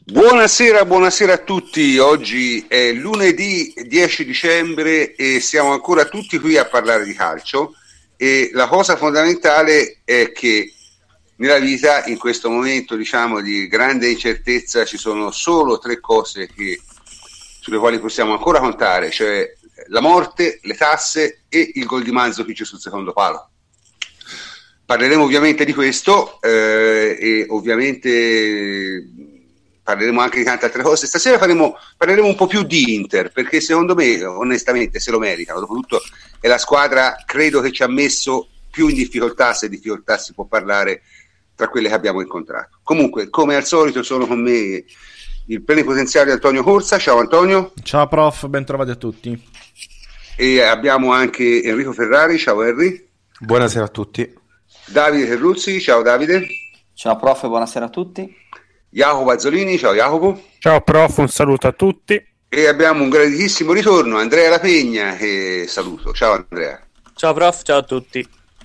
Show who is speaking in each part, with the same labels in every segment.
Speaker 1: Buonasera, buonasera a tutti. Oggi è lunedì 10 dicembre e siamo ancora tutti qui a parlare di calcio e la cosa fondamentale è che nella vita, in questo momento diciamo di grande incertezza, ci sono solo tre cose sulle quali possiamo ancora contare, cioè la morte, le tasse e il gol di Mandzukic sul secondo palo. Parleremo ovviamente di questo e ovviamente parleremo anche di tante altre cose. Stasera parleremo un po' più di Inter, perché secondo me, onestamente, se lo meritano. Dopotutto è la squadra, credo, che ci ha messo più in difficoltà, se difficoltà si può parlare, tra quelle che abbiamo incontrato. Comunque, come al solito, sono con me il plenipotenziario Antonio Corsa. Ciao Antonio.
Speaker 2: Ciao prof, ben trovati a tutti.
Speaker 1: E abbiamo anche Enrico Ferrari. Ciao Henry.
Speaker 3: Buonasera a tutti.
Speaker 1: Davide Terruzzi. Ciao Davide.
Speaker 4: Ciao prof, buonasera a tutti.
Speaker 1: Jacopo Azzolini. Ciao Jacopo.
Speaker 5: Ciao prof, un saluto a tutti.
Speaker 1: E abbiamo un graditissimo ritorno, Andrea Lapegna, che saluto. Ciao Andrea.
Speaker 6: Ciao prof, ciao a tutti.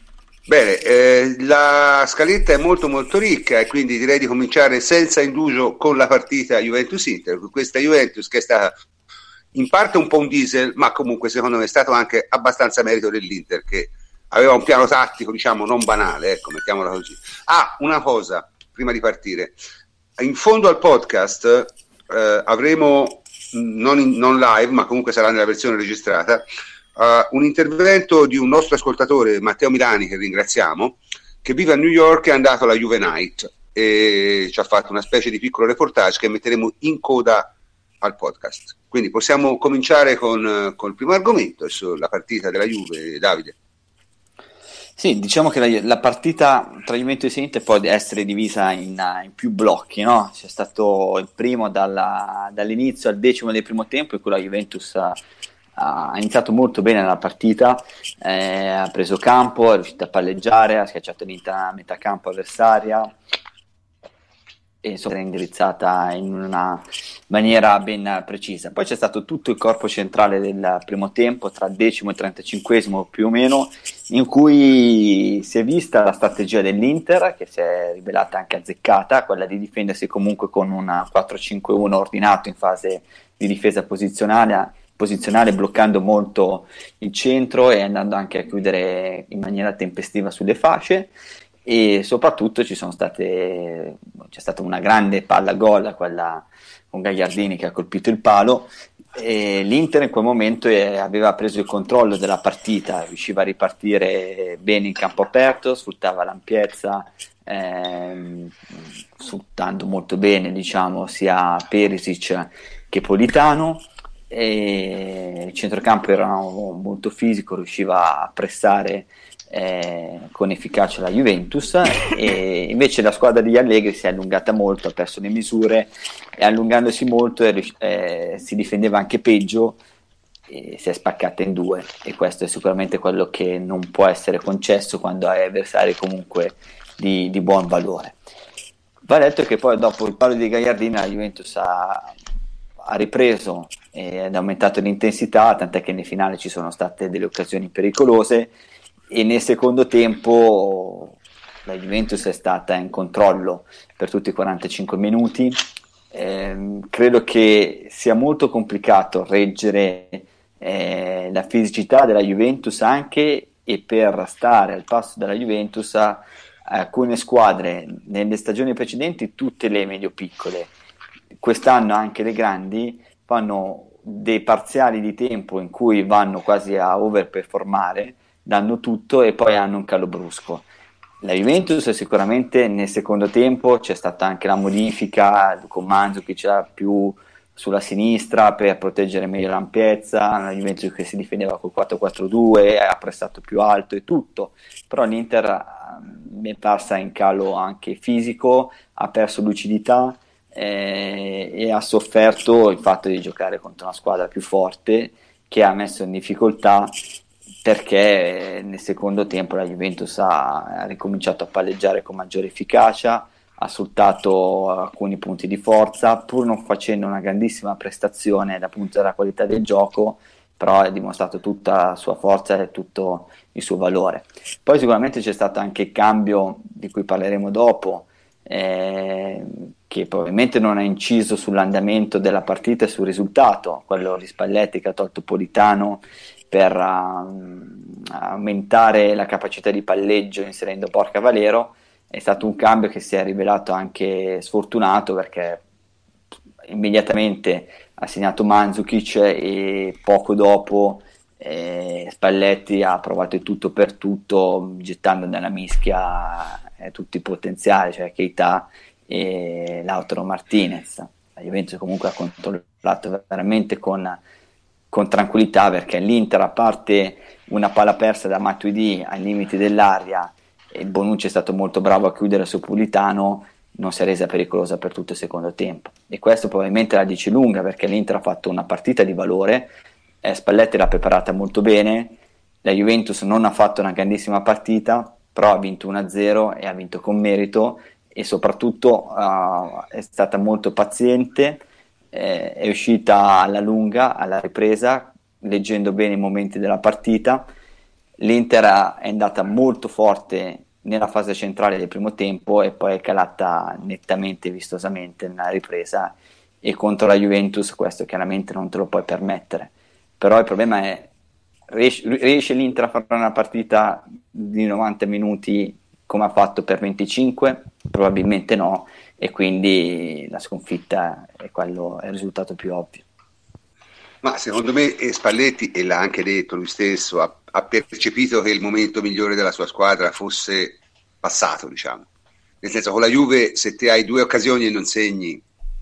Speaker 1: Bene, la scaletta è molto molto ricca e quindi direi di cominciare senza indugio con la partita Juventus-Inter. Questa Juventus che è stata in parte un po' un diesel, ma comunque secondo me è stato anche abbastanza merito dell'Inter, che aveva un piano tattico, diciamo, non banale, ecco, mettiamola così. Una cosa, prima di partire. In fondo al podcast avremo, non live, ma comunque sarà nella versione registrata, un intervento di un nostro ascoltatore, Matteo Milani, che ringraziamo, che vive a New York e è andato alla Juve Night e ci ha fatto una specie di piccolo reportage che metteremo in coda al podcast. Quindi possiamo cominciare con il primo argomento, sulla partita della Juve. Davide.
Speaker 4: Sì, diciamo che la partita tra Juventus e Inter può essere divisa in più blocchi, no? C'è stato il primo dall'inizio al decimo del primo tempo, in cui la Juventus ha iniziato molto bene la partita, ha preso campo, è riuscita a palleggiare, ha schiacciato l'Inter a metà campo avversaria e insomma era indirizzata in una maniera ben precisa. Poi c'è stato tutto il corpo centrale del primo tempo, tra il decimo e il 35esimo più o meno, in cui si è vista la strategia dell'Inter, che si è rivelata anche azzeccata, quella di difendersi comunque con una 4-5-1 ordinato in fase di difesa posizionale, bloccando molto il centro e andando anche a chiudere in maniera tempestiva sulle fasce. E soprattutto c'è stata una grande palla gol, quella con Gagliardini che ha colpito il palo, e l'Inter in quel momento aveva preso il controllo della partita, riusciva a ripartire bene in campo aperto, sfruttava l'ampiezza, sfruttando molto bene, diciamo, sia Perisic che Politano, e il centrocampo era molto fisico, riusciva a pressare con efficacia la Juventus, e invece la squadra di Allegri si è allungata molto, ha perso le misure e allungandosi molto si difendeva anche peggio e si è spaccata in due, e questo è sicuramente quello che non può essere concesso quando hai avversari comunque di buon valore. Va detto che poi dopo il palo di Gagliardini la Juventus ha ripreso ed ha aumentato l'intensità, tant'è che nel finale ci sono state delle occasioni pericolose e nel secondo tempo la Juventus è stata in controllo per tutti i 45 minuti. Credo che sia molto complicato reggere la fisicità della Juventus anche, e per stare al passo della Juventus alcune squadre nelle stagioni precedenti, tutte le medio piccole, quest'anno anche le grandi, fanno dei parziali di tempo in cui vanno quasi a overperformare, danno tutto e poi hanno un calo brusco. La Juventus sicuramente nel secondo tempo c'è stata anche la modifica con Mandzukic c'era più sulla sinistra per proteggere meglio l'ampiezza, la Juventus che si difendeva col 4-4-2, ha pressato più alto e tutto, però l'Inter mi è parsa in calo anche fisico, ha perso lucidità e ha sofferto il fatto di giocare contro una squadra più forte che ha messo in difficoltà, perché nel secondo tempo la Juventus ha ricominciato a palleggiare con maggiore efficacia, ha sfruttato alcuni punti di forza, pur non facendo una grandissima prestazione dal punto della qualità del gioco, però ha dimostrato tutta la sua forza e tutto il suo valore. Poi sicuramente c'è stato anche il cambio di cui parleremo dopo, che probabilmente non ha inciso sull'andamento della partita e sul risultato, quello di Spalletti che ha tolto Politano per aumentare la capacità di palleggio inserendo Borja Valero. È stato un cambio che si è rivelato anche sfortunato, perché immediatamente ha segnato Mandzukic e poco dopo Spalletti ha provato il tutto per tutto, gettando nella mischia tutti i potenziali, cioè Keita e Lautaro Martinez. La Juventus comunque ha controllato veramente con tranquillità, perché l'Inter, a parte una palla persa da Matuidi ai limiti dell'area, e Bonucci è stato molto bravo a chiudere su Politano, non si è resa pericolosa per tutto il secondo tempo, e questo probabilmente la dice lunga, perché l'Inter ha fatto una partita di valore, Spalletti l'ha preparata molto bene, la Juventus non ha fatto una grandissima partita, però ha vinto 1-0 e ha vinto con merito, e soprattutto è stata molto paziente, è uscita alla lunga, alla ripresa, leggendo bene i momenti della partita. L'Inter è andata molto forte nella fase centrale del primo tempo e poi è calata nettamente e vistosamente nella ripresa, e contro la Juventus questo chiaramente non te lo puoi permettere. Però il problema è, riesce l'Inter a fare una partita di 90 minuti come ha fatto per 25? Probabilmente no, e quindi la sconfitta è il risultato più ovvio.
Speaker 1: Ma secondo me Spalletti, e l'ha anche detto lui stesso, ha percepito che il momento migliore della sua squadra fosse passato, diciamo. Nel senso, con la Juve, se te hai 2 occasioni e non segni,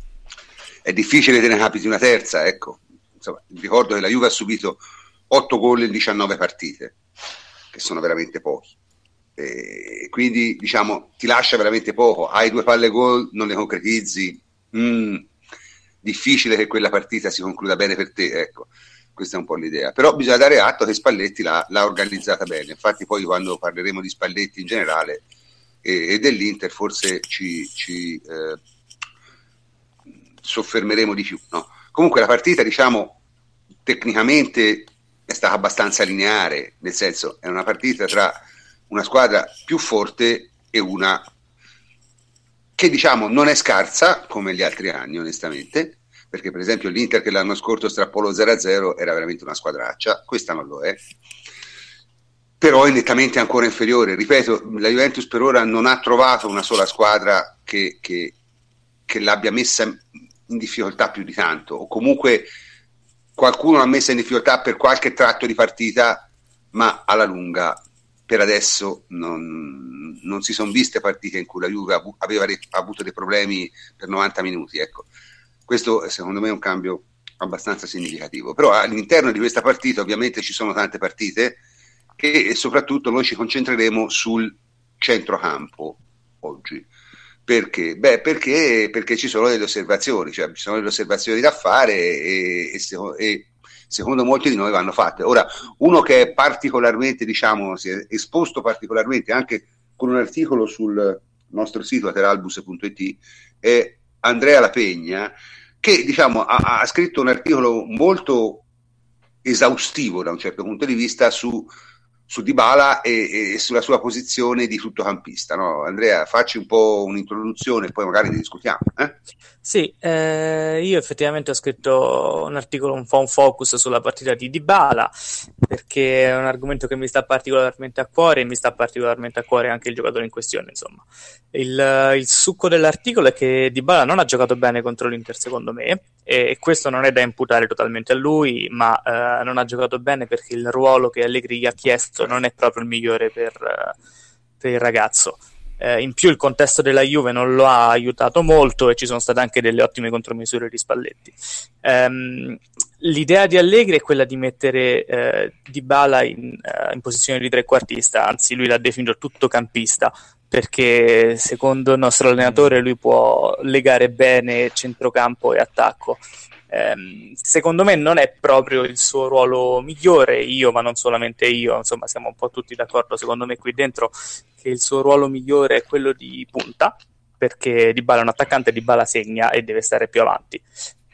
Speaker 1: è difficile che te ne capiti una terza, ecco. Insomma, ricordo che la Juve ha subito 8 gol in 19 partite, che sono veramente pochi. E quindi, diciamo, ti lascia veramente poco. Hai 2 palle gol, non le concretizzi, difficile che quella partita si concluda bene per te, ecco. Questa è un po' l'idea, però bisogna dare atto che Spalletti l'ha organizzata bene. Infatti poi quando parleremo di Spalletti in generale e dell'Inter forse ci soffermeremo di più, no? Comunque la partita, diciamo, tecnicamente è stata abbastanza lineare, nel senso è una partita tra una squadra più forte e una che, diciamo, non è scarsa come gli altri anni, onestamente, perché per esempio l'Inter che l'anno scorso strappò lo 0-0 era veramente una squadraccia, questa non lo è, però è nettamente ancora inferiore. Ripeto, la Juventus per ora non ha trovato una sola squadra che l'abbia messa in difficoltà più di tanto, o comunque qualcuno l'ha messa in difficoltà per qualche tratto di partita, ma alla lunga per adesso non si sono viste partite in cui la Juve aveva avuto dei problemi per 90 minuti, ecco. Questo secondo me è un cambio abbastanza significativo. Però all'interno di questa partita ovviamente ci sono tante partite e soprattutto noi ci concentreremo sul centrocampo oggi. Perché? Perché ci sono delle osservazioni, cioè ci sono delle osservazioni da fare e secondo molti di noi vanno fatte. Ora, uno che è particolarmente, diciamo, si è esposto particolarmente anche con un articolo sul nostro sito ateralbus.it è Andrea La Pegna, che, diciamo, ha scritto un articolo molto esaustivo da un certo punto di vista su Dybala e sulla sua posizione di tuttocampista, no? Andrea, facci un po' un'introduzione e poi magari ne discutiamo.
Speaker 2: Sì, io effettivamente ho scritto un articolo un po' un focus sulla partita di Dybala, perché è un argomento che mi sta particolarmente a cuore, e mi sta particolarmente a cuore anche il giocatore in questione, insomma. Il succo dell'articolo è che Dybala non ha giocato bene contro l'Inter, secondo me, e questo non è da imputare totalmente a lui, ma non ha giocato bene perché il ruolo che Allegri gli ha chiesto non è proprio il migliore per il ragazzo. In più il contesto della Juve non lo ha aiutato molto e ci sono state anche delle ottime contromisure di Spalletti. L'idea di Allegri è quella di mettere Dybala in posizione di trequartista, anzi lui l'ha definito tuttocampista, perché secondo il nostro allenatore lui può legare bene centrocampo e attacco. Secondo me non è proprio il suo ruolo migliore, ma non solamente io, insomma siamo un po' tutti d'accordo secondo me qui dentro che il suo ruolo migliore è quello di punta, perché Dybala è un attaccante, Dybala segna e deve stare più avanti.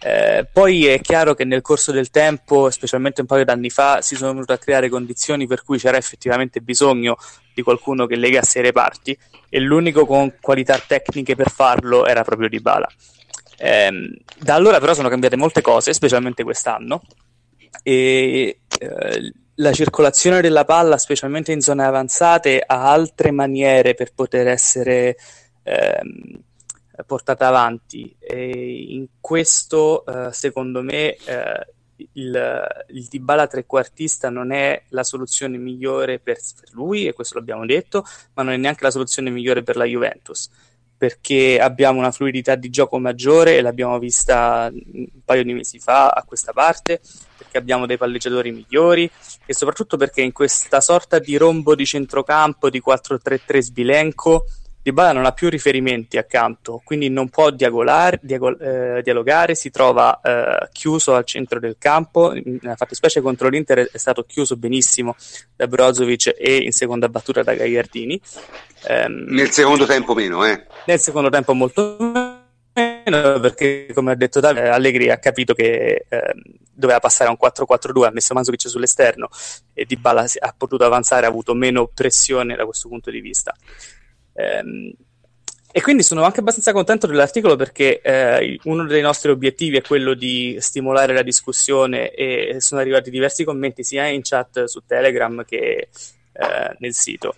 Speaker 2: Poi è chiaro che nel corso del tempo, specialmente un paio d'anni fa, si sono venute a creare condizioni per cui c'era effettivamente bisogno di qualcuno che legasse i reparti, e l'unico con qualità tecniche per farlo era proprio Dybala. Da allora però sono cambiate molte cose, specialmente quest'anno, e la circolazione della palla, specialmente in zone avanzate, ha altre maniere per poter essere portata avanti, e in questo secondo me il Dybala trequartista non è la soluzione migliore per lui, e questo l'abbiamo detto, ma non è neanche la soluzione migliore per la Juventus, perché abbiamo una fluidità di gioco maggiore, e l'abbiamo vista un paio di mesi fa a questa parte, perché abbiamo dei palleggiatori migliori, e soprattutto perché in questa sorta di rombo di centrocampo di 4-3-3 sbilenco Dybala non ha più riferimenti accanto, quindi non può dialogare, si trova chiuso al centro del campo. Nella fattispecie contro l'Inter è stato chiuso benissimo da Brozovic e in seconda battuta da Gagliardini.
Speaker 1: Nel secondo tempo meno,
Speaker 2: Nel secondo tempo molto meno, perché come ha detto Davide, Allegri ha capito che doveva passare a un 4-4-2, ha messo Mandzukic sull'esterno e Dybala ha potuto avanzare, ha avuto meno pressione da questo punto di vista. E quindi sono anche abbastanza contento dell'articolo, perché uno dei nostri obiettivi è quello di stimolare la discussione, e sono arrivati diversi commenti sia in chat su Telegram che nel sito.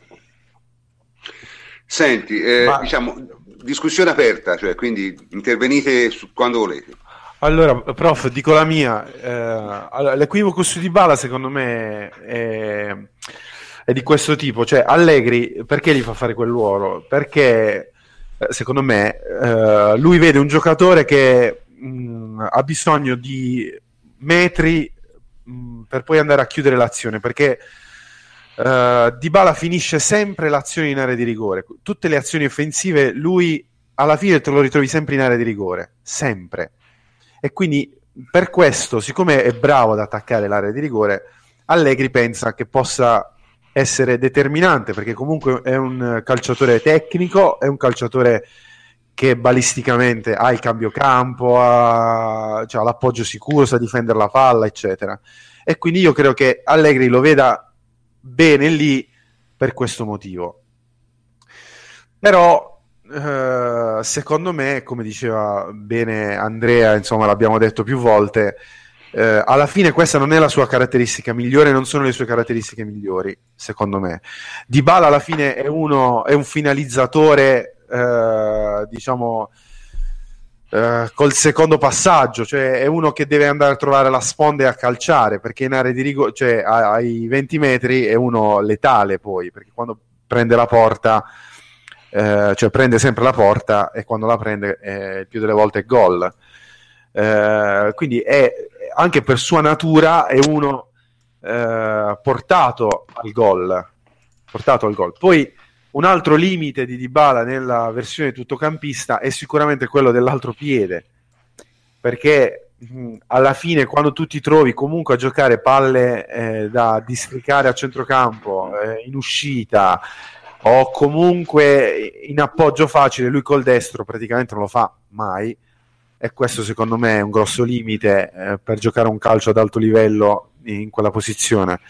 Speaker 1: Senti, diciamo, discussione aperta, cioè, quindi intervenite quando volete.
Speaker 3: Allora, prof, dico la mia. L'equivoco su Dybala secondo me è di questo tipo, cioè Allegri perché gli fa fare quel ruolo? Perché secondo me lui vede un giocatore che ha bisogno di metri per poi andare a chiudere l'azione, perché Dybala finisce sempre l'azione in area di rigore, tutte le azioni offensive lui alla fine te lo ritrovi sempre in area di rigore, sempre, e quindi per questo, siccome è bravo ad attaccare l'area di rigore, Allegri pensa che possa essere determinante, perché comunque è un calciatore tecnico, è un calciatore che balisticamente ha il cambio campo, cioè, l'appoggio sicuro, sa difendere la palla, eccetera, e quindi io credo che Allegri lo veda bene lì per questo motivo. Però secondo me, come diceva bene Andrea, insomma l'abbiamo detto più volte, alla fine questa non è la sua caratteristica migliore, non sono le sue caratteristiche migliori, secondo me. Dybala alla fine è un finalizzatore, diciamo, col secondo passaggio, cioè è uno che deve andare a trovare la sponda e a calciare, perché in area di rigore, cioè ai 20 metri è uno letale poi, perché quando prende la porta, cioè prende sempre la porta, e quando la prende più delle volte è gol. Quindi è anche per sua natura è uno portato al gol. Poi un altro limite di Dybala nella versione tuttocampista è sicuramente quello dell'altro piede, perché alla fine quando tu ti trovi comunque a giocare palle da districare a centrocampo, in uscita o comunque in appoggio facile, lui col destro praticamente non lo fa mai, e questo secondo me è un grosso limite per giocare un calcio ad alto livello in quella posizione.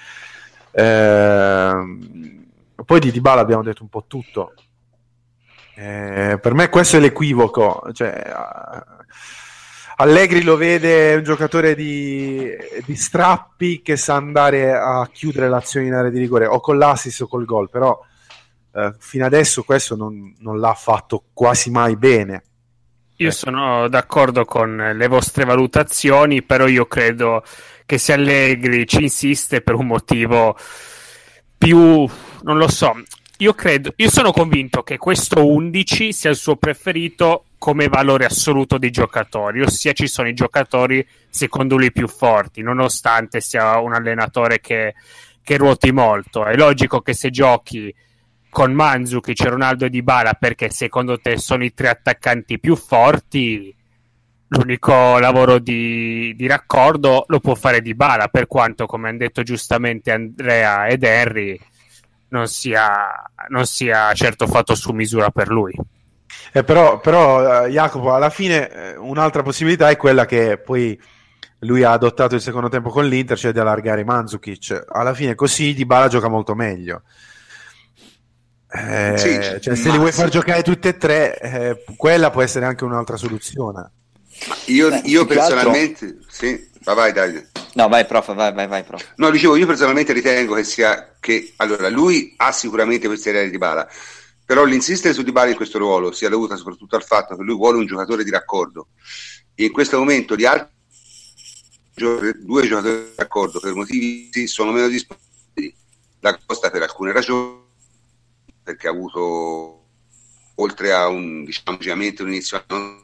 Speaker 3: Poi di Dybala abbiamo detto un po' tutto. Per me questo è l'equivoco, cioè, Allegri lo vede un giocatore di strappi che sa andare a chiudere l'azione in area di rigore, o con l'assist o col gol, però fino adesso questo non l'ha fatto quasi mai bene.
Speaker 5: Io sono d'accordo con le vostre valutazioni, però io credo che se Allegri ci insiste per un motivo più, non lo so, io sono convinto che questo 11 sia il suo preferito come valore assoluto dei giocatori, ossia ci sono i giocatori secondo lui più forti, nonostante sia un allenatore che ruoti molto. È logico che se giochi con Mandzukic, Ronaldo e Dybala perché secondo te sono i tre attaccanti più forti, l'unico lavoro di raccordo lo può fare Dybala, per quanto, come hanno detto giustamente Andrea ed Henry, non sia certo fatto su misura per lui.
Speaker 3: Però Jacopo, alla fine un'altra possibilità è quella che poi lui ha adottato il secondo tempo con l'Inter, cioè di allargare Mandzukic. Alla fine così Dybala gioca molto meglio.
Speaker 1: Sì,
Speaker 3: cioè, se li vuoi far giocare tutti e tre, quella può essere anche un'altra soluzione.
Speaker 1: Io personalmente, sì, vai Davide.
Speaker 4: No, vai prof, vai prof.
Speaker 1: No, dicevo, io personalmente ritengo che allora lui ha sicuramente queste idee di Dybala, però l'insistere su Dybala in questo ruolo sia dovuta soprattutto al fatto che lui vuole un giocatore di raccordo, e in questo momento gli altri due giocatori di raccordo per motivi sono meno disponibili. La Costa per alcune ragioni, perché ha avuto, oltre a un un inizio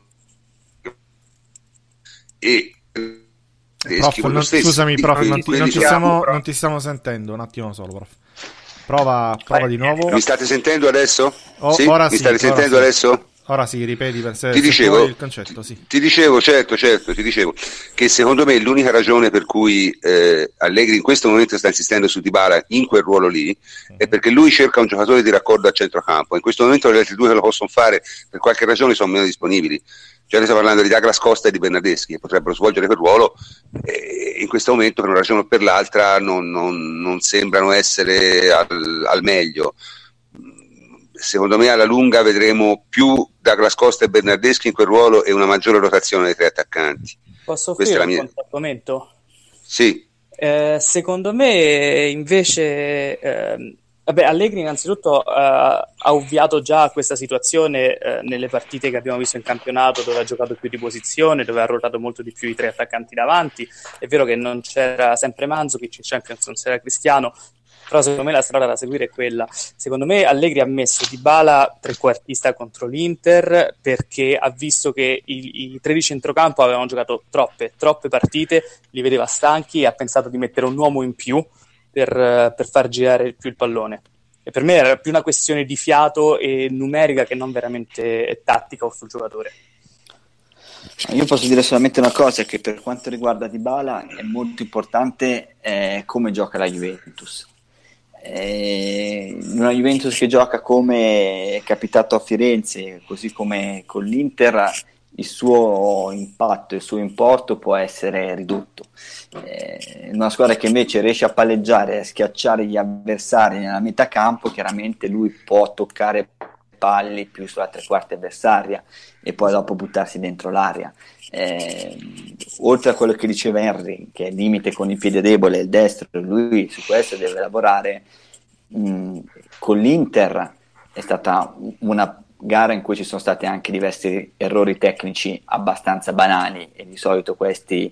Speaker 1: e
Speaker 6: prof, scusami prof, non ti stiamo sentendo, un attimo solo prof. Prova di nuovo.
Speaker 1: Mi state sentendo adesso?
Speaker 6: Sì?
Speaker 1: Ora mi state sentendo adesso?
Speaker 6: Ora sì, ripeti per se
Speaker 1: il
Speaker 6: concetto, sì.
Speaker 1: Ti dicevo, certo, ti dicevo che secondo me l'unica ragione per cui Allegri in questo momento sta insistendo su Dybala in quel ruolo lì è perché lui cerca un giocatore di raccordo a centrocampo. In questo momento gli altri due che lo possono fare per qualche ragione sono meno disponibili. Cioè, noi stiamo parlando di Douglas Costa e di Bernardeschi, che potrebbero svolgere quel ruolo, in questo momento per una ragione o per l'altra non sembrano essere al meglio. Secondo me alla lunga vedremo più Douglas Costa e Bernardeschi in quel ruolo e una maggiore rotazione dei tre attaccanti.
Speaker 2: Posso offrire un contattamento?
Speaker 1: Sì.
Speaker 2: Secondo me invece Allegri innanzitutto ha ovviato già a questa situazione nelle partite che abbiamo visto in campionato, dove ha giocato più di posizione, dove ha ruotato molto di più i tre attaccanti davanti. È vero che non c'era sempre Mandzukic, in Champions non c'era Cristiano, però secondo me la strada da seguire è quella. Secondo me Allegri ha messo Dybala trequartista contro l'Inter perché ha visto che i tre di centrocampo avevano giocato troppe partite, li vedeva stanchi e ha pensato di mettere un uomo in più per far girare più il pallone. E per me era più una questione di fiato e numerica che non veramente tattica o sul giocatore.
Speaker 4: Io posso dire solamente una cosa, che per quanto riguarda Dybala è molto importante come gioca la Juventus. Una Juventus che gioca come è capitato a Firenze, così come con l'Inter, il suo impatto, il suo importo può essere ridotto. Una squadra che invece riesce a palleggiare, a schiacciare gli avversari nella metà campo, chiaramente lui può toccare palli più sulla tre quarti avversaria e poi dopo buttarsi dentro l'area. Oltre a quello che diceva Henry, che è il limite con il piede debole, il destro, lui su questo deve lavorare. Con l'Inter è stata una gara in cui ci sono stati anche diversi errori tecnici abbastanza banali, e di solito questi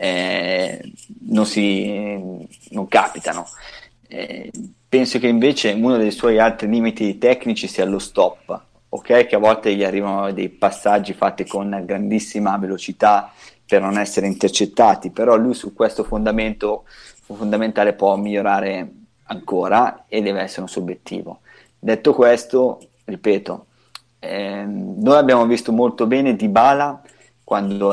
Speaker 4: non capitano. Penso che invece uno dei suoi altri limiti tecnici sia lo stop, ok? Che a volte gli arrivano dei passaggi fatti con grandissima velocità per non essere intercettati, però lui su questo fondamento fondamentale può migliorare ancora e deve essere un suo obiettivo. Detto questo, ripeto, noi abbiamo visto molto bene Dybala quando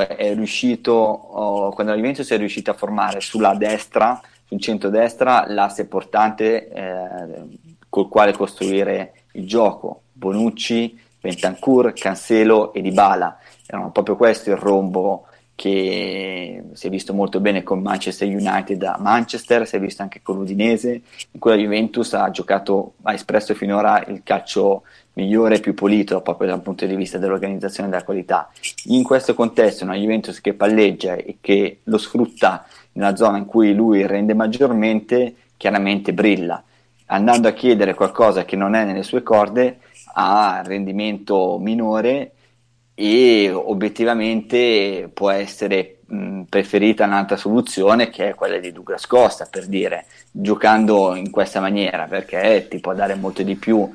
Speaker 4: quando la Juventus è riuscita a formare sulla destra, sul centro-destra, l'asse portante col quale costruire il gioco. Bonucci, Bentancur, Cancelo e Dybala. Erano proprio questo il rombo che si è visto molto bene con Manchester United a Manchester, si è visto anche con l'Udinese, in cui la Juventus ha espresso finora il calcio migliore e più pulito proprio dal punto di vista dell'organizzazione e della qualità. In questo contesto una Juventus che palleggia e che lo sfrutta nella zona in cui lui rende maggiormente, chiaramente brilla. Andando a chiedere qualcosa che non è nelle sue corde ha rendimento minore e obiettivamente può essere preferita un'altra soluzione, che è quella di Douglas Costa, per dire, giocando in questa maniera, perché ti può dare molto di più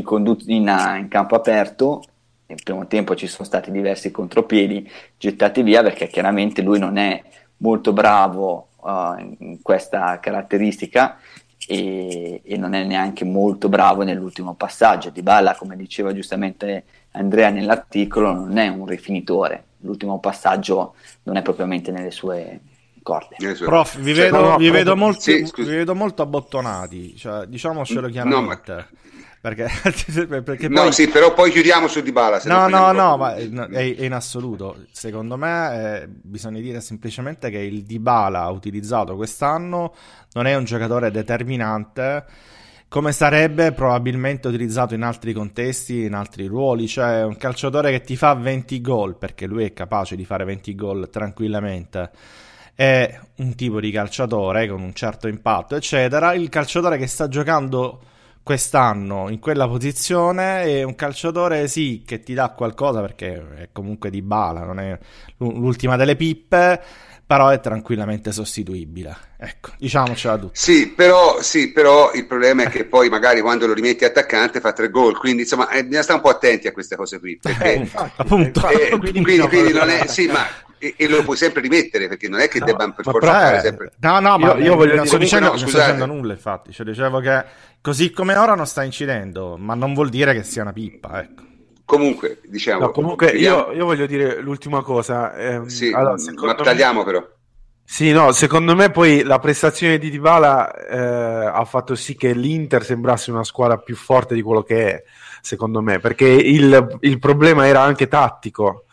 Speaker 4: in campo aperto. Nel primo tempo ci sono stati diversi contropiedi gettati via, perché chiaramente lui non è molto bravo in questa caratteristica e non è neanche molto bravo nell'ultimo passaggio. Dybala, come diceva giustamente Andrea nell'articolo, non è un rifinitore, l'ultimo passaggio non è propriamente nelle sue corde.
Speaker 6: Prof, vi vedo molto abbottonati, cioè, diciamocelo chiaramente. Perché
Speaker 1: no,
Speaker 6: poi...
Speaker 1: sì, però poi chiudiamo su Dybala.
Speaker 6: No, ma è in assoluto. Secondo me bisogna dire semplicemente che il Dybala utilizzato quest'anno non è un giocatore determinante come sarebbe probabilmente utilizzato in altri contesti, in altri ruoli, cioè un calciatore che ti fa 20 gol, perché lui è capace di fare 20 gol tranquillamente, è un tipo di calciatore con un certo impatto, eccetera. Il calciatore che sta giocando quest'anno in quella posizione è un calciatore, sì, che ti dà qualcosa, perché è comunque Dybala, non è l'ultima delle pippe, però è tranquillamente sostituibile, ecco, diciamocela tutta.
Speaker 1: Sì, però il problema è che poi magari quando lo rimetti attaccante fa 3 gol, quindi insomma bisogna stare un po' attenti a queste cose qui, perché
Speaker 6: appunto.
Speaker 1: Quindi non è, sì, ma e lo puoi sempre rimettere, perché non è che debbano per forza fare sempre.
Speaker 6: No, ma io voglio non sto dicendo
Speaker 1: nulla,
Speaker 6: infatti, cioè dicevo che così come ora non sta incidendo, ma non vuol dire che sia una pippa, ecco.
Speaker 1: Comunque, diciamo.
Speaker 3: No, comunque io voglio dire l'ultima cosa.
Speaker 1: Sì, allora, ma tagliamo però.
Speaker 3: Sì, no, secondo me poi la prestazione di Dybala ha fatto sì che l'Inter sembrasse una squadra più forte di quello che è, secondo me, perché il problema era anche tattico.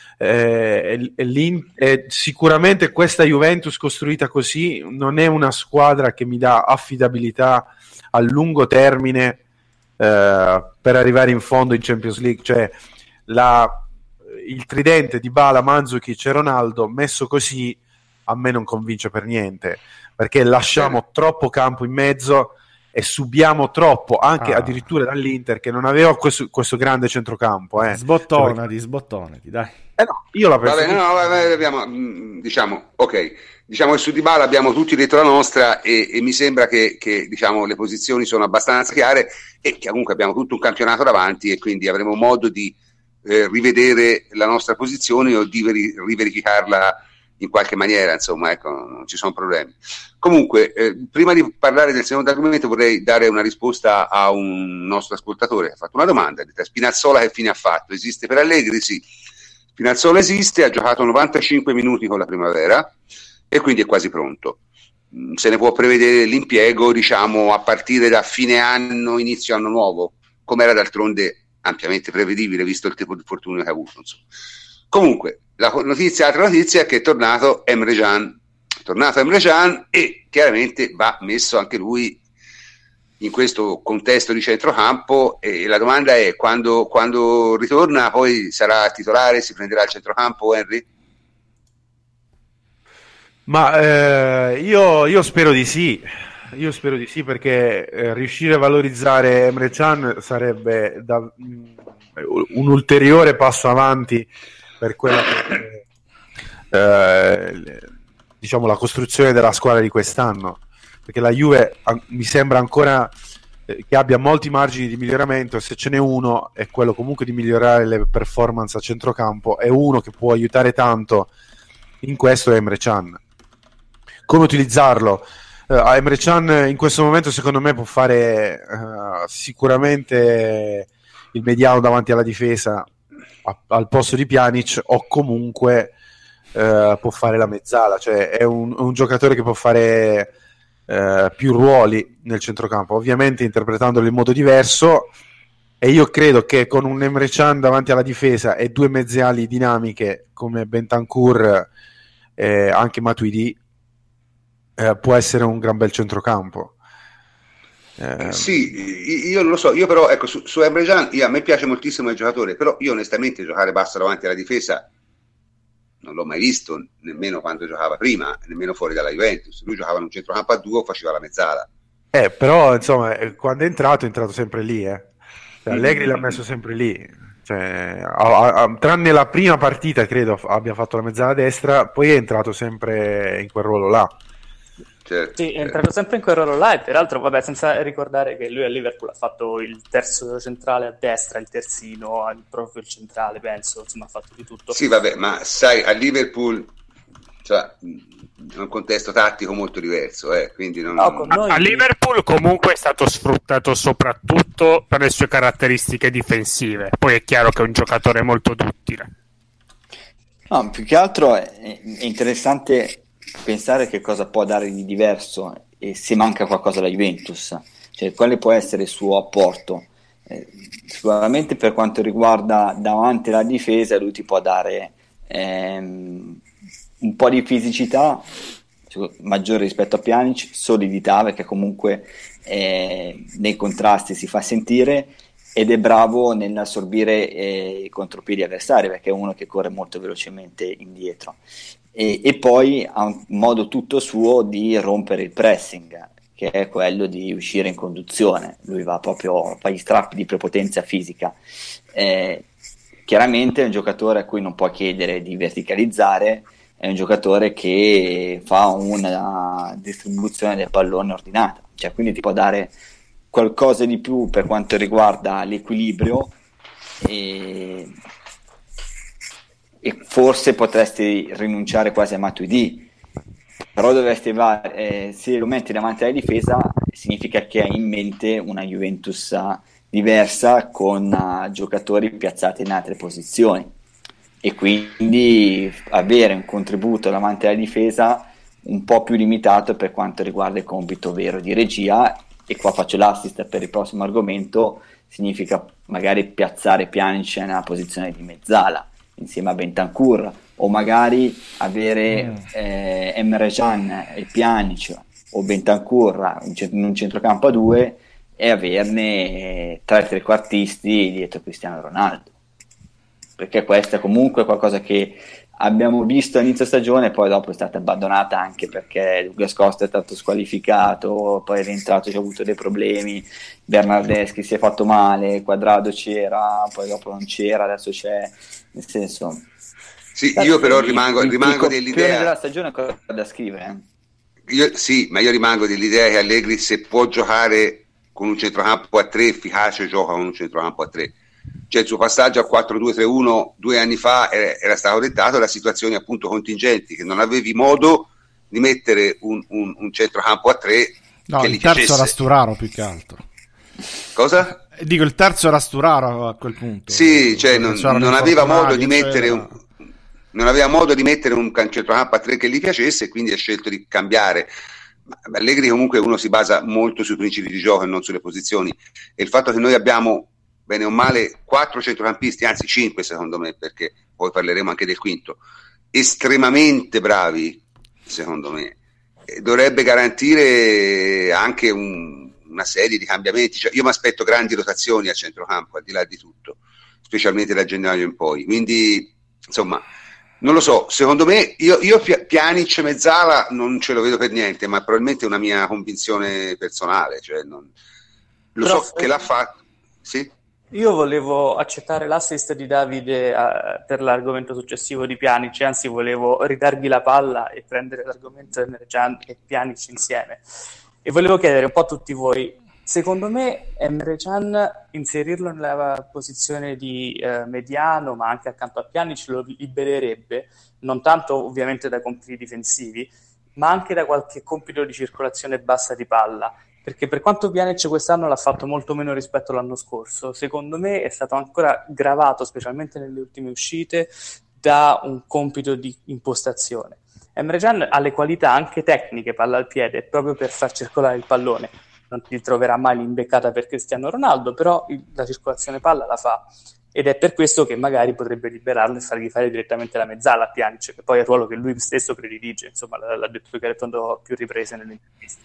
Speaker 3: Sicuramente questa Juventus costruita così non è una squadra che mi dà affidabilità a lungo termine per arrivare in fondo in Champions League, cioè il tridente Dybala, Mandzukic e Ronaldo messo così a me non convince per niente, perché lasciamo troppo campo in mezzo e subiamo troppo, anche addirittura dall'Inter che non aveva questo grande centrocampo.
Speaker 6: Sbottonati, dai.
Speaker 3: No, io la penso.
Speaker 1: Vabbè, abbiamo, diciamo che su Dybala abbiamo tutti detto la nostra e mi sembra che diciamo le posizioni sono abbastanza chiare e che comunque abbiamo tutto un campionato davanti e quindi avremo modo di rivedere la nostra posizione o di riverificarla in qualche maniera, insomma, ecco, non ci sono problemi. Comunque, prima di parlare del secondo argomento vorrei dare una risposta a un nostro ascoltatore che ha fatto una domanda. Spinazzola che fine ha fatto? Esiste per Allegri? Sì. Spinazzola esiste, ha giocato 95 minuti con la Primavera e quindi è quasi pronto. Se ne può prevedere l'impiego, diciamo, a partire da fine anno, inizio anno nuovo, come era d'altronde ampiamente prevedibile, visto il tipo di infortunio che ha avuto, insomma. Comunque, altra notizia è che è tornato Emre Can. E chiaramente va messo anche lui in questo contesto di centrocampo e la domanda è quando ritorna poi sarà titolare, si prenderà il centrocampo Henry?
Speaker 3: Ma io spero di sì. Perché riuscire a valorizzare Emre Can sarebbe un ulteriore passo avanti per quella che diciamo la costruzione della squadra di quest'anno, perché la Juve mi sembra ancora che abbia molti margini di miglioramento e se ce n'è uno è quello comunque di migliorare le performance a centrocampo, è uno che può aiutare tanto in questo è Emre Can. Come utilizzarlo? Emre Can in questo momento secondo me può fare sicuramente il mediano davanti alla difesa al posto di Pjanic o comunque può fare la mezzala, cioè è un giocatore che può fare più ruoli nel centrocampo, ovviamente interpretandolo in modo diverso, e io credo che con un Emre Can davanti alla difesa e due mezze ali dinamiche come Bentancur e anche Matuidi può essere un gran bel centrocampo.
Speaker 1: Sì, io non lo so, io però ecco su Emre Can a me piace moltissimo il giocatore, però io onestamente giocare basso davanti alla difesa non l'ho mai visto, nemmeno quando giocava prima, nemmeno fuori dalla Juventus. Lui giocava in un centrocampo a due o faceva la mezzala.
Speaker 3: Però insomma quando è entrato sempre lì, Allegri l'ha messo sempre lì, cioè, tranne la prima partita credo abbia fatto la mezzala destra, poi è entrato sempre in quel ruolo là.
Speaker 2: Sì, è entrato sempre in quel ruolo là e peraltro, vabbè, senza ricordare che lui a Liverpool ha fatto il terzo centrale a destra, il terzino, proprio il centrale, penso, insomma ha fatto di tutto.
Speaker 1: Sì, vabbè, ma sai, a Liverpool cioè, è un contesto tattico molto diverso, quindi non...
Speaker 5: A Liverpool comunque è stato sfruttato soprattutto per le sue caratteristiche difensive, poi è chiaro che è un giocatore molto duttile.
Speaker 4: No, più che altro è interessante pensare che cosa può dare di diverso e se manca qualcosa alla Juventus, cioè quale può essere il suo apporto. Sicuramente per quanto riguarda davanti alla difesa lui ti può dare un po' di fisicità maggiore rispetto a Pjanic, solidità perché comunque nei contrasti si fa sentire ed è bravo nell'assorbire i contropiedi avversari perché è uno che corre molto velocemente indietro e poi ha un modo tutto suo di rompere il pressing, che è quello di uscire in conduzione. Lui va proprio, fa gli strappi di prepotenza fisica. Chiaramente è un giocatore a cui non può chiedere di verticalizzare, è un giocatore che fa una distribuzione del pallone ordinata, cioè quindi ti può dare qualcosa di più per quanto riguarda l'equilibrio e forse potresti rinunciare quasi a Matuidi, però dovresti se lo metti davanti alla difesa significa che hai in mente una Juventus diversa con giocatori piazzati in altre posizioni e quindi avere un contributo davanti alla difesa un po' più limitato per quanto riguarda il compito vero di regia. E qua faccio l'assist per il prossimo argomento, significa magari piazzare Pjanic nella posizione di mezzala insieme a Bentancur, o magari avere Emre Can e Pjanic o Bentancur in un centrocampo a 2 e averne 3 trequartisti dietro Cristiano Ronaldo, perché questa è comunque qualcosa che abbiamo visto all'inizio stagione, poi dopo è stata abbandonata anche perché Douglas Costa è stato squalificato, poi è rientrato, ci ha avuto dei problemi, Bernardeschi si è fatto male, Quadrado c'era, poi dopo non c'era, adesso c'è, nel senso...
Speaker 1: Sì, io però rimango dell'idea
Speaker 4: della stagione è cosa da scrivere.
Speaker 1: Ma io rimango dell'idea che Allegri, se può giocare con un centrocampo a 3 efficace, gioca con un centrocampo a 3. Cioè il suo passaggio a 4-2-3-1 2 anni fa era stato dettato da situazioni appunto contingenti, che non avevi modo di mettere un centrocampo a 3.
Speaker 6: No,
Speaker 1: che
Speaker 6: il
Speaker 1: gli
Speaker 6: terzo
Speaker 1: piacesse.
Speaker 6: era Sturaro più che altro.
Speaker 1: Cosa?
Speaker 6: Dico, il terzo era Sturaro a quel punto.
Speaker 1: Sì, cioè non aveva modo di mettere non aveva modo di mettere un centrocampo a 3 che gli piacesse e quindi ha scelto di cambiare. Ma Allegri comunque uno si basa molto sui principi di gioco e non sulle posizioni, e il fatto che noi abbiamo bene o male 4 centrocampisti, anzi 5 secondo me, perché poi parleremo anche del quinto, estremamente bravi secondo me, dovrebbe garantire anche una serie di cambiamenti. Cioè, io mi aspetto grandi rotazioni a centrocampo al di là di tutto, specialmente da gennaio in poi, quindi insomma non lo so, secondo me io Pjanic mezzala non ce lo vedo per niente, ma probabilmente è una mia convinzione personale, cioè lo so che l'ha fatto. Sì?
Speaker 2: Io volevo accettare l'assist di Davide per l'argomento successivo di Pjanic, anzi volevo ridargli la palla e prendere l'argomento di Emre Can e Pjanic insieme. E volevo chiedere un po' a tutti voi, secondo me Emre Can inserirlo nella posizione di mediano, ma anche accanto a Pjanic, lo libererebbe, non tanto ovviamente dai compiti difensivi, ma anche da qualche compito di circolazione bassa di palla. Perché per quanto Pjanic quest'anno l'ha fatto molto meno rispetto all'anno scorso, secondo me è stato ancora gravato, specialmente nelle ultime uscite, da un compito di impostazione. Emre Can ha le qualità anche tecniche, palla al piede, proprio per far circolare il pallone. Non ti troverà mai l'imbeccata per Cristiano Ronaldo, però la circolazione palla la fa. Ed è per questo che magari potrebbe liberarlo e fargli fare direttamente la mezzala a Pjanic, che poi è il ruolo che lui stesso predilige. Insomma, l'ha detto Garettondo a più riprese nelle interviste.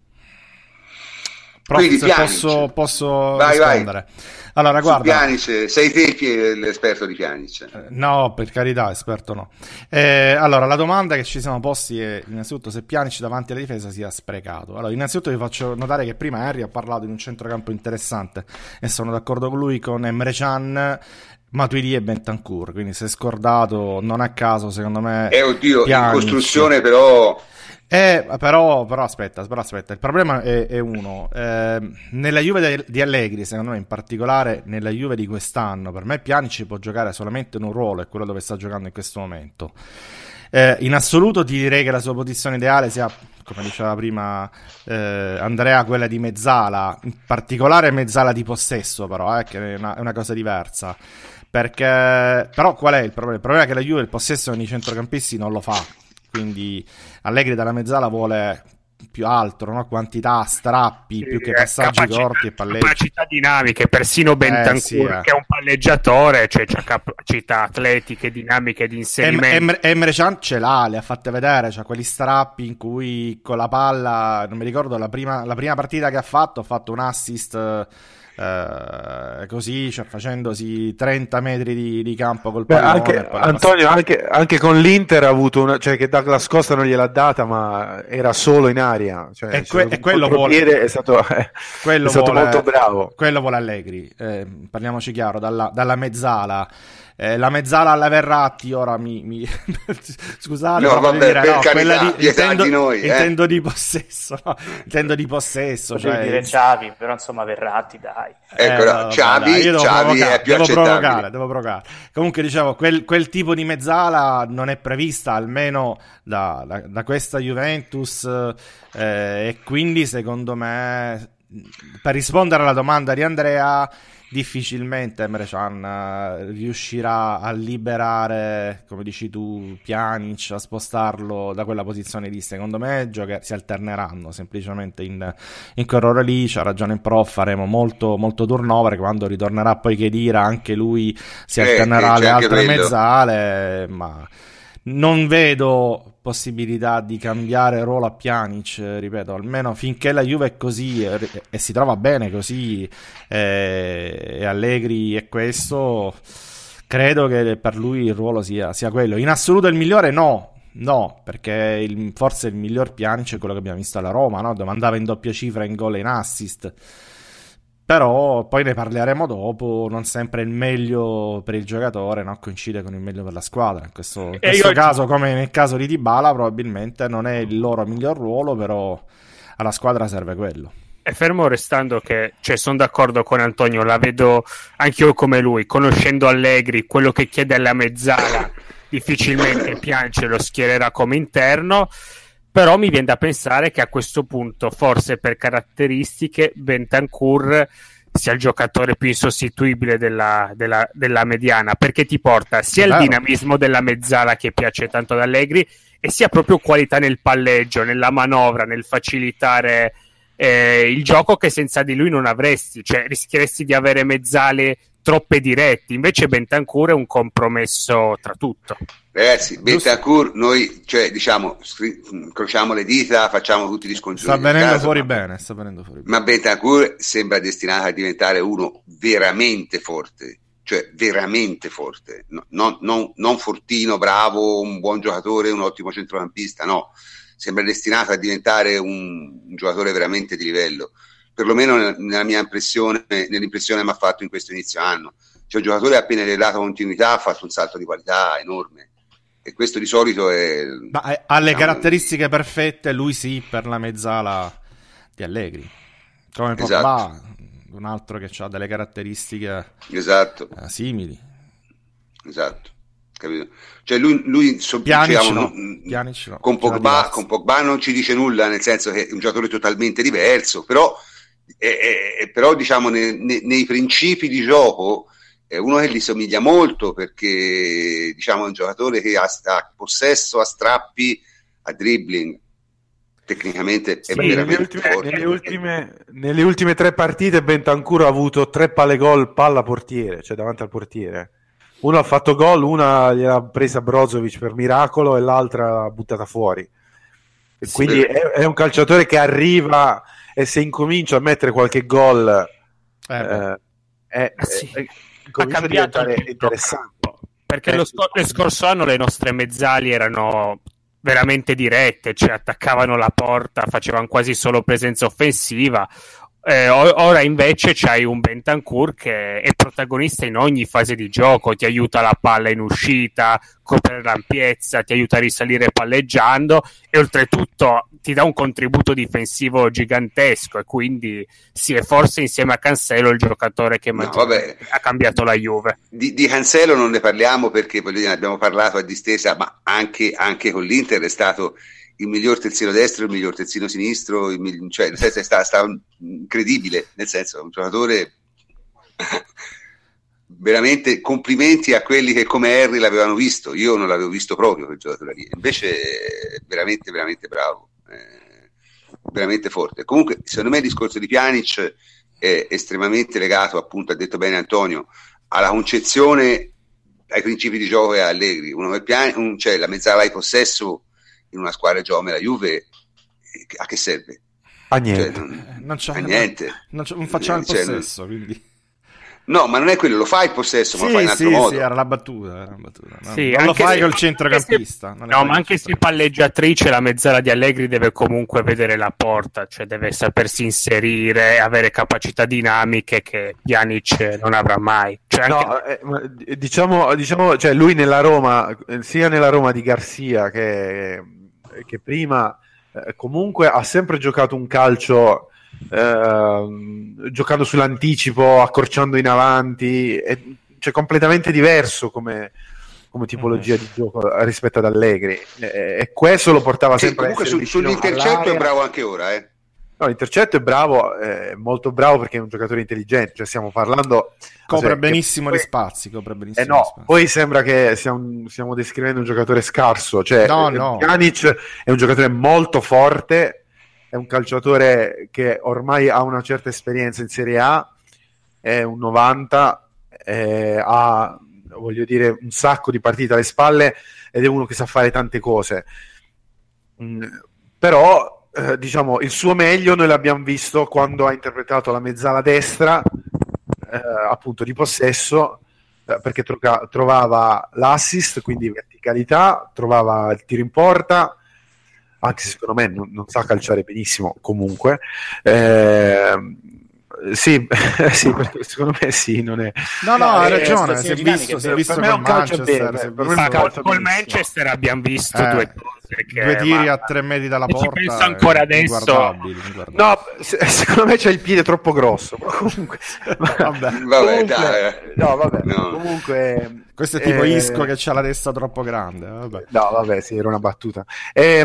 Speaker 6: Quindi posso rispondere.
Speaker 1: Vai.
Speaker 6: Allora, guarda,
Speaker 1: Pjanic, sei te l'esperto di Pjanic?
Speaker 6: No, per carità, esperto no. Allora, la domanda che ci siamo posti è innanzitutto se Pjanic davanti alla difesa sia sprecato. Allora, innanzitutto vi faccio notare che prima Harry ha parlato di un centrocampo interessante e sono d'accordo con lui, con Emre Can, Matuidi e Bentancur, quindi se scordato non a caso, secondo me
Speaker 1: oddio,
Speaker 6: Pjanic,
Speaker 1: in costruzione però
Speaker 6: aspetta, il problema è uno, nella Juve di Allegri, secondo me, in particolare nella Juve di quest'anno, per me Pjanic può giocare solamente in un ruolo, è quello dove sta giocando in questo momento. In assoluto ti direi che la sua posizione ideale sia, come diceva prima Andrea, quella di mezzala, in particolare mezzala di possesso, però che è una cosa diversa. Perché però qual è il problema? Il problema è che la Juve il possesso nei centrocampisti non lo fa, quindi Allegri dalla mezzala vuole più altro, no? Quantità, strappi, più che passaggi corti e palleggi.
Speaker 5: Capacità dinamiche, persino Bentancur, che è un palleggiatore, cioè c'ha capacità atletiche, dinamiche di inserimento.
Speaker 6: Emre Can ce l'ha, le ha fatte vedere, c'ha quegli strappi in cui con la palla, non mi ricordo la prima partita che ha fatto un assist così, cioè facendosi 30 metri di campo col pallone.
Speaker 3: Antonio, anche con l'Inter ha avuto cioè che Douglas Costa non gliel'ha data, ma era solo in aria, cioè,
Speaker 6: e quello vuole,
Speaker 3: è stato molto bravo.
Speaker 6: Quello vuole Allegri, parliamoci chiaro, dalla mezzala. La mezzala alla Verratti ora scusate,
Speaker 1: no, vabbè,
Speaker 6: dire,
Speaker 1: per carità,
Speaker 6: intendo di possesso, no? Intendo di possesso,
Speaker 2: cioè dire Xavi, però insomma Verratti, dai.
Speaker 1: Ecco, Xavi è più accettabile.
Speaker 6: Devo provocare. Comunque dicevo, quel tipo di mezzala non è prevista almeno da questa Juventus, e quindi secondo me, per rispondere alla domanda di Andrea, difficilmente Emre Can riuscirà a liberare, come dici tu, Pjanic, a spostarlo da quella posizione lì. Secondo me si alterneranno semplicemente in quell'ora lì. C'ha ragione il prof, faremo molto, molto turnover. Quando ritornerà poi Khedira, anche lui si alternerà alle altre mezzale, ma non vedo possibilità di cambiare ruolo a Pjanic, ripeto, almeno finché la Juve è così e si trova bene così, e Allegri è questo, credo che per lui il ruolo sia quello. In assoluto il migliore no, perché forse il miglior Pjanic è quello che abbiamo visto alla Roma, no? Dove andava in doppia cifra in gol e in assist. Però poi ne parleremo dopo, non sempre il meglio per il giocatore, no, coincide con il meglio per la squadra. In questo caso, come nel caso di Dybala, probabilmente non è il loro miglior ruolo, però alla squadra serve quello.
Speaker 5: E fermo restando che, cioè, sono d'accordo con Antonio, la vedo anche io come lui, conoscendo Allegri, quello che chiede alla mezzala, difficilmente Pjanic lo schiererà come interno. Però mi viene da pensare che a questo punto, forse per caratteristiche, Bentancur sia il giocatore più insostituibile della mediana, perché ti porta sia il dinamismo della mezzala che piace tanto ad Allegri, e sia proprio qualità nel palleggio, nella manovra, nel facilitare il gioco, che senza di lui non avresti, cioè rischieresti di avere mezzale troppe diretti. Invece Bentancur è un compromesso tra tutto.
Speaker 1: Ragazzi, Bentancur, noi, cioè, diciamo, crociamo le dita, facciamo tutti gli scongiuri.
Speaker 6: Sta venendo fuori bene.
Speaker 1: Ma Bentancur sembra destinato a diventare uno veramente forte, cioè veramente forte, non fortino, bravo, un buon giocatore, un ottimo centrocampista, no. Sembra destinato a diventare un giocatore veramente di livello. Perlomeno nella mia impressione, nell'impressione che mi ha fatto in questo inizio anno. Cioè, un giocatore appena dato continuità ha fatto un salto di qualità enorme, e questo di solito
Speaker 6: ha le caratteristiche perfette, lui sì, per la mezzala di Allegri, come Pogba, esatto. Un altro che ha delle caratteristiche simili,
Speaker 1: esatto, capito? Cioè lui
Speaker 6: Pjanic no.
Speaker 1: Con Pogba non ci dice nulla, nel senso che è un giocatore totalmente diverso, però diciamo nei principi di gioco è uno che gli somiglia molto, perché diciamo è un giocatore che ha possesso, a strappi, a dribbling, tecnicamente è veramente forte.
Speaker 3: Nelle ultime 3 partite Bentancur ha avuto 3 palle gol palla portiere, cioè davanti al portiere. Uno ha fatto gol, una gliel'ha presa Brozovic per miracolo e l'altra l'ha buttata fuori. E quindi è un calciatore che arriva, e se incomincia a mettere qualche gol
Speaker 5: comincia a diventare interessante. Perché lo scorso anno le nostre mezzali erano veramente dirette, cioè attaccavano la porta, facevano quasi solo presenza offensiva. Ora invece c'hai un Bentancur che è protagonista in ogni fase di gioco, ti aiuta la palla in uscita, coprire l'ampiezza, ti aiuta a risalire palleggiando, e oltretutto ti dà un contributo difensivo gigantesco, e quindi sì, è forse insieme a Cancelo il giocatore che ha cambiato la Juve.
Speaker 1: Di Cancelo non ne parliamo, perché ne abbiamo parlato a distesa, ma anche con l'Inter è stato il miglior terzino destro, il miglior terzino sinistro, cioè nel senso sta incredibile, nel senso un giocatore veramente, complimenti a quelli che come Harry l'avevano visto. Io non l'avevo visto proprio quel giocatore lì, invece è veramente veramente bravo. veramente forte. Comunque, secondo me il discorso di Pjanic è estremamente legato, appunto, ha detto bene Antonio, alla concezione, ai principi di gioco e a Allegri. Cioè la mezzala di possesso in una squadra gioca come la Juve, a che serve?
Speaker 3: A niente.
Speaker 1: A niente.
Speaker 6: Non facciamo il possesso, quindi...
Speaker 1: No, ma non è quello, lo fai il possesso, ma lo fai in altro modo.
Speaker 6: Sì, era la battuta. No,
Speaker 5: sì,
Speaker 6: non lo fai col centrocampista.
Speaker 5: No, ma anche se palleggiatrice, la mezzala di Allegri deve comunque vedere la porta, cioè deve sapersi inserire, avere capacità dinamiche che Pjanic non avrà mai. Cioè anche...
Speaker 3: diciamo, cioè lui nella Roma, sia nella Roma di Garcia che prima, comunque ha sempre giocato un calcio... giocando sull'anticipo, accorciando in avanti, cioè completamente diverso come tipologia di gioco rispetto ad Allegri, e questo lo portava sempre
Speaker 1: comunque sull'intercetto è bravo anche ora,
Speaker 3: No, l'intercetto è bravo, è molto bravo, perché è un giocatore intelligente, cioè stiamo parlando...
Speaker 6: Copre benissimo gli spazi,
Speaker 3: poi sembra che stiamo descrivendo un giocatore scarso, cioè
Speaker 6: no.
Speaker 3: Pjanic è un giocatore molto forte, è un calciatore che ormai ha una certa esperienza in Serie A, è un 90, ha, voglio dire, un sacco di partite alle spalle, ed è uno che sa fare tante cose. Però diciamo, il suo meglio noi l'abbiamo visto quando ha interpretato la mezzala destra, appunto di possesso, perché trovava l'assist, quindi verticalità, trovava il tiro in porta, anche se secondo me non sa calciare benissimo comunque. Sì, perché secondo me sì, non è...
Speaker 6: No, ha ragione, si è visto
Speaker 3: per me è un calcio bene,
Speaker 5: col Manchester abbiamo visto due cose che,
Speaker 6: due tiri a 3 metri dalla porta,
Speaker 5: ci penso ancora adesso.
Speaker 6: Inguardabili.
Speaker 3: No, secondo me c'è il piede troppo grosso, comunque comunque
Speaker 6: questo è tipo Isco che c'ha la testa troppo grande, vabbè.
Speaker 3: No, vabbè, sì, era una battuta. E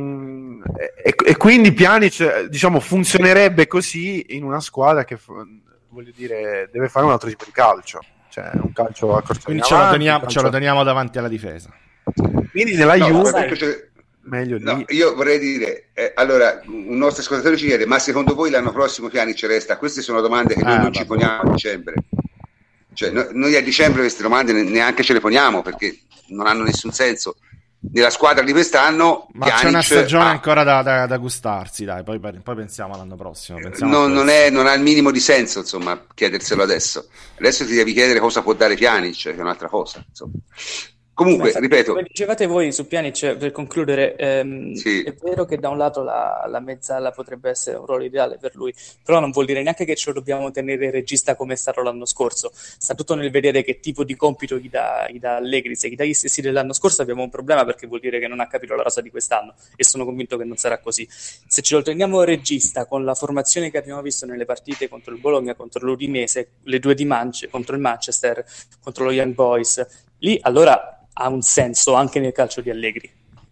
Speaker 3: quindi Pjanic, diciamo, funzionerebbe così in una squadra che, voglio dire, deve fare un altro tipo di calcio, cioè un calcio accorciato.
Speaker 6: Quindi ce lo teniamo davanti alla difesa.
Speaker 3: Quindi nella Juve meglio lì.
Speaker 1: No, io vorrei dire, allora, un nostro ascoltatore ci chiede: ma secondo voi l'anno prossimo Pjanic resta? Queste sono domande che noi non ci poniamo a dicembre. Cioè, noi a dicembre queste domande neanche ce le poniamo, perché non hanno nessun senso. Nella squadra di quest'anno,
Speaker 6: ma Pjanic, c'è una stagione ancora da gustarsi, dai, poi pensiamo all'anno prossimo.
Speaker 1: Non ha il minimo di senso, insomma, chiederselo adesso ti devi chiedere cosa può dare Pjanic, che è un'altra cosa, insomma. Comunque, ripeto,
Speaker 2: come dicevate voi su Pjanic, per concludere,
Speaker 1: sì.
Speaker 2: È vero che da un lato la mezzala potrebbe essere un ruolo ideale per lui, però non vuol dire neanche che ce lo dobbiamo tenere il regista come è stato l'anno scorso. Sta tutto nel vedere che tipo di compito gli dà Allegri. Se gli dà gli stessi dell'anno scorso abbiamo un problema, perché vuol dire che non ha capito la rosa di quest'anno, e sono convinto che non sarà così. Se ce lo teniamo il regista con la formazione che abbiamo visto nelle partite contro il Bologna, contro l'Udinese, le due di contro il Manchester, contro lo Young Boys, lì allora ha un senso anche nel calcio di Allegri.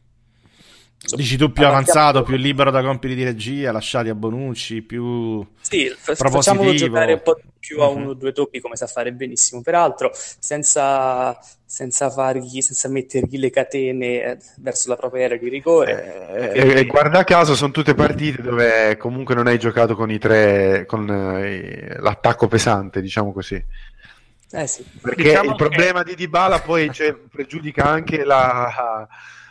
Speaker 6: Dici tu, più avanzato, più libero da compiti di regia, lasciati a Bonucci, più
Speaker 2: facciamolo giocare un po' più a 1 o 2 tocchi, come sa fare benissimo peraltro, senza mettergli le catene verso la propria area di rigore.
Speaker 3: E guarda caso sono tutte partite dove comunque non hai giocato con l'attacco pesante, diciamo così.
Speaker 2: Sì.
Speaker 3: Perché il problema di Dybala poi pregiudica anche la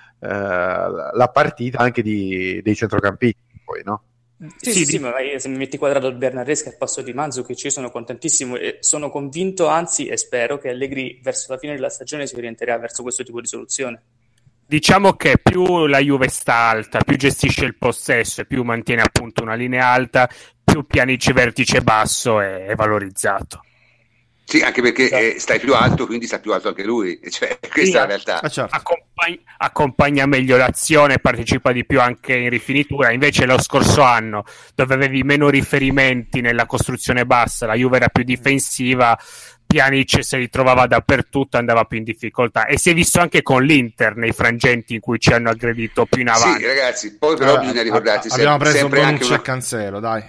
Speaker 3: partita anche dei centrocampisti, poi, no?
Speaker 2: Sì, ma se mi metti quadrato il Bernardeschi al posto di Mandzukic, io sono contentissimo e sono convinto, anzi, e spero che Allegri verso la fine della stagione si orienterà verso questo tipo di soluzione.
Speaker 5: Diciamo che più la Juve sta alta, più gestisce il possesso e più mantiene appunto una linea alta, più Pjanic vertice basso è valorizzato.
Speaker 1: Sì, anche perché stai più alto, quindi sta più alto anche lui, cioè questa è la realtà.
Speaker 6: Certo.
Speaker 5: Accompagna meglio l'azione, partecipa di più anche in rifinitura. Invece lo scorso anno, dove avevi meno riferimenti nella costruzione bassa, la Juve era più difensiva, Pjanic si ritrovava dappertutto, andava più in difficoltà, e si è visto anche con l'Inter nei frangenti in cui ci hanno aggredito più in avanti.
Speaker 1: Sì, ragazzi, poi però bisogna ricordarsi
Speaker 6: abbiamo preso
Speaker 1: sempre
Speaker 6: Bonucci e Cancelo, dai,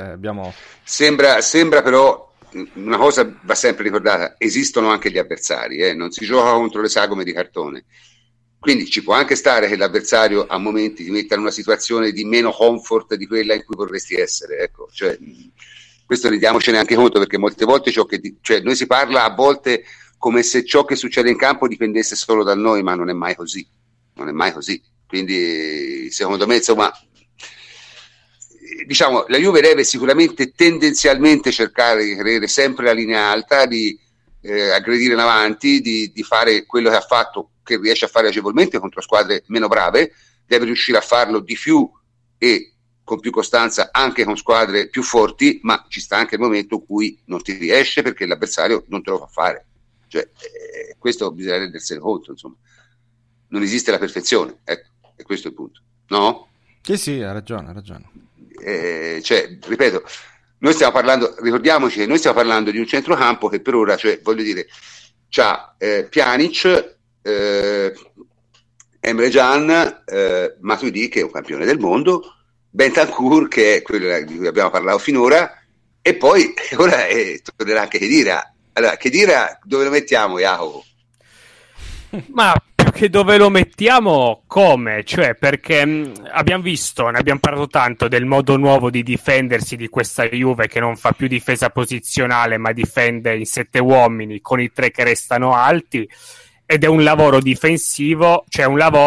Speaker 1: sembra però una cosa va sempre ricordata: esistono anche gli avversari, non si gioca contro le sagome di cartone. Quindi ci può anche stare che l'avversario a momenti ti metta in una situazione di meno comfort di quella in cui vorresti essere, ecco, cioè, questo rendiamocene anche conto, perché molte volte cioè, noi si parla a volte come se ciò che succede in campo dipendesse solo da noi, ma non è mai così, non è mai così. Quindi secondo me, insomma, diciamo, la Juve deve sicuramente tendenzialmente cercare di tenere sempre la linea alta, di aggredire in avanti, di fare quello che ha fatto, che riesce a fare agevolmente contro squadre meno brave, deve riuscire a farlo di più e con più costanza anche con squadre più forti, ma ci sta anche il momento in cui non ti riesce perché l'avversario non te lo fa fare, cioè, questo bisogna rendersene conto, insomma, non esiste la perfezione, ecco, e questo è il punto, no?
Speaker 6: Sì, hai ragione.
Speaker 1: Cioè, ripeto, noi stiamo parlando, ricordiamoci che noi stiamo parlando di un centrocampo che per ora, cioè, voglio dire, c'ha Pjanic, Emre Can, Matuidi, che è un campione del mondo, Bentancur, che è quello di cui abbiamo parlato finora, e poi ora tornerà anche Khedira. Allora, Khedira dove lo mettiamo, Jacopo?
Speaker 5: Ma più che dove lo mettiamo, come? Cioè, perché abbiamo visto, ne abbiamo parlato tanto del modo nuovo di difendersi di questa Juve che non fa più difesa posizionale ma difende in 7 uomini con i 3 che restano alti, ed è un lavoro difensivo, cioè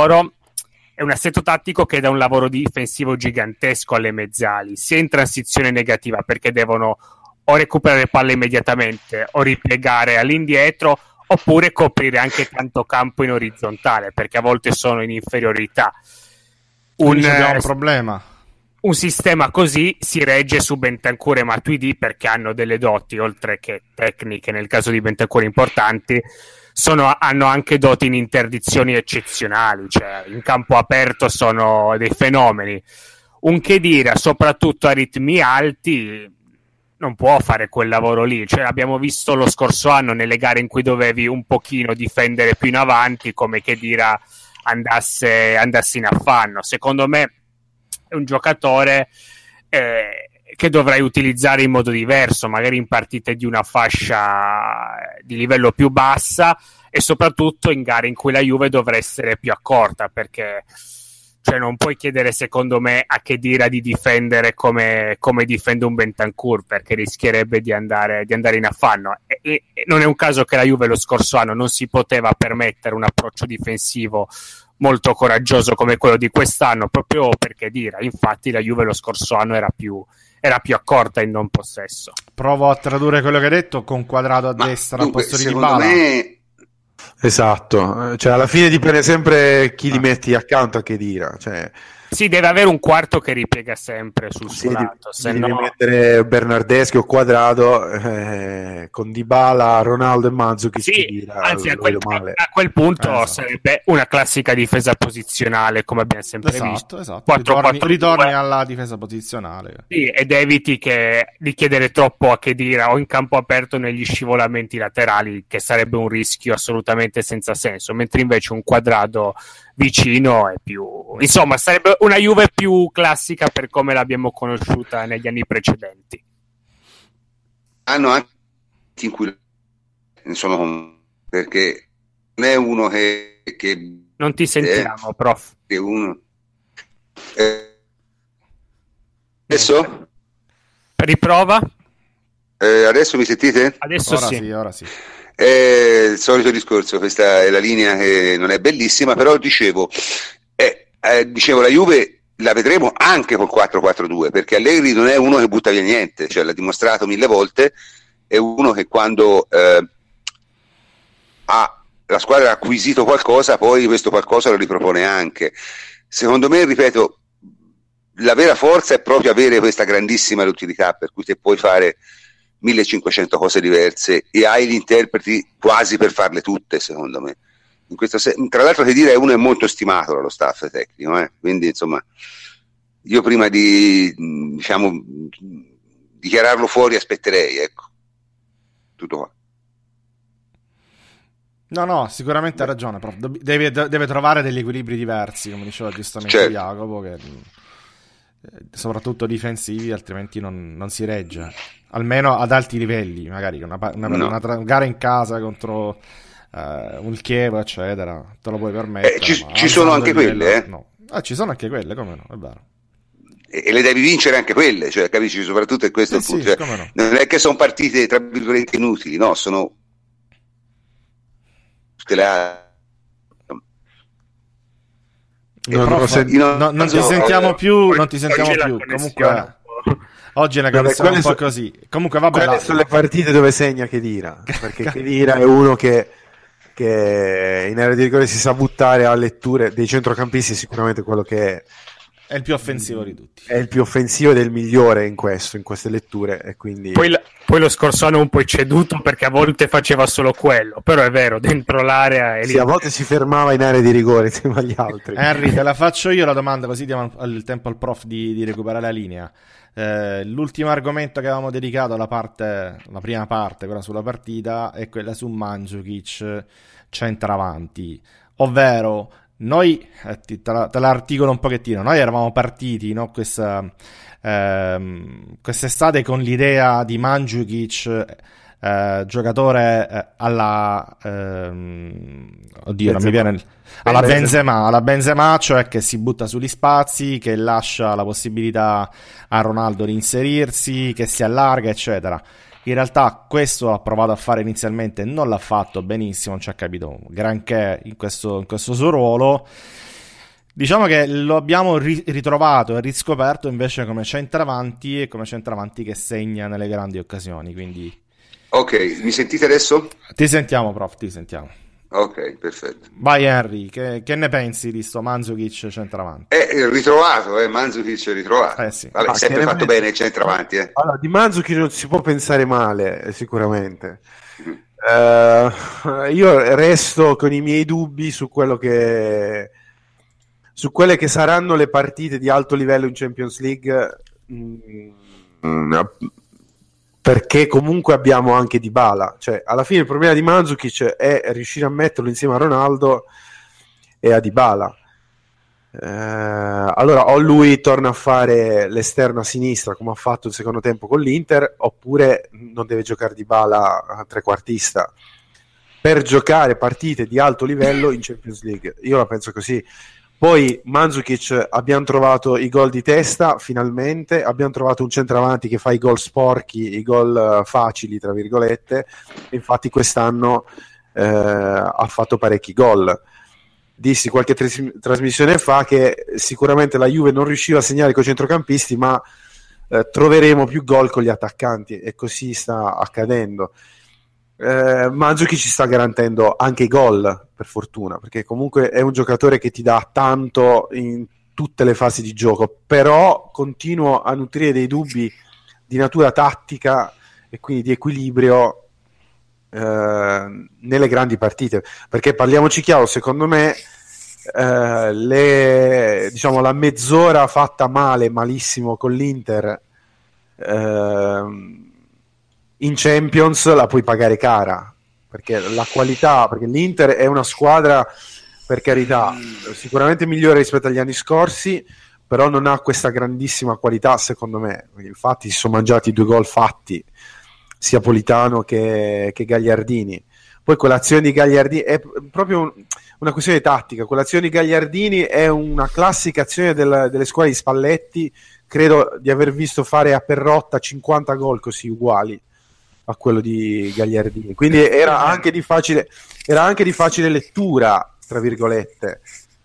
Speaker 5: è un assetto tattico che dà un lavoro difensivo gigantesco alle mezzali, sia in transizione negativa perché devono o recuperare palle immediatamente o ripiegare all'indietro, oppure coprire anche tanto campo in orizzontale perché a volte sono in inferiorità.
Speaker 6: Abbiamo un problema.
Speaker 5: Un sistema così si regge su Bentancur e Matuidi perché hanno delle doti, oltre che tecniche nel caso di Bentancur importanti, hanno anche doti in interdizioni eccezionali, cioè in campo aperto sono dei fenomeni. Un Khedira, soprattutto a ritmi alti, non può fare quel lavoro lì, cioè abbiamo visto lo scorso anno nelle gare in cui dovevi un pochino difendere più in avanti come Khedira andasse in affanno. Secondo me è un giocatore che dovrai utilizzare in modo diverso, magari in partite di una fascia di livello più bassa e soprattutto in gare in cui la Juve dovrà essere più accorta, perché cioè non puoi chiedere secondo me a Khedira di difendere come difende un Bentancur, perché rischierebbe di andare in affanno, e non è un caso che la Juve lo scorso anno non si poteva permettere un approccio difensivo molto coraggioso come quello di quest'anno, proprio per Khedira. Infatti la Juve lo scorso anno era più accorta in non possesso.
Speaker 6: Provo a tradurre quello che hai detto con Quadrato a destra al posto di Dybala.
Speaker 3: Esatto, cioè alla fine dipende sempre chi li metti accanto a Khedira, cioè
Speaker 5: sì, deve avere un quarto che ripiega sempre sul suo lato, se
Speaker 3: devi
Speaker 5: no
Speaker 3: mettere Bernardeschi o Quadrato con Dybala, Ronaldo e Mandzukic.
Speaker 5: sì, anzi a quel punto
Speaker 6: esatto.
Speaker 5: sarebbe una classica difesa posizionale come abbiamo sempre visto.
Speaker 6: Esatto. Ritorni alla difesa posizionale.
Speaker 5: Sì, ed eviti di chiedere troppo a Khedira o in campo aperto negli scivolamenti laterali, che sarebbe un rischio assolutamente senza senso, mentre invece un Quadrato vicino è più, insomma, sarebbe una Juve più classica per come l'abbiamo conosciuta negli anni precedenti.
Speaker 1: Hanno anche in cui ne sono, perché non è uno che
Speaker 5: non ti sentiamo, prof.
Speaker 1: Che uno adesso
Speaker 5: riprova.
Speaker 1: Adesso mi sentite?
Speaker 5: Adesso
Speaker 6: ora sì.
Speaker 1: Il solito discorso, questa è la linea che non è bellissima, però dicevo la Juve la vedremo anche col 4-4-2, perché Allegri non è uno che butta via niente, cioè l'ha dimostrato 1000 volte, è uno che quando la squadra ha acquisito qualcosa, poi questo qualcosa lo ripropone anche. Secondo me, ripeto, la vera forza è proprio avere questa grandissima utilità, per cui te puoi fare 1500 cose diverse e hai gli interpreti quasi per farle tutte, secondo me. Tra l'altro Khedira è molto stimato dallo staff tecnico, quindi insomma io prima di dichiararlo fuori aspetterei, ecco, tutto qua.
Speaker 6: No, sicuramente ha ragione, prof. Deve trovare degli equilibri diversi, come diceva giustamente
Speaker 1: certo.
Speaker 6: Jacopo, che soprattutto difensivi, altrimenti non si regge, almeno ad alti livelli, magari una gara in casa contro un Chievo, eccetera, te lo puoi permettere.
Speaker 1: Ci sono anche quelle,
Speaker 6: no. Ci sono anche quelle, come no, è vero.
Speaker 1: E le devi vincere anche quelle, cioè, capisci? Soprattutto è questo il punto.
Speaker 6: Sì,
Speaker 1: cioè, no. Non è che sono partite tra virgolette inutili, no, sono tutte le
Speaker 6: non ti sentiamo più, comunque oggi è una canzone un po' così. Comunque vabbè,
Speaker 3: quelle sono le partite dove segna Khedira, perché Khedira è uno che in area di rigore si sa buttare a letture dei centrocampisti, sicuramente quello che
Speaker 6: è il più offensivo di tutti.
Speaker 3: È il più offensivo ed è il migliore in queste letture. E quindi...
Speaker 5: Poi lo scorso anno un po' ceduto perché a volte faceva solo quello, però è vero, dentro l'area...
Speaker 3: Sì, a volte si fermava in area di rigore insieme agli altri.
Speaker 6: Henry, te la faccio io la domanda, così diamo il tempo al prof di recuperare la linea. L'ultimo argomento che avevamo dedicato la prima parte, quella sulla partita, è quella su Mandzukic centravanti, ovvero... Noi, te l'articolo un pochettino, noi eravamo partiti, no, quest'estate con l'idea di Mandzukic, giocatore alla alla Benzema, cioè che si butta sugli spazi, che lascia la possibilità a Ronaldo di inserirsi, che si allarga, eccetera. In realtà questo ha provato a fare inizialmente, non l'ha fatto benissimo, non ci ha capito granché in questo suo ruolo. Diciamo che lo abbiamo ritrovato e riscoperto invece come centravanti, e come centravanti che segna nelle grandi occasioni. Quindi...
Speaker 1: Ok, mi sentite adesso?
Speaker 6: Ti sentiamo, prof, ti sentiamo.
Speaker 1: Ok, perfetto.
Speaker 6: Vai Henry, che ne pensi di sto Mandzukic centravanti?
Speaker 1: Ritrovato, Mandzukic ritrovato.
Speaker 6: Sì.
Speaker 1: Vabbè, sempre fatto bene il centravanti.
Speaker 3: Allora, di Mandzukic non si può pensare male, sicuramente. Io resto con i miei dubbi su quelle che saranno le partite di alto livello in Champions League, perché comunque abbiamo anche Dybala. Cioè, alla fine il problema di Mandzukic è riuscire a metterlo insieme a Ronaldo e a Dybala. Allora o lui torna a fare l'esterno a sinistra come ha fatto il secondo tempo con l'Inter, oppure non deve giocare Dybala a trequartista per giocare partite di alto livello in Champions League. Io la penso così. Poi Mandzukic, abbiamo trovato i gol di testa finalmente, abbiamo trovato un centravanti che fa i gol sporchi, i gol facili tra virgolette. Infatti quest'anno ha fatto parecchi gol. Dissi qualche trasmissione fa che sicuramente la Juve non riusciva a segnare con i centrocampisti, ma troveremo più gol con gli attaccanti, e così sta accadendo. Mandzukic ci sta garantendo anche i gol, per fortuna, perché comunque è un giocatore che ti dà tanto in tutte le fasi di gioco, però continuo a nutrire dei dubbi di natura tattica e quindi di equilibrio nelle grandi partite, perché parliamoci chiaro, secondo me la mezz'ora fatta malissimo con l'Inter in Champions la puoi pagare cara, perché la qualità, perché l'Inter è una squadra, per carità, sicuramente migliore rispetto agli anni scorsi, però non ha questa grandissima qualità, secondo me. Infatti si sono mangiati 2 gol fatti sia Politano che Gagliardini. Poi quell'azione di Gagliardini è proprio una questione tattica. Quell'azione di Gagliardini è una classica azione delle squadre di Spalletti. Credo di aver visto fare a Perrotta 50 gol così uguali a quello di Gagliardini, quindi era anche di facile lettura, tra virgolette.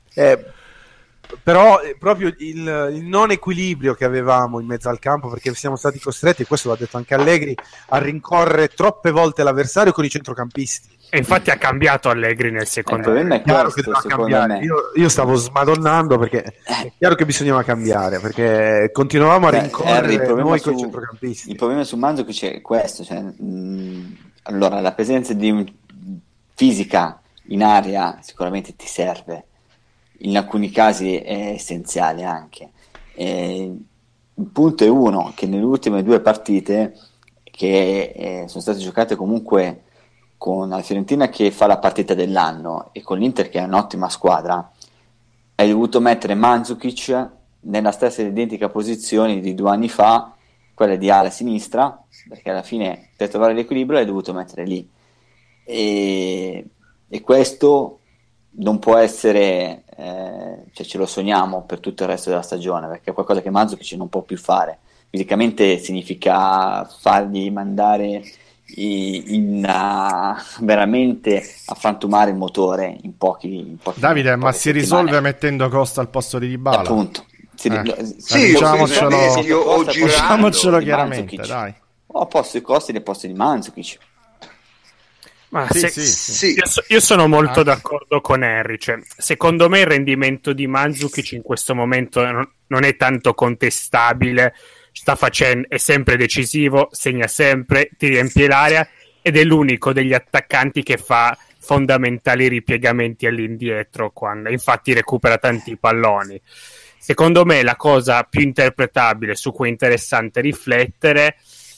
Speaker 3: Però proprio il non equilibrio che avevamo in mezzo al campo, perché siamo stati costretti, e questo l'ha detto anche Allegri, a rincorrere troppe volte l'avversario con i centrocampisti.
Speaker 5: E infatti ha cambiato Allegri nel secondo tempo.
Speaker 3: È chiaro che doveva cambiare. Io stavo smadonnando perché è chiaro che bisognava cambiare, perché continuavamo a rincorrere noi con i centrocampisti.
Speaker 4: Il problema su Mandzukic è questo, cioè, allora la presenza di fisica in area sicuramente ti serve, in alcuni casi è essenziale anche. Il punto è uno, che nelle ultime 2 partite che sono state giocate comunque con la Fiorentina che fa la partita dell'anno e con l'Inter che è un'ottima squadra, hai dovuto mettere Mandzukic nella stessa identica posizione di 2 anni fa, quella di ala sinistra, perché alla fine per trovare l'equilibrio l'hai dovuto mettere lì. E e questo non può essere, cioè ce lo sogniamo per tutto il resto della stagione, perché è qualcosa che Mandzukic non può più fare. Fisicamente significa fargli mandare veramente a frantumare il motore in pochi
Speaker 6: Davide, ma si
Speaker 4: settimane.
Speaker 6: Risolve mettendo Costa al posto di Dybala?
Speaker 4: Appunto.
Speaker 6: Diciamocelo chiaramente, dai.
Speaker 4: O a posto di Costa e posto di Mandzukic.
Speaker 5: Ma
Speaker 6: sì.
Speaker 5: Io sono molto d'accordo con Henry, cioè, secondo me il rendimento di Mandzukic in questo momento non è tanto contestabile, è sempre decisivo, segna sempre, ti riempie l'area ed è l'unico degli attaccanti che fa fondamentali ripiegamenti all'indietro, quando infatti recupera tanti palloni. Secondo me la cosa più interpretabile, su cui è interessante riflettere,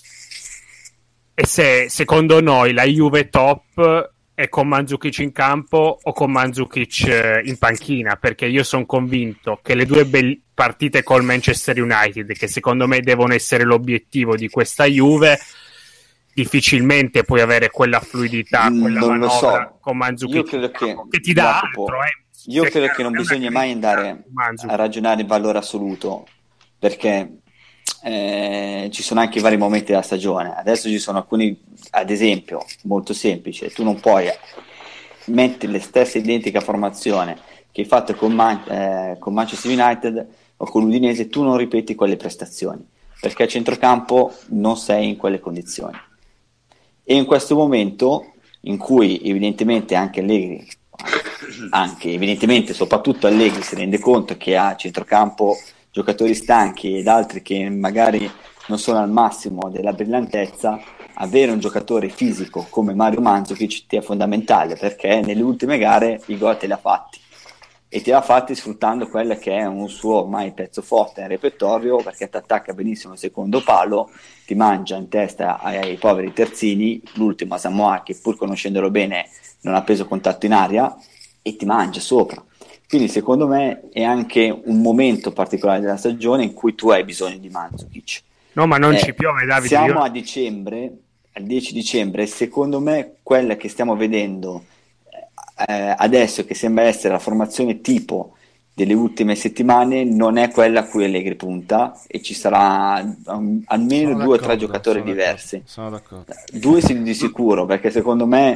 Speaker 5: è se secondo noi la Juve top è con Mandzukic in campo o con Mandzukic in panchina, perché io sono convinto che le due partite col Manchester United, che secondo me devono essere l'obiettivo di questa Juve, difficilmente puoi avere quella fluidità, quella
Speaker 4: non
Speaker 5: manovra
Speaker 4: lo so.
Speaker 5: con Mandzukic.
Speaker 4: Io credo che
Speaker 5: ti dà
Speaker 4: Jacopo,
Speaker 5: altro,
Speaker 4: io credo che non bisogna mai andare a ragionare in valore assoluto, perché ci sono anche i vari momenti della stagione. Adesso ci sono alcuni, ad esempio, molto semplice, tu non puoi mettere la stessa identica formazione che hai fatto con Manchester United o con l'Udinese, tu non ripeti quelle prestazioni, perché a centrocampo non sei in quelle condizioni. E in questo momento in cui evidentemente anche Allegri, soprattutto Allegri, si rende conto che ha a centrocampo giocatori stanchi ed altri che magari non sono al massimo della brillantezza, avere un giocatore fisico come Mario Mandzukic ti è fondamentale, perché nelle ultime gare i gol te li ha fatti, e te li ha fatti sfruttando quello che è un suo ormai pezzo forte nel repertorio, perché ti attacca benissimo il secondo palo, ti mangia in testa ai poveri terzini, l'ultimo a Samoa che pur conoscendolo bene non ha preso contatto in aria e ti mangia sopra. Quindi secondo me è anche un momento particolare della stagione in cui tu hai bisogno di Mandzukic.
Speaker 5: No, ma non ci piove, Davide.
Speaker 4: Siamo a dicembre, al 10 dicembre, secondo me quella che stiamo vedendo adesso, che sembra essere la formazione tipo delle ultime settimane, non è quella a cui Allegri punta, e ci sarà almeno 2 o 3 giocatori diversi.
Speaker 6: Sono d'accordo.
Speaker 4: 2 di sicuro, perché secondo me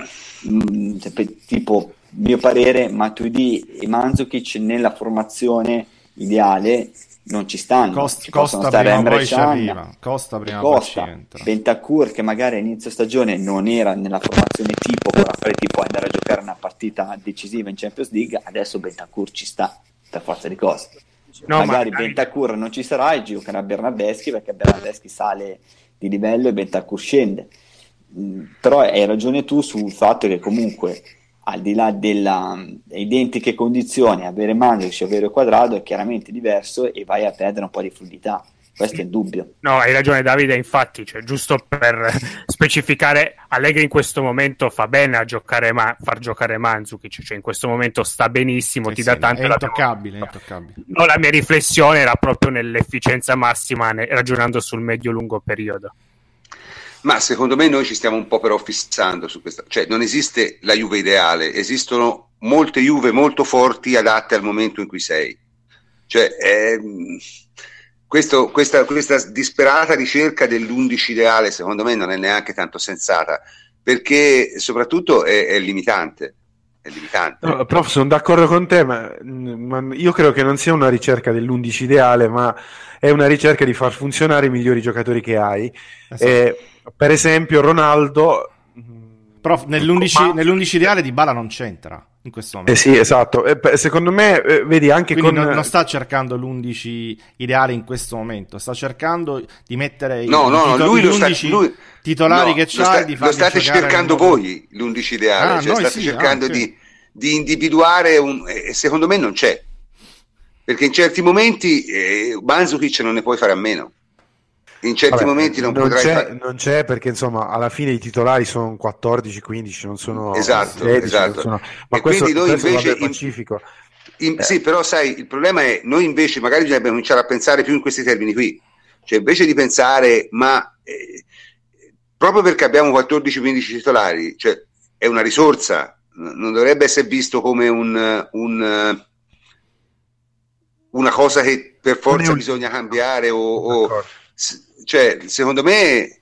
Speaker 4: tipo mio parere Matuidi e Mandzukic nella formazione ideale non ci stanno.
Speaker 6: Costa prima poi ci arriva. Costa
Speaker 4: Bentancur, che magari a inizio stagione non era nella formazione tipo per andare a giocare una partita decisiva in Champions League, adesso Bentancur ci sta per forza di cose. Magari Bentancur non ci sarà e giocherà Bernardeschi, perché Bernardeschi sale di livello e Bentancur scende. Però hai ragione tu sul fatto che comunque, al di là delle identiche condizioni, avere Mandzukic e avere Quadrado è chiaramente diverso e vai a perdere un po' di fluidità. Questo è il dubbio.
Speaker 5: No, hai ragione Davide, infatti, cioè, giusto per specificare, Allegri in questo momento fa bene a far giocare Mandzukic, cioè in questo momento sta benissimo, ti dà tanto.
Speaker 6: È intoccabile.
Speaker 5: No, la mia riflessione era proprio nell'efficienza massima, ragionando sul medio-lungo periodo.
Speaker 1: Ma secondo me noi ci stiamo un po' però fissando su questa, cioè non esiste la Juve ideale, esistono molte Juve molto forti adatte al momento in cui sei, cioè questa disperata ricerca dell'11 ideale secondo me non è neanche tanto sensata, perché soprattutto è limitante.
Speaker 3: No, prof, sono d'accordo con te, ma io credo che non sia una ricerca dell'11 ideale, ma è una ricerca di far funzionare i migliori giocatori che hai.
Speaker 6: Esatto.
Speaker 3: Per esempio Ronaldo,
Speaker 6: prof, nell'11 ideale Dybala non c'entra in questo momento.
Speaker 3: Sì, esatto. Secondo me, vedi, anche
Speaker 6: quindi non sta cercando l'11 ideale in questo momento, sta cercando di mettere
Speaker 1: gli 11
Speaker 6: titolari che c'hai, di farli
Speaker 1: lo state cercando voi l'11 ideale, state cercando di individuare secondo me non c'è, perché in certi momenti Mandzukic non ne puoi fare a meno. In certi momenti non
Speaker 3: c'è, perché insomma alla fine i titolari sono 14-15, non sono
Speaker 1: esatto.
Speaker 3: 16, ma
Speaker 1: quindi noi invece
Speaker 3: Pacifico.
Speaker 1: Sì, però sai, il problema è noi invece magari dobbiamo cominciare a pensare più in questi termini qui, cioè invece di pensare proprio perché abbiamo 14-15 titolari, cioè è una risorsa non dovrebbe essere visto come una cosa che per forza bisogna cambiare cioè, secondo me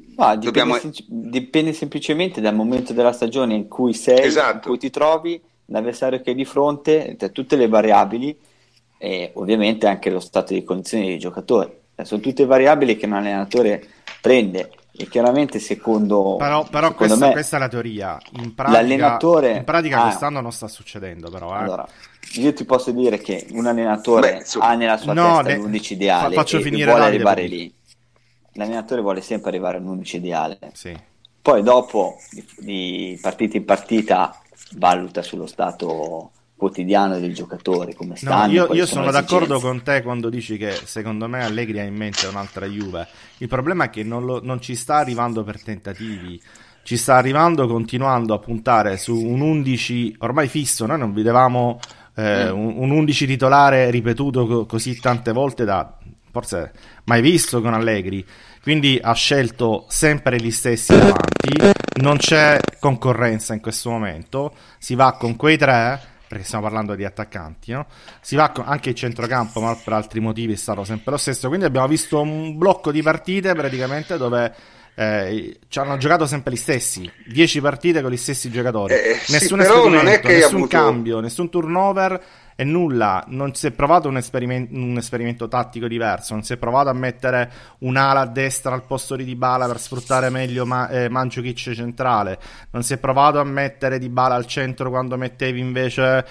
Speaker 4: dipende semplicemente dal momento della stagione in cui sei, in cui ti trovi, l'avversario che hai di fronte, tutte le variabili e ovviamente anche lo stato di condizione dei giocatori. Sono tutte variabili che un allenatore prende e chiaramente secondo me
Speaker 6: questa è la teoria. In pratica quest'anno non sta succedendo, però.
Speaker 4: Allora, io ti posso dire che un allenatore ha nella sua testa l'11 ideale e vuole arrivare lì. L'allenatore vuole sempre arrivare all'11 ideale.
Speaker 6: Sì.
Speaker 4: Poi dopo di partita in partita valuta sullo stato quotidiano del giocatore, come stanno.
Speaker 6: Io sono d'accordo con te quando dici che secondo me Allegri ha in mente un'altra Juve. Il problema è che non ci sta arrivando per tentativi, ci sta arrivando continuando a puntare su un 11 ormai fisso. Noi non vedevamo un 11 titolare ripetuto così tante volte da forse mai visto con Allegri. Quindi ha scelto sempre gli stessi davanti, non c'è concorrenza in questo momento, si va con quei tre, perché stiamo parlando di attaccanti, no? Si va con anche il centrocampo, ma per altri motivi è stato sempre lo stesso. Quindi abbiamo visto un blocco di partite praticamente dove ci hanno giocato sempre gli stessi, 10 partite con gli stessi giocatori, nessun esperimento, nessun cambio, nessun turnover e nulla. Non si è provato un esperimento tattico diverso, non si è provato a mettere un'ala a destra al posto di Dybala per sfruttare meglio Mandžukić centrale, non si è provato a mettere Dybala al centro quando mettevi invece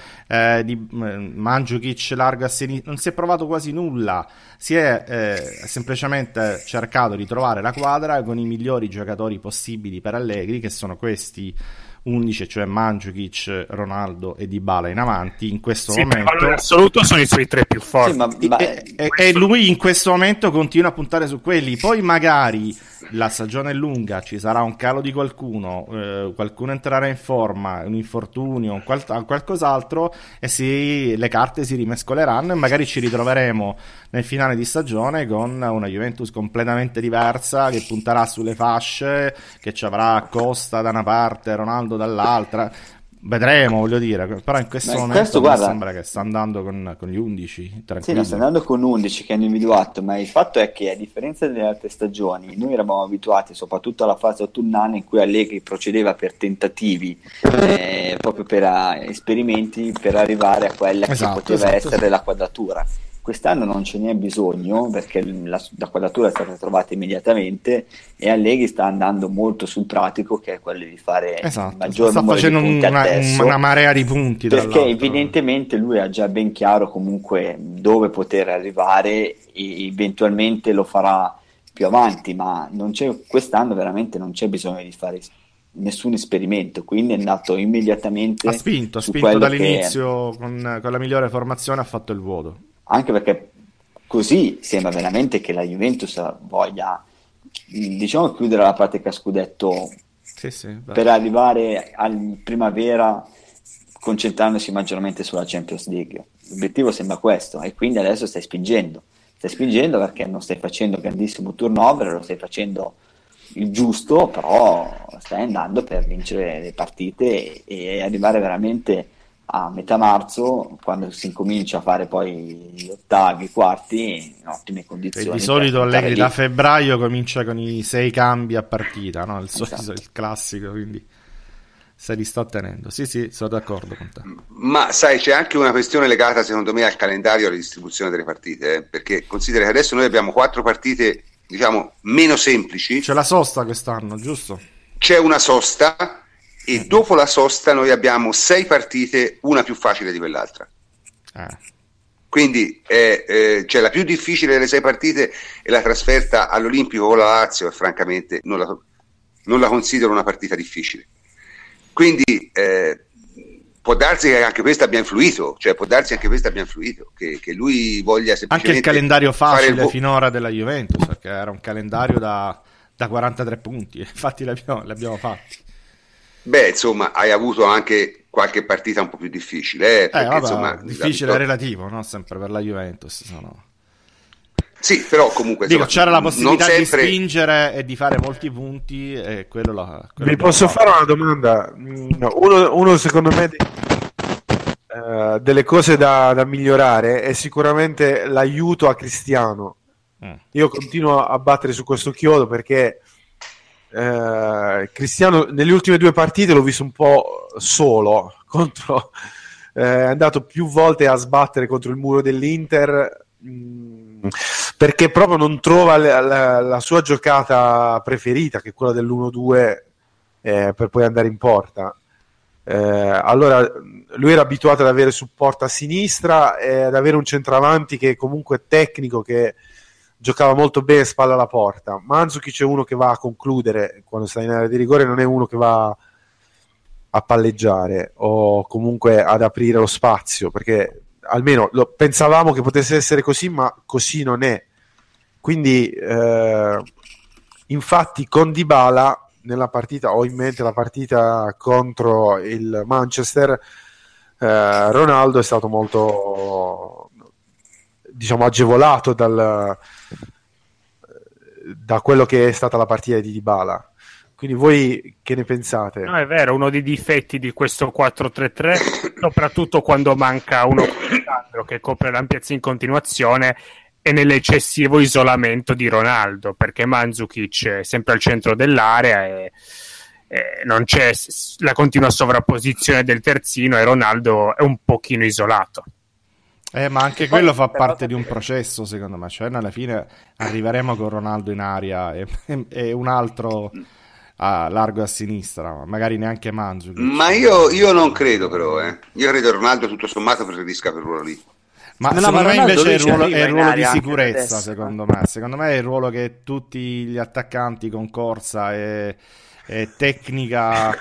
Speaker 6: Mandžukić largo a sinistra, non si è provato quasi nulla. Si è semplicemente cercato di trovare la quadra con i migliori giocatori possibili per Allegri, che sono questi 11, cioè Mandžukić, Ronaldo e Dybala in avanti. In questo momento
Speaker 5: in assoluto sono i suoi tre più forti,
Speaker 6: e lui in questo momento continua a puntare su quelli. Poi magari la stagione è lunga, ci sarà un calo di qualcuno entrerà in forma, un infortunio, qualcos'altro, e le carte si rimescoleranno e magari ci ritroveremo nel finale di stagione con una Juventus completamente diversa, che punterà sulle fasce, che ci avrà Costa da una parte, Ronaldo dall'altra. Vedremo, voglio dire, però in questo momento sembra che sta andando con gli 11 tranquillo.
Speaker 4: Sì, sta andando con 11 che hanno individuato, ma il fatto è che a differenza delle altre stagioni noi eravamo abituati soprattutto alla fase autunnale in cui Allegri procedeva per tentativi, proprio per esperimenti, per arrivare a quella che poteva essere la quadratura. Quest'anno non ce n'è bisogno perché la quadratura è stata trovata immediatamente e Allegri sta andando molto sul pratico, che è quello di fare il maggior numero di punti adesso,
Speaker 6: una marea di punti,
Speaker 4: perché evidentemente lui ha già ben chiaro comunque dove poter arrivare e eventualmente lo farà più avanti, ma quest'anno veramente non c'è bisogno di fare nessun esperimento, quindi è andato immediatamente,
Speaker 6: ha spinto dall'inizio con la migliore formazione, ha fatto il vuoto.
Speaker 4: Anche perché così sembra veramente che la Juventus voglia, diciamo, chiudere la pratica scudetto per arrivare al primavera concentrandosi maggiormente sulla Champions League. L'obiettivo sembra questo e quindi adesso stai spingendo perché non stai facendo grandissimo turnover, lo stai facendo il giusto, però stai andando per vincere le partite e arrivare veramente a metà marzo, quando si incomincia a fare poi gli ottavi, i quarti, in ottime condizioni.
Speaker 6: E di solito Allegri da febbraio comincia con i 6 cambi a partita, no? Il classico, quindi se li sta tenendo. Sì, sono d'accordo con te.
Speaker 1: Ma sai, c'è anche una questione legata secondo me al calendario e alla distribuzione delle partite, perché considera che adesso noi abbiamo 4 partite, diciamo, meno semplici.
Speaker 6: C'è la sosta quest'anno, giusto?
Speaker 1: C'è una sosta e dopo la sosta noi abbiamo 6 partite, una più facile di quell'altra. Quindi cioè la più difficile delle 6 partite è la trasferta all'Olimpico con la Lazio, e francamente non la considero una partita difficile. Quindi può darsi che anche questa abbia influito, che lui voglia semplicemente
Speaker 6: anche il calendario facile finora della Juventus, perché era un calendario da 43 punti, infatti l'abbiamo fatti.
Speaker 1: Beh, insomma, hai avuto anche qualche partita un po' più difficile, perché,
Speaker 6: vabbè,
Speaker 1: insomma,
Speaker 6: difficile è relativo, no? Sempre per la Juventus
Speaker 1: Sì, però comunque
Speaker 6: dico,
Speaker 1: insomma,
Speaker 6: c'era la possibilità
Speaker 1: sempre...
Speaker 6: di spingere e di fare molti punti, e quello
Speaker 3: Vi posso fare una domanda? Uno secondo me delle cose da migliorare è sicuramente l'aiuto a Cristiano. Io continuo a battere su questo chiodo perché Cristiano nelle ultime 2 partite l'ho visto un po' solo contro, è andato più volte a sbattere contro il muro dell'Inter, perché proprio non trova la sua giocata preferita, che è quella dell'1-2, per poi andare in porta. Allora lui era abituato ad avere supporto a sinistra e ad avere un centravanti che comunque è tecnico, che giocava molto bene spalla alla porta. Mandzukic è uno che va a concludere quando sta in area di rigore, non è uno che va a palleggiare o comunque ad aprire lo spazio, perché almeno pensavamo che potesse essere così, ma così non è. Quindi infatti con Dybala nella partita, ho in mente la partita contro il Manchester, Ronaldo è stato molto, diciamo, agevolato da quello che è stata la partita di Dybala. Quindi voi che ne pensate?
Speaker 5: No, è vero, uno dei difetti di questo 4-3-3, soprattutto quando manca uno che copre l'ampiezza in continuazione, è nell'eccessivo isolamento di Ronaldo, perché Mandzukic è sempre al centro dell'area e non c'è la continua sovrapposizione del terzino e Ronaldo è un pochino isolato.
Speaker 6: Ma anche quello fa parte di un processo, secondo me. Cioè, alla fine arriveremo con Ronaldo in aria e un altro a largo a sinistra, magari neanche Mandzukic.
Speaker 1: Ma io non credo, però. Io credo che Ronaldo tutto sommato preferisca quel ruolo lì.
Speaker 6: Ma secondo me invece è il ruolo di sicurezza, secondo me. Secondo me è il ruolo che tutti gli attaccanti con corsa e tecnica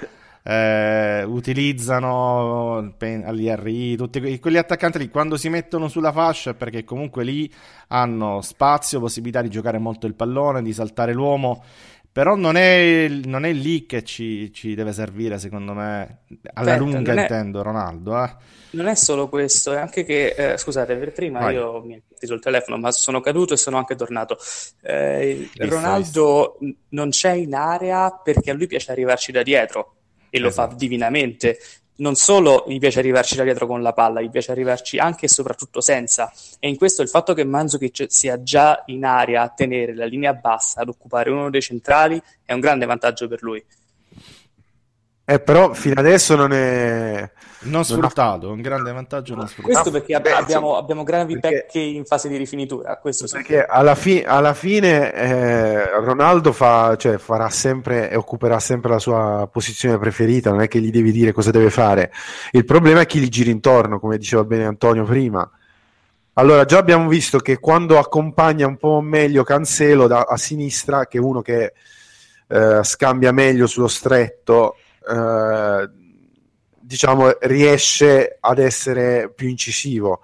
Speaker 6: utilizzano, all'IRI, tutti quegli attaccanti lì quando si mettono sulla fascia, perché comunque lì hanno spazio, possibilità di giocare molto il pallone, di saltare l'uomo. Però non è lì che ci deve servire, secondo me, alla lunga, intendo, Ronaldo.
Speaker 2: Non è solo questo, è anche che, scusate, per prima io mi ho preso il telefono, ma sono caduto e sono anche tornato. Ronaldo non c'è in area perché a lui piace arrivarci da dietro e lo fa divinamente. Non solo gli piace arrivarci da dietro con la palla, gli piace arrivarci anche e soprattutto senza. E in questo il fatto che Mandzukic sia già in area a tenere la linea bassa, ad occupare uno dei centrali, è un grande vantaggio per lui.
Speaker 3: Però fino adesso non
Speaker 6: sfruttato, un grande vantaggio non sfruttato.
Speaker 2: Questo perché abbiamo gravi pecche in fase di rifinitura. Questo
Speaker 3: perché alla fine Ronaldo farà sempre e occuperà sempre la sua posizione preferita, non è che gli devi dire cosa deve fare. Il problema è chi gli gira intorno, come diceva bene Antonio prima. Allora già abbiamo visto che quando accompagna un po' meglio Cancelo a sinistra, che è uno che scambia meglio sullo stretto, diciamo riesce ad essere più incisivo.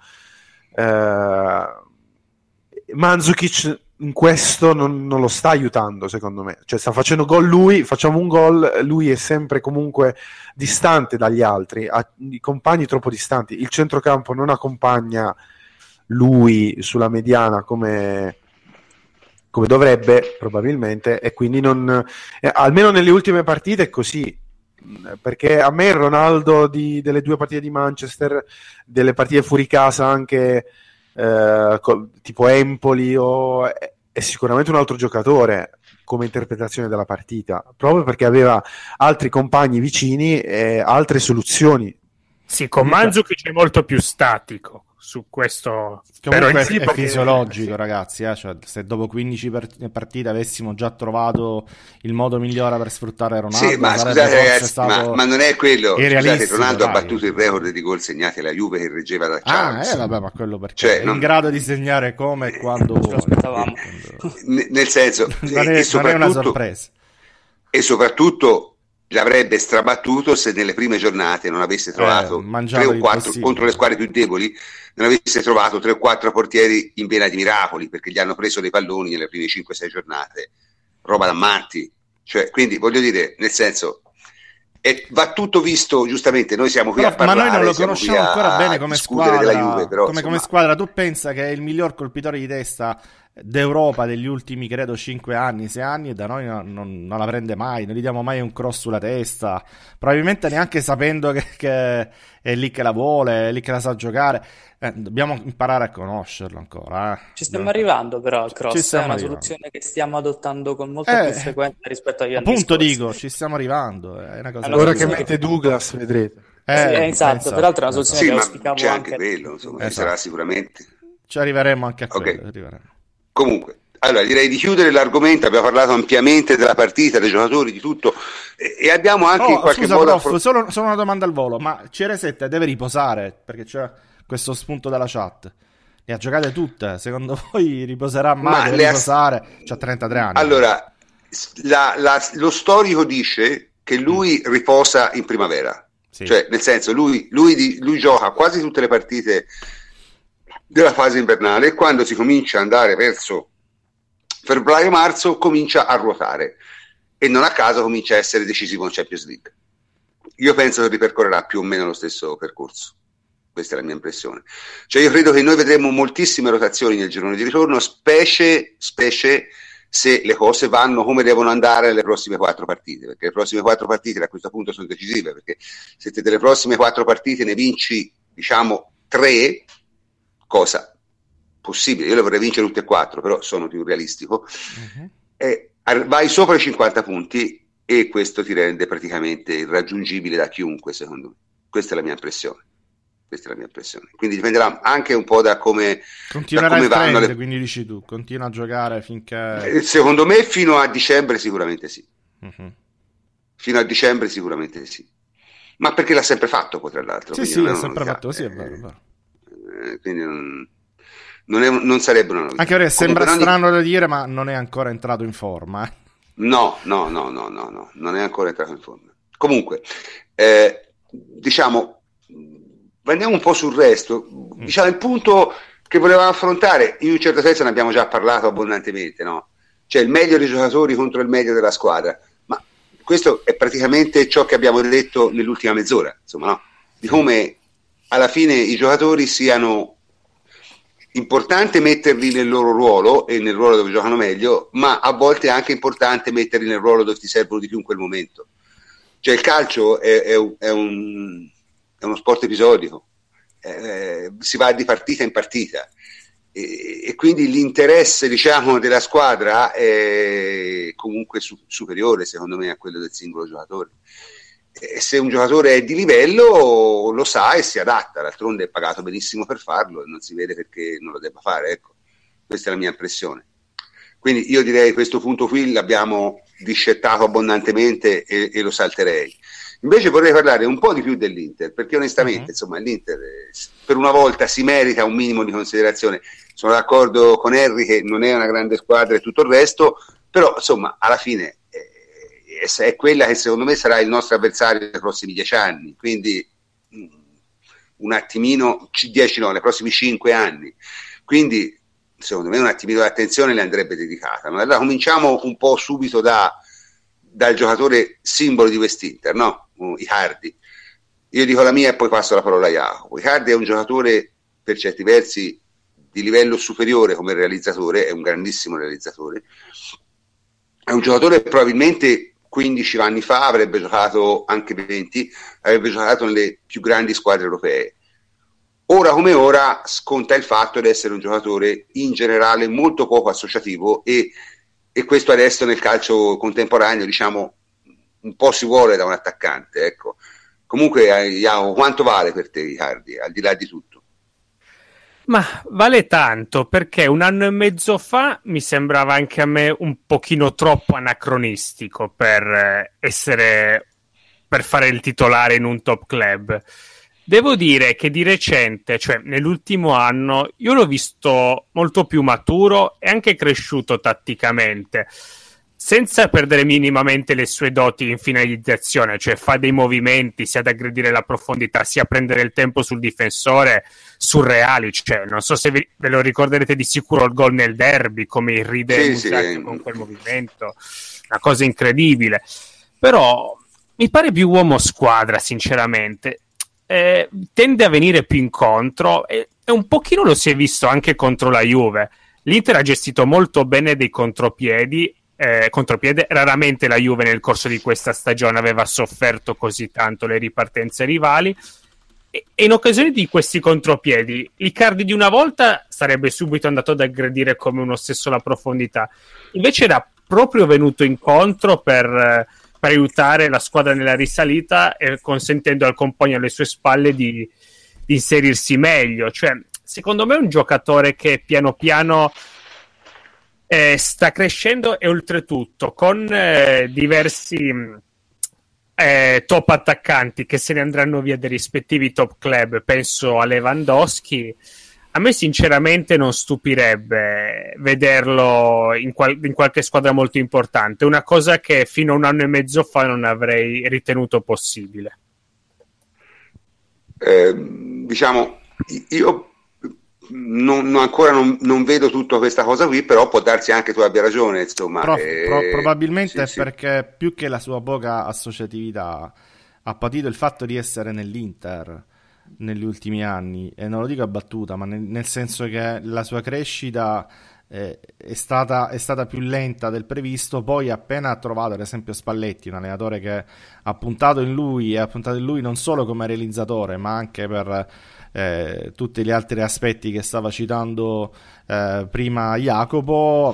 Speaker 3: Mandzukic in questo non lo sta aiutando, secondo me. Cioè sta facendo gol lui, facciamo un gol, lui è sempre comunque distante dagli altri, ha i compagni troppo distanti, il centrocampo non accompagna lui sulla mediana come dovrebbe probabilmente, e quindi almeno nelle ultime partite è così. Perché a me il Ronaldo delle 2 partite di Manchester, delle partite fuori casa anche tipo Empoli, è sicuramente un altro giocatore come interpretazione della partita, proprio perché aveva altri compagni vicini e altre soluzioni.
Speaker 5: Sì, con Mandzukic è molto più statico su questo.
Speaker 6: Comunque è fisiologico, ragazzi, cioè, se dopo 15 partite avessimo già trovato il modo migliore per sfruttare Ronaldo,
Speaker 1: sì, ma scusate ragazzi, ma non è quello. Scusate, Ronaldo ha battuto il record di gol segnati alla Juve che reggeva da Charles.
Speaker 6: Vabbè, ma quello perché è in grado di segnare come e quando vuole.
Speaker 1: Nel senso,
Speaker 6: non è una sorpresa.
Speaker 1: E soprattutto l'avrebbe strabattuto se nelle prime giornate non avesse trovato 3 o 4 contro le squadre più deboli, non avesse trovato 3 o 4 portieri in vena di miracoli, perché gli hanno preso dei palloni nelle prime 5-6 giornate, roba da matti. Cioè, quindi voglio dire, nel senso, va tutto visto giustamente. Noi siamo qui a parlare,
Speaker 6: ma noi non lo conosciamo ancora bene come squadra
Speaker 1: della Juve, però,
Speaker 6: come squadra. Tu pensa che il miglior colpitore di testa d'Europa degli ultimi, credo, 5 anni, 6 anni, e da noi non la prende mai, non gli diamo mai un cross sulla testa, probabilmente neanche sapendo che è lì che la vuole, è lì che la sa giocare. Dobbiamo imparare a conoscerlo ancora.
Speaker 2: Ci stiamo arrivando però al cross, è una
Speaker 6: arrivando.
Speaker 2: soluzione che stiamo adottando con molta più frequenza rispetto agli anni
Speaker 6: Appunto
Speaker 2: scorsi.
Speaker 6: dico, ci stiamo arrivando, è una cosa
Speaker 3: Ora che mette Douglas, vedrete.
Speaker 2: Esatto, peraltro è una soluzione
Speaker 1: Sì,
Speaker 2: che
Speaker 1: ma
Speaker 2: auspicavo
Speaker 1: c'è anche
Speaker 2: anche.
Speaker 1: quello, insomma, ci
Speaker 6: Esatto.
Speaker 1: sarà sicuramente.
Speaker 6: Ci arriveremo anche a
Speaker 1: Ok.
Speaker 6: quello. Arriveremo.
Speaker 1: Comunque, allora direi di chiudere l'argomento. Abbiamo parlato ampiamente della partita, dei giocatori, di tutto, e abbiamo anche in qualche
Speaker 6: scusa,
Speaker 1: modo
Speaker 6: prof, solo una domanda al volo, ma CR7 deve riposare, perché c'è questo spunto dalla chat. Le ha giocate tutte, secondo voi riposerà mai?
Speaker 1: Ma
Speaker 6: Deve riposare? C'ha 33 anni.
Speaker 1: Allora, lo storico dice che lui riposa in primavera.
Speaker 6: Sì.
Speaker 1: Cioè, nel senso, lui gioca quasi tutte le partite della fase invernale, e quando si comincia ad andare verso febbraio-marzo comincia a ruotare, e non a caso comincia a essere decisivo in Champions League. Io penso che ripercorrerà più o meno lo stesso percorso. Questa è la mia impressione. Cioè, io credo che noi vedremo moltissime rotazioni nel girone di ritorno, specie se le cose vanno come devono andare nelle prossime 4 partite, perché le prossime 4 partite a questo punto sono decisive, perché se te delle prossime 4 partite ne vinci, diciamo, 3, cosa possibile, io le vorrei vincere tutte e 4, però sono più realistico, vai sopra i 50 punti e questo ti rende praticamente irraggiungibile da chiunque, secondo me. Questa è la mia impressione. Quindi dipenderà anche un po' da come
Speaker 6: continuerà
Speaker 1: da come
Speaker 6: il trend,
Speaker 1: vanno
Speaker 6: quindi dici tu, continua a giocare finché...
Speaker 1: Secondo me fino a dicembre sicuramente sì. Fino a dicembre sicuramente sì. Ma perché l'ha sempre fatto poi, tra l'altro.
Speaker 6: Sì, l'ha sempre fatto così, è vero.
Speaker 1: Quindi non sarebbe una novità.
Speaker 6: Anche perché sembra strano da dire, ma non è ancora entrato in forma.
Speaker 1: No, non è ancora entrato in forma. Comunque, diciamo, andiamo un po' sul resto. Diciamo, il punto che volevamo affrontare, in un certo senso ne abbiamo già parlato abbondantemente, no? Cioè il meglio dei giocatori contro il meglio della squadra. Ma questo è praticamente ciò che abbiamo detto nell'ultima mezz'ora, insomma, no? Di come alla fine i giocatori siano importante metterli nel loro ruolo e nel ruolo dove giocano meglio, ma a volte è anche importante metterli nel ruolo dove ti servono di più in quel momento. Cioè il calcio è uno sport episodico, si va di partita in partita, e quindi l'interesse, diciamo, della squadra è comunque superiore, secondo me, a quello del singolo giocatore. E se un giocatore è di livello lo sa e si adatta, d'altronde è pagato benissimo per farlo e non si vede perché non lo debba fare, ecco. Questa è la mia impressione. Quindi io direi che questo punto qui l'abbiamo discettato abbondantemente e lo salterei. Invece vorrei parlare un po' di più dell'Inter, perché onestamente insomma l'Inter per una volta si merita un minimo di considerazione. Sono d'accordo con Henry che non è una grande squadra e tutto il resto, però insomma alla fine è quella che secondo me sarà il nostro avversario nei prossimi 10 anni, quindi un attimino, 10 no, nei prossimi 5 anni, quindi secondo me un attimino di attenzione le andrebbe dedicata. Ma allora cominciamo un po' subito dal giocatore simbolo di quest'Inter, no? Icardi. Io dico la mia e poi passo la parola a Jacopo. Icardi è un giocatore per certi versi di livello superiore come realizzatore, è un grandissimo realizzatore, è un giocatore che probabilmente 15 anni fa avrebbe giocato, anche 20, avrebbe giocato nelle più grandi squadre europee. Ora come ora sconta il fatto di essere un giocatore in generale molto poco associativo, e questo adesso nel calcio contemporaneo, diciamo, un po' si vuole da un attaccante, ecco. Comunque, Jacopo, quanto vale per te Icardi, al di là di tutto?
Speaker 5: Ma vale tanto, perché 1 anno e mezzo fa mi sembrava anche a me un pochino troppo anacronistico per fare il titolare in un top club. Devo dire che di recente, cioè nell'ultimo anno, io l'ho visto molto più maturo e anche cresciuto tatticamente, senza perdere minimamente le sue doti in finalizzazione, cioè fa dei movimenti sia ad aggredire la profondità sia a prendere il tempo sul difensore surreali, cioè non so se ve lo ricorderete di sicuro il gol nel derby, come irride con quel movimento, una cosa incredibile. Però mi pare più uomo squadra, sinceramente. Tende a venire più incontro e un pochino lo si è visto anche contro la Juve. L'Inter ha gestito molto bene dei contropiede, raramente la Juve nel corso di questa stagione aveva sofferto così tanto le ripartenze rivali, e in occasione di questi contropiedi Icardi di una volta sarebbe subito andato ad aggredire come un ossesso la profondità, invece era proprio venuto incontro per aiutare la squadra nella risalita e consentendo al compagno alle sue spalle di inserirsi meglio. Cioè, secondo me è un giocatore che piano piano sta crescendo, e oltretutto con diversi top attaccanti che se ne andranno via dai rispettivi top club, penso a Lewandowski. A me sinceramente non stupirebbe vederlo in qualche squadra molto importante, una cosa che fino a un anno e mezzo fa non avrei ritenuto possibile.
Speaker 1: Diciamo, io ancora non vedo tutta questa cosa qui, però può darsi anche tu abbia ragione, insomma.
Speaker 6: Probabilmente
Speaker 1: sì,
Speaker 6: perché più che la sua poca associatività ha patito il fatto di essere nell'Inter negli ultimi anni, e non lo dico a battuta, ma nel senso che la sua crescita è stata più lenta del previsto. Poi appena ha trovato ad esempio Spalletti, un allenatore che ha puntato in lui, e ha puntato in lui non solo come realizzatore ma anche per tutti gli altri aspetti che stava citando prima Jacopo,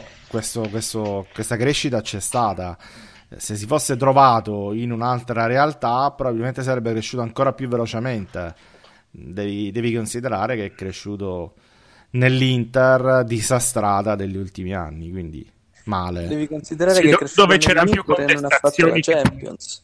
Speaker 6: questa crescita c'è stata. Se si fosse trovato in un'altra realtà probabilmente sarebbe cresciuto ancora più velocemente. Devi considerare che è cresciuto nell'Inter disastrata degli ultimi anni, quindi male.
Speaker 2: Devi considerare che è cresciuto
Speaker 5: dove c'erano più
Speaker 2: e non ha fatto la Champions.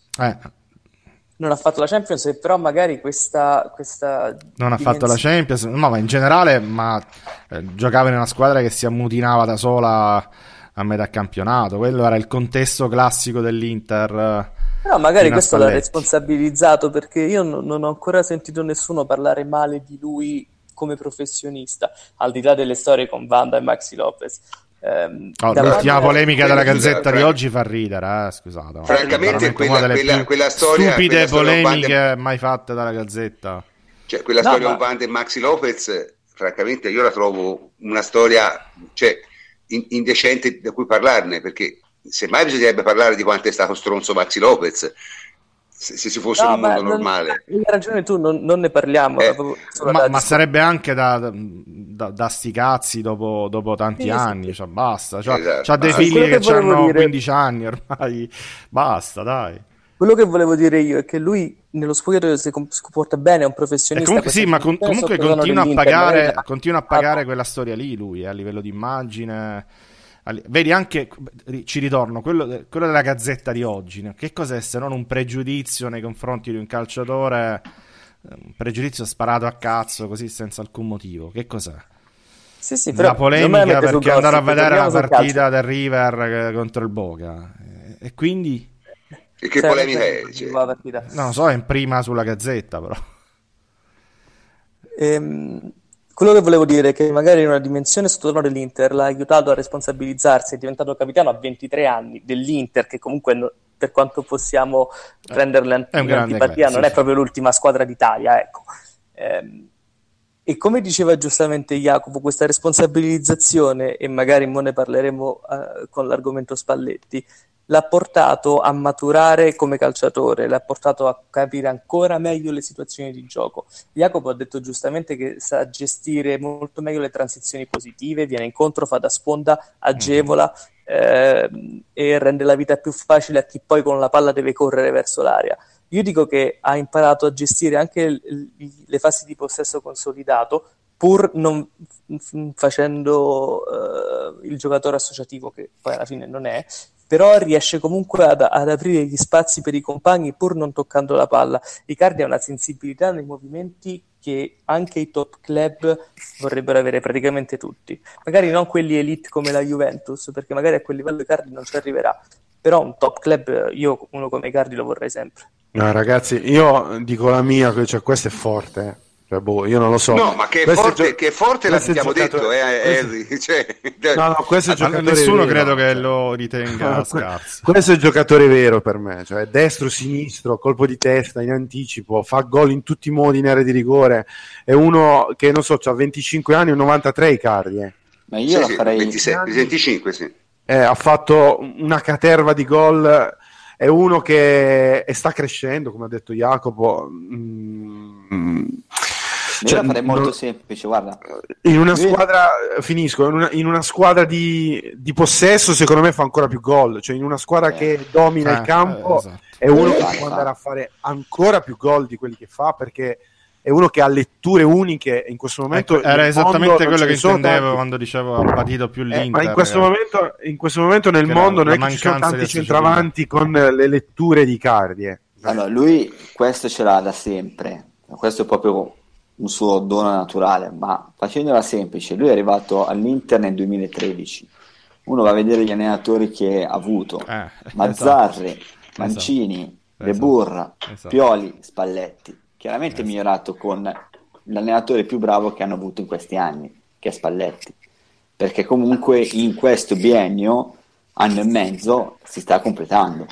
Speaker 2: Non ha fatto la Champions, e però magari questa
Speaker 6: non ha fatto la Champions, no, ma in generale giocava in una squadra che si ammutinava da sola a metà campionato. Quello era il contesto classico dell'Inter.
Speaker 2: No, magari questo l'ha responsabilizzato, perché io non ho ancora sentito nessuno parlare male di lui come professionista, al di là delle storie con Wanda e Maxi Lopez.
Speaker 6: L'ultima polemica della Gazzetta di oggi fa ridere, scusate.
Speaker 1: Francamente quella storia,
Speaker 6: stupide polemiche mai fatte dalla Gazzetta.
Speaker 1: Cioè, quella storia con Wanda e Maxi Lopez, francamente io la trovo una storia, cioè, indecente da cui parlarne, perché semmai bisognerebbe parlare di quanto è stato stronzo Maxi Lopez, se si fosse un mondo normale.
Speaker 2: Hai ragione tu, non ne parliamo.
Speaker 6: Ma sarebbe anche da sti cazzi dopo tanti anni, cioè basta.
Speaker 1: Esatto.
Speaker 6: C'ha dei figli che hanno 15 anni ormai, basta, dai.
Speaker 2: Quello che volevo dire io è che lui nello spogliatoio si comporta bene, è un professionista.
Speaker 6: Comunque continua a pagare quella storia lì lui, a livello di immagine. Vedi, anche ci ritorno quello della Gazzetta di oggi, no? Che cos'è se non un pregiudizio nei confronti di un calciatore, un pregiudizio sparato a cazzo così senza alcun motivo? Che cos'è?
Speaker 2: Sì,
Speaker 6: la polemica perché andare a vedere la partita del River contro il Boca, e quindi
Speaker 1: che polemica è?
Speaker 6: Non lo so, è in prima sulla Gazzetta, però
Speaker 2: quello che volevo dire è che magari in una dimensione sottotono dell'Inter l'ha aiutato a responsabilizzarsi, è diventato capitano a 23 anni dell'Inter, che comunque per quanto possiamo prenderle antipatia non è proprio l'ultima squadra d'Italia, ecco. E come diceva giustamente Jacopo, questa responsabilizzazione, e magari mo ne parleremo con l'argomento Spalletti, l'ha portato a maturare come calciatore, l'ha portato a capire ancora meglio le situazioni di gioco. Jacopo ha detto giustamente che sa gestire molto meglio le transizioni positive, viene incontro, fa da sponda, agevola e rende la vita più facile a chi poi con la palla deve correre verso l'area. Io dico che ha imparato a gestire anche le fasi di possesso consolidato, pur non facendo il giocatore associativo, che poi alla fine non è, però riesce comunque ad aprire gli spazi per i compagni pur non toccando la palla. Icardi ha una sensibilità nei movimenti che anche i top club vorrebbero avere praticamente tutti. Magari non quelli elite come la Juventus, perché magari a quel livello Icardi non ci arriverà, però un top club, io uno come Icardi lo vorrei sempre.
Speaker 3: No, ragazzi, io dico la mia, cioè questo è forte. Io non lo so.
Speaker 1: No, ma che è forte l'abbiamo detto, Henry.
Speaker 3: Questo giocatore
Speaker 6: nessuno credo che lo ritenga scarso.
Speaker 3: Questo è il giocatore vero per me, cioè destro, sinistro, colpo di testa, in anticipo, fa gol in tutti i modi in area di rigore. È uno che, non so, ha 25 anni, un 93 Icardi.
Speaker 4: Ma io la farei
Speaker 1: 25, sì.
Speaker 3: Ha fatto una caterva di gol, è uno che sta crescendo, come ha detto Jacopo.
Speaker 4: Io la farei molto semplice, guarda.
Speaker 3: In una squadra, in una squadra di possesso, secondo me fa ancora più gol. Cioè, in una squadra che domina il campo,
Speaker 6: esatto.
Speaker 3: è uno che può andare a fare ancora più gol di quelli che fa, perché è uno che ha letture uniche in questo momento.
Speaker 6: Era esattamente quello che intendevo
Speaker 3: tanti.
Speaker 6: quando dicevo ha patito più l'Inter.
Speaker 3: Ma in questo momento nel mondo non è che ci sono tanti centravanti con le letture di Icardi.
Speaker 4: Allora, lui questo ce l'ha da sempre, questo è proprio un suo dono naturale, ma facendola semplice, lui è arrivato all'Inter nel 2013. Uno va a vedere gli allenatori che ha avuto: Mazzarri, Mancini, De Burra, Pioli, Spalletti. Chiaramente è migliorato con l'allenatore più bravo che hanno avuto in questi anni, che è Spalletti, perché comunque in questo biennio, anno e mezzo, si sta completando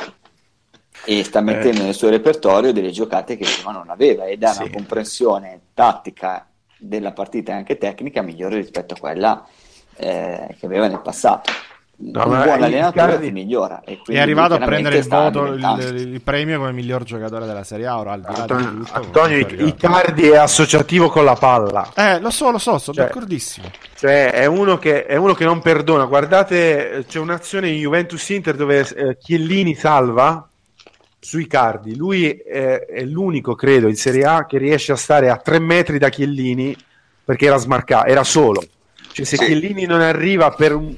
Speaker 4: e sta mettendo nel suo repertorio delle giocate che prima non aveva, ed ha una comprensione tattica della partita e anche tecnica migliore rispetto a quella che aveva nel passato. Un buon allenatore ti migliora, e
Speaker 6: è arrivato a prendere il voto, il premio come miglior giocatore della Serie A. Ora,
Speaker 3: Antonio, Icardi è associativo con la palla.
Speaker 6: Lo so, sono d'accordissimo.
Speaker 3: Cioè, è uno che non perdona. Guardate, c'è un'azione in Juventus Inter dove Chiellini salva su Icardi. Lui è l'unico, credo, in Serie A che riesce a stare a 3 metri da Chiellini, perché era smarcato, era solo. Cioè, se Chiellini non arriva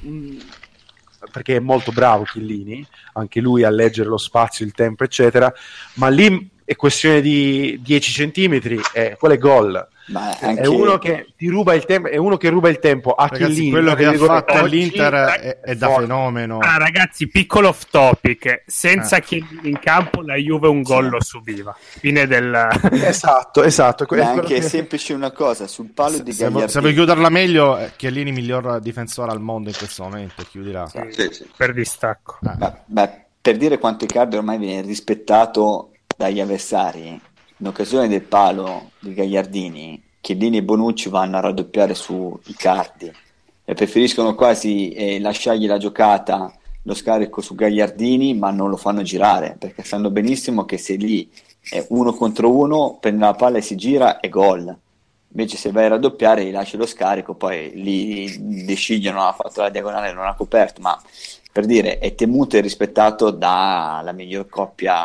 Speaker 3: perché è molto bravo Chiellini, anche lui a leggere lo spazio, il tempo, eccetera, ma lì è questione di 10 centimetri, quello è gol. È uno che ti ruba il tempo, è uno che ruba il tempo a Chiellini.
Speaker 6: Quello che ha fatto all'Inter è da fenomeno.
Speaker 5: Ragazzi, piccolo off topic: senza Chiellini in campo la Juve un gol lo subiva. Fine del
Speaker 3: esatto.
Speaker 4: È anche semplice una cosa sul palo di Gagliardini.
Speaker 6: Se vuoi chiuderla meglio, Chiellini miglior difensore al mondo in questo momento, chiudila.
Speaker 1: Sì.
Speaker 5: Per distacco.
Speaker 4: Per dire quanto Icardi ormai viene rispettato dagli avversari, in occasione del palo di Gagliardini, Chiellini e Bonucci vanno a raddoppiare su Icardi e preferiscono quasi lasciargli la giocata, lo scarico su Gagliardini, ma non lo fanno girare, perché sanno benissimo che se lì è 1 contro 1, prende la palla e si gira, è gol. Invece se vai a raddoppiare, gli lasci lo scarico, poi lì De Sciglio non ha fatto la diagonale, non ha coperto, ma per dire, è temuto e rispettato dalla miglior coppia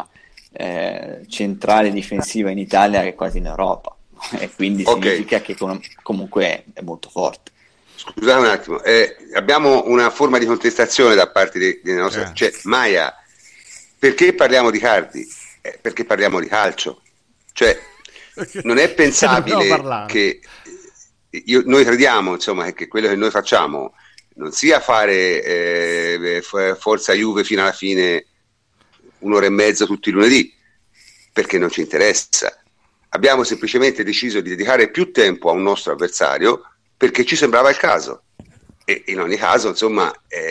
Speaker 4: centrale difensiva in Italia, che è quasi in Europa, e quindi significa che comunque è molto forte.
Speaker 1: Scusate un attimo, abbiamo una forma di contestazione da parte dei nostri, cioè Maia, perché parliamo di Icardi? Perché parliamo di calcio, cioè non è pensabile che noi crediamo, insomma, che quello che noi facciamo non sia fare forza Juve fino alla fine 1 ora e mezzo tutti i lunedì, perché non ci interessa. Abbiamo semplicemente deciso di dedicare più tempo a un nostro avversario perché ci sembrava il caso, e in ogni caso, insomma,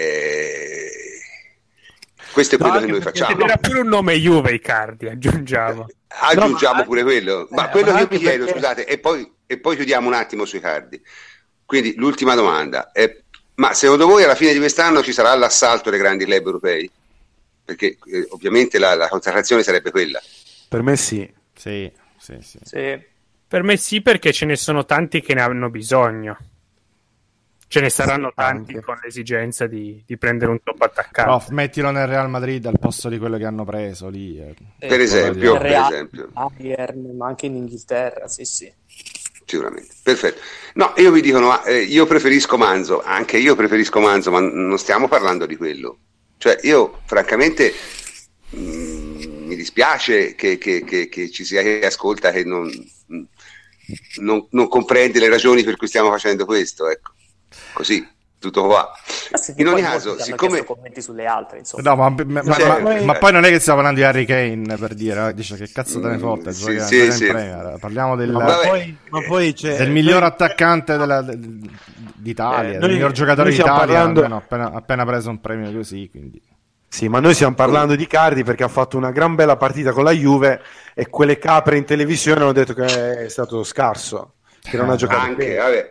Speaker 1: questo è quello che noi facciamo.
Speaker 5: Era pure un nome Juve Icardi, aggiungiamo
Speaker 1: pure quello, ma quello che io mi chiedo, scusate, e poi chiudiamo un attimo sui Icardi. Quindi l'ultima domanda è: ma secondo voi alla fine di quest'anno ci sarà l'assalto dei grandi club europei? Perché ovviamente la consacrazione sarebbe quella.
Speaker 3: Per me sì.
Speaker 2: Sì.
Speaker 5: Per me sì, perché ce ne sono tanti che ne hanno bisogno. Ce ne saranno tanti anche con l'esigenza di prendere un top attaccante.
Speaker 6: Prof, mettilo nel Real Madrid al posto di quello che hanno preso lì.
Speaker 1: Per esempio.
Speaker 2: Bayern, ma anche in Inghilterra, sì.
Speaker 1: Sicuramente, perfetto. No, io vi dico, io preferisco Manzo, anche io preferisco Manzo, ma non stiamo parlando di quello. Cioè, io francamente mi dispiace che ci sia chi ascolta che non comprende le ragioni per cui stiamo facendo questo, ecco. Così, tutto qua. In ogni caso, siccome
Speaker 2: commenti sulle altre, insomma.
Speaker 6: No, ma poi non è che stiamo parlando di Harry Kane, per dire, dice che cazzo te ne fotte,
Speaker 1: sì.
Speaker 6: Parliamo del
Speaker 3: c'è
Speaker 6: del miglior attaccante d'Italia, del miglior giocatore d'Italia, appena preso un premio così, quindi.
Speaker 3: Sì, ma noi stiamo parlando di Icardi perché ha fatto una gran bella partita con la Juve e quelle capre in televisione hanno detto che è stato scarso, che non ha giocato
Speaker 1: anche,
Speaker 3: bene.
Speaker 1: vabbè.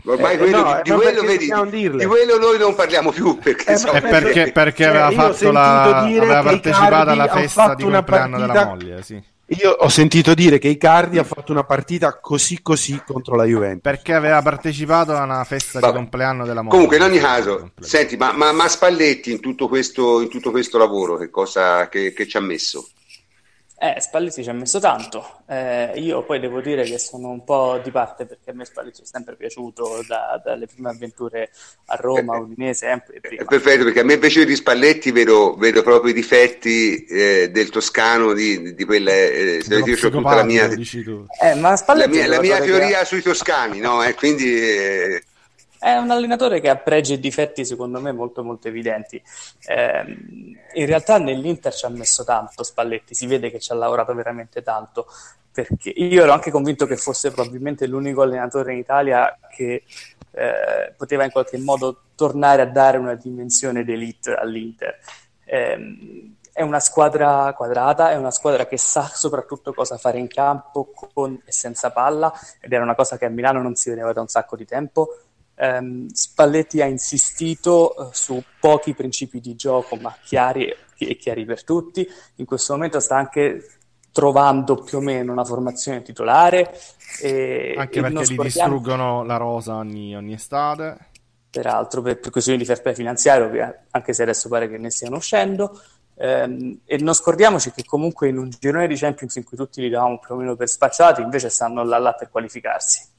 Speaker 1: Ormai di quello noi non parliamo più
Speaker 6: perché aveva fatto aveva partecipato alla festa di compleanno della moglie, sì.
Speaker 3: Io ho sentito dire che Icardi ha fatto una partita così contro la Juventus
Speaker 6: perché aveva partecipato a una festa di compleanno della moglie.
Speaker 1: Comunque in ogni caso, senti, ma Spalletti in tutto questo lavoro che cosa che ci ha messo?
Speaker 2: Spalletti ci ha messo tanto. Io poi devo dire che sono un po' di parte, perché a me Spalletti è sempre piaciuto dalle prime avventure a Roma, Udinese, prima.
Speaker 1: Perfetto, perché a me invece di Spalletti vedo proprio i difetti del toscano di quelle io ho tutta la mia
Speaker 2: ma Spalletti
Speaker 1: la mia teoria sui toscani, no? Quindi
Speaker 2: è un allenatore che ha pregi e difetti secondo me molto molto evidenti. In realtà nell'Inter ci ha messo tanto Spalletti, si vede che ci ha lavorato veramente tanto, perché io ero anche convinto che fosse probabilmente l'unico allenatore in Italia che poteva in qualche modo tornare a dare una dimensione d'elite all'Inter. È una squadra quadrata, è una squadra che sa soprattutto cosa fare in campo con e senza palla, ed era una cosa che a Milano non si vedeva da un sacco di tempo. Spalletti ha insistito su pochi principi di gioco, ma chiari per tutti. In questo momento sta anche trovando più o meno una formazione titolare,
Speaker 6: anche perché gli distruggono la rosa ogni estate,
Speaker 2: peraltro per questioni di fair play finanziario, anche se adesso pare che ne stiano uscendo. E non scordiamoci che comunque in un girone di Champions in cui tutti li davamo più o meno per spacciati, invece stanno là per qualificarsi.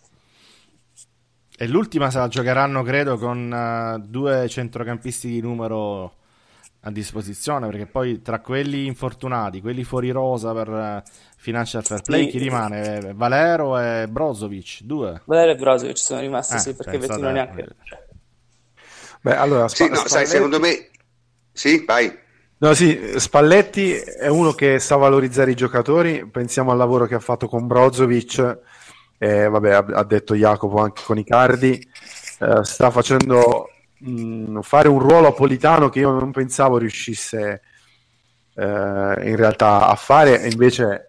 Speaker 6: E l'ultima se la giocheranno, credo, con 2 centrocampisti di numero a disposizione, perché poi tra quelli infortunati, quelli fuori rosa per financial fair play, chi rimane? Valero e Brozovic, 2.
Speaker 2: Valero e Brozovic sono rimasti, sì, perché Vettino neanche...
Speaker 3: Beh, allora,
Speaker 1: sai, secondo me... Sì, vai.
Speaker 3: No, sì, Spalletti è uno che sa valorizzare i giocatori, pensiamo al lavoro che ha fatto con Brozovic, ha detto Jacopo anche con Icardi, sta facendo fare un ruolo a Politano che io non pensavo riuscisse in realtà a fare, e invece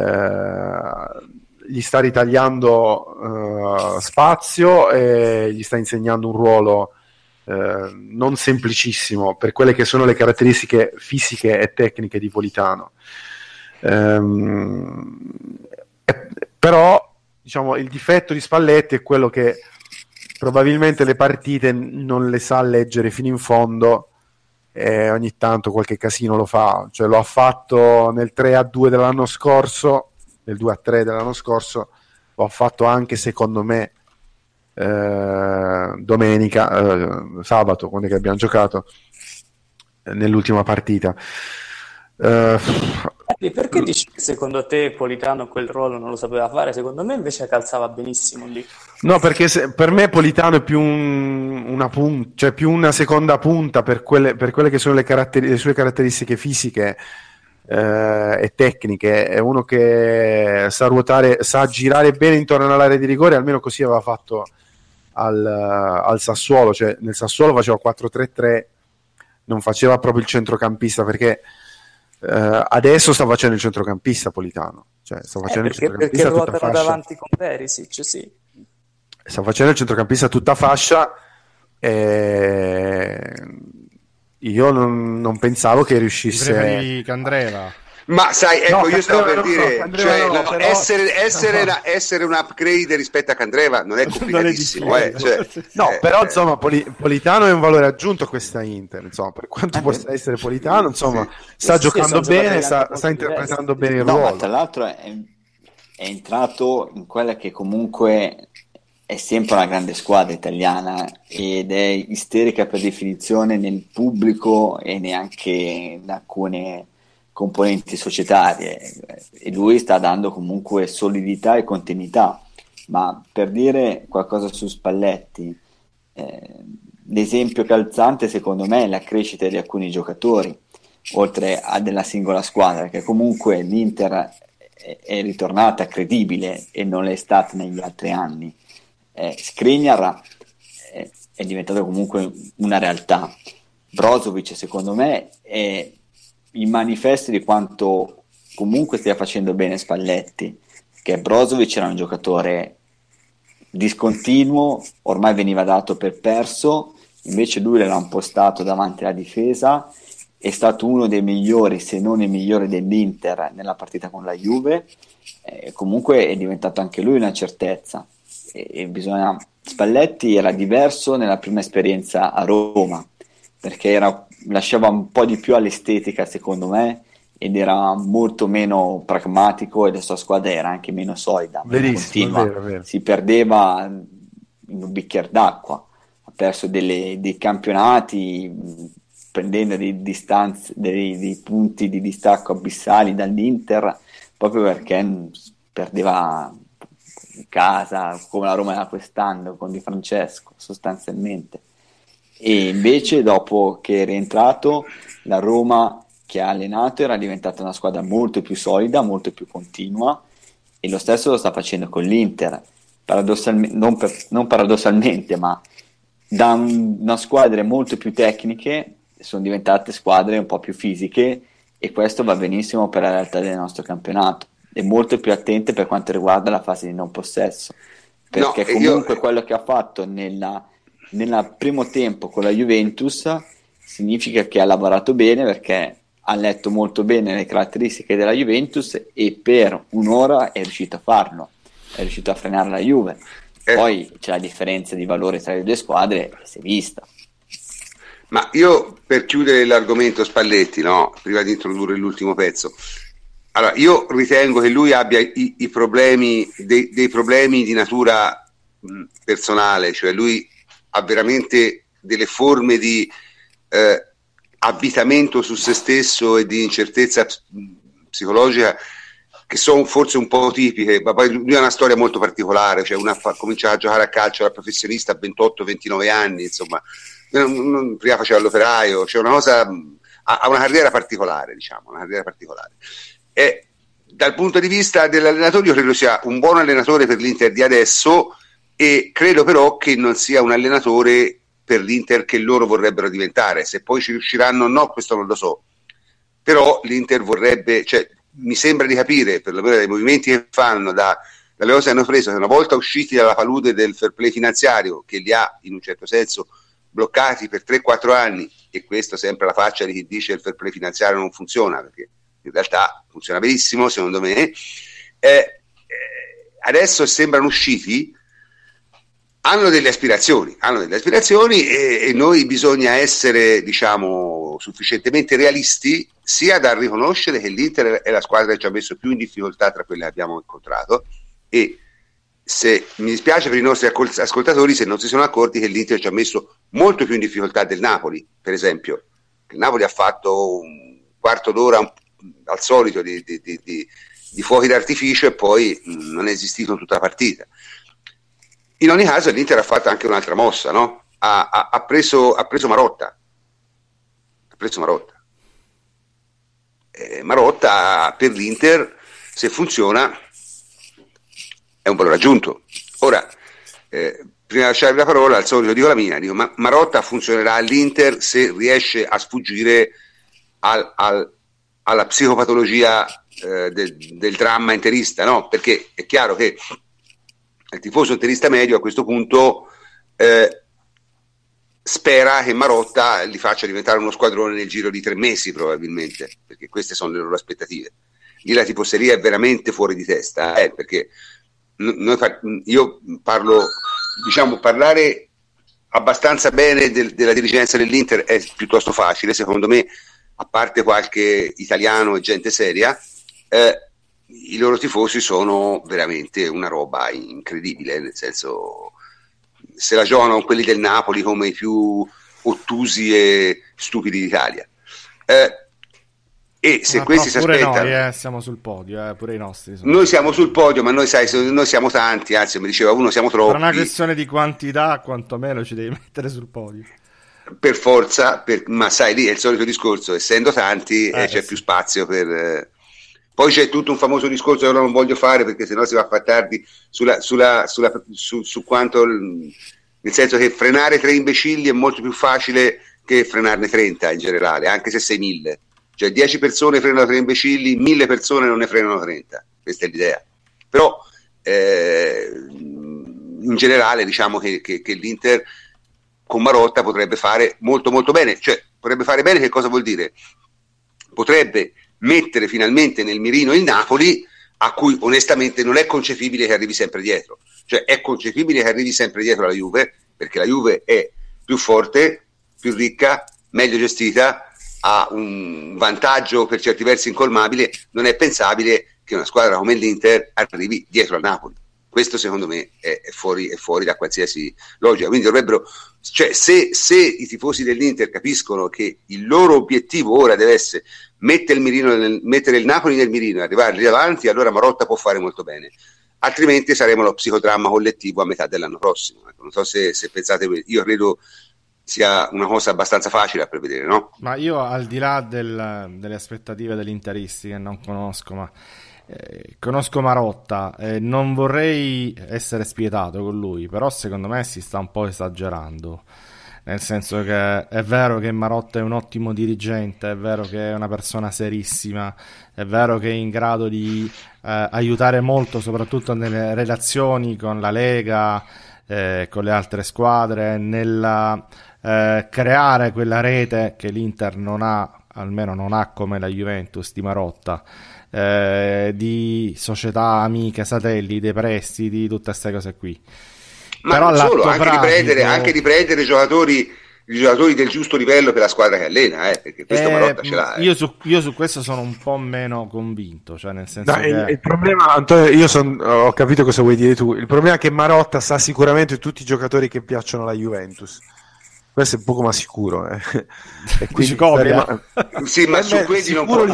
Speaker 3: gli sta ritagliando spazio e gli sta insegnando un ruolo non semplicissimo per quelle che sono le caratteristiche fisiche e tecniche di Politano, però diciamo il difetto di Spalletti è quello che probabilmente le partite non le sa leggere fino in fondo e ogni tanto qualche casino lo fa, cioè lo ha fatto nel 3-2 dell'anno scorso, nel 2-3 dell'anno scorso, lo ha fatto anche secondo me sabato, quando è che abbiamo giocato nell'ultima partita.
Speaker 2: Perché dici che secondo te Politano quel ruolo non lo sapeva fare? Secondo me invece calzava benissimo lì.
Speaker 3: No, perché per me Politano è più una punta, cioè più una seconda punta per quelle che sono le sue caratteristiche fisiche e tecniche. È uno che sa ruotare, sa girare bene intorno all'area di rigore, almeno così aveva fatto al Sassuolo, cioè nel Sassuolo faceva 4-3-3, non faceva proprio il centrocampista, perché adesso sta facendo il centrocampista Politano, cioè sta facendo il centrocampista
Speaker 2: perché
Speaker 3: tutta fascia
Speaker 2: davanti con Perisic, sì.
Speaker 3: Sta facendo il centrocampista tutta fascia, e io non pensavo che riuscisse.
Speaker 6: Preferivi Candreva?
Speaker 1: Ma sai, ecco,
Speaker 3: no,
Speaker 1: io stavo per dire,
Speaker 3: però...
Speaker 1: essere un upgrade rispetto a Candreva non è complicatissimo,
Speaker 3: però insomma Politano è un valore aggiunto a questa Inter, insomma, per quanto possa essere Politano, insomma, sta giocando bene, sta interpretando bene il ruolo.
Speaker 4: Ma tra l'altro è entrato in quella che comunque è sempre una grande squadra italiana ed è isterica per definizione nel pubblico e neanche in alcune componenti societarie, e lui sta dando comunque solidità e continuità. Ma per dire qualcosa su Spalletti, l'esempio calzante secondo me è la crescita di alcuni giocatori, oltre a della singola squadra, che comunque l'Inter è ritornata credibile e non l'è stata negli altri anni. Skriniar è diventato comunque una realtà. Brozovic secondo me è il manifesto di quanto comunque stia facendo bene Spalletti, che Brozovic era un giocatore discontinuo, ormai veniva dato per perso, invece lui l'era impostato davanti alla difesa, è stato uno dei migliori, se non il migliore dell'Inter nella partita con la Juve, comunque è diventato anche lui una certezza. Spalletti era diverso nella prima esperienza a Roma, perché lasciava un po' di più all'estetica secondo me, ed era molto meno pragmatico, e la sua squadra era anche meno solida,
Speaker 3: Verissimo, è vero.
Speaker 4: si perdeva in un bicchiere d'acqua, ha perso dei campionati prendendo dei punti di distacco abissali dall'Inter, proprio perché perdeva in casa, come la Roma era quest'anno con Di Francesco sostanzialmente. E invece dopo che è rientrato, la Roma che ha allenato era diventata una squadra molto più solida, molto più continua, e lo stesso lo sta facendo con l'Inter, non paradossalmente, ma da una squadre molto più tecniche sono diventate squadre un po' più fisiche, e questo va benissimo per la realtà del nostro campionato, e molto più attente per quanto riguarda la fase di non possesso, perché comunque quello che ha fatto nel primo tempo con la Juventus significa che ha lavorato bene, perché ha letto molto bene le caratteristiche della Juventus, e per un'ora è riuscito a farlo, è riuscito a frenare la Juve. Poi c'è la differenza di valore tra le due squadre, si è vista.
Speaker 1: Ma io, per chiudere l'argomento Spalletti, no, prima di introdurre l'ultimo pezzo, allora io ritengo che lui abbia i problemi, dei problemi di natura personale, cioè lui ha veramente delle forme di avvitamento su se stesso e di incertezza psicologica che sono forse un po' tipiche, ma poi lui ha una storia molto particolare, cioè comincia a giocare a calcio da professionista a 28-29 anni, insomma, prima faceva l'operaio, cioè una cosa, ha una carriera particolare, diciamo, una carriera particolare. E dal punto di vista dell'allenatore io credo sia un buon allenatore per l'Inter di adesso, e credo però che non sia un allenatore per l'Inter che loro vorrebbero diventare. Se poi ci riusciranno o no, questo non lo so, però l'Inter vorrebbe, cioè mi sembra di capire, perlomeno dai movimenti che fanno, dalle cose che hanno preso, che una volta usciti dalla palude del fair play finanziario, che li ha in un certo senso bloccati per 3-4 anni, e questo sempre la faccia di chi dice che il fair play finanziario non funziona, perché in realtà funziona benissimo secondo me, adesso sembrano usciti, hanno delle aspirazioni e noi bisogna essere, diciamo, sufficientemente realisti sia da riconoscere che l'Inter è la squadra che ci ha messo più in difficoltà tra quelle che abbiamo incontrato, e se mi dispiace per i nostri ascoltatori se non si sono accorti che l'Inter ci ha messo molto più in difficoltà del Napoli, per esempio. Il Napoli ha fatto un quarto d'ora al solito di fuochi d'artificio e poi non è esistito tutta la partita. In ogni caso l'Inter ha fatto anche un'altra mossa, no? Ha preso Marotta. Marotta per l'Inter, se funziona, è un valore aggiunto. Ora, prima di lasciare la parola, al solito dico la mia, dico, ma Marotta funzionerà all'Inter se riesce a sfuggire alla psicopatologia del dramma interista, no? Perché è chiaro che il tifoso interista medio a questo punto spera che Marotta li faccia diventare uno squadrone nel giro di 3 mesi probabilmente, perché queste sono le loro aspettative. Lì la tifoseria è veramente fuori di testa, perché io parlo, diciamo, parlare abbastanza bene della dirigenza dell'Inter è piuttosto facile, secondo me, a parte qualche italiano e gente seria, i loro tifosi sono veramente una roba incredibile, nel senso, se la giocano con quelli del Napoli come i più ottusi e stupidi d'Italia. E se questi si aspettano,
Speaker 6: noi siamo sul podio, pure i nostri
Speaker 1: noi siamo sul podio, ma noi siamo tanti, anzi mi diceva uno siamo troppi.
Speaker 6: Per una questione di quantità, quantomeno ci devi mettere sul podio
Speaker 1: per forza, ma sai, lì è il solito discorso, essendo tanti c'è più spazio per poi c'è tutto un famoso discorso che ora non voglio fare perché sennò si va a far tardi su quanto, nel senso che frenare 3 imbecilli è molto più facile che frenarne 30 in generale, anche se sei 1000. Cioè 10 persone frenano 3 imbecilli, 1000 persone non ne frenano 30. Questa è l'idea. Però in generale diciamo che l'Inter con Marotta potrebbe fare molto molto bene. Cioè, potrebbe fare bene, che cosa vuol dire? Potrebbe mettere finalmente nel mirino il Napoli, a cui onestamente non è concepibile che arrivi sempre dietro. Cioè, è concepibile che arrivi sempre dietro alla Juve, perché la Juve è più forte, più ricca, meglio gestita, ha un vantaggio per certi versi incolmabile. Non è pensabile che una squadra come l'Inter arrivi dietro al Napoli. Questo secondo me è fuori da qualsiasi logica. Quindi dovrebbero, cioè, se i tifosi dell'Inter capiscono che il loro obiettivo ora deve essere mettere il Napoli nel mirino e arrivare lì davanti, allora Marotta può fare molto bene. Altrimenti saremo lo psicodramma collettivo a metà dell'anno prossimo. Non so se pensate, io credo sia una cosa abbastanza facile a prevedere, no?
Speaker 6: Ma io, al di là delle aspettative dell'interisti, che non conosco, ma conosco Marotta, non vorrei essere spietato con lui, però secondo me si sta un po' esagerando, nel senso che è vero che Marotta è un ottimo dirigente, è vero che è una persona serissima, è vero che è in grado di aiutare molto, soprattutto nelle relazioni con la Lega, con le altre squadre, nella creare quella rete che l'Inter non ha, almeno non ha come la Juventus di Marotta, di società amiche, satelliti, dei prestiti, tutte queste cose qui.
Speaker 1: Ma però non solo, anche di prendere giocatori del giusto livello per la squadra che allena, perché questo Marotta ce l'ha.
Speaker 6: Io su questo sono un po' meno convinto, cioè nel senso che...
Speaker 3: il problema, Antonio, ho capito cosa vuoi dire tu. Il problema è che Marotta sa sicuramente tutti i giocatori che piacciono alla Juventus. Questo è poco ma sicuro, E quindi
Speaker 1: sì, ma su quelli non può,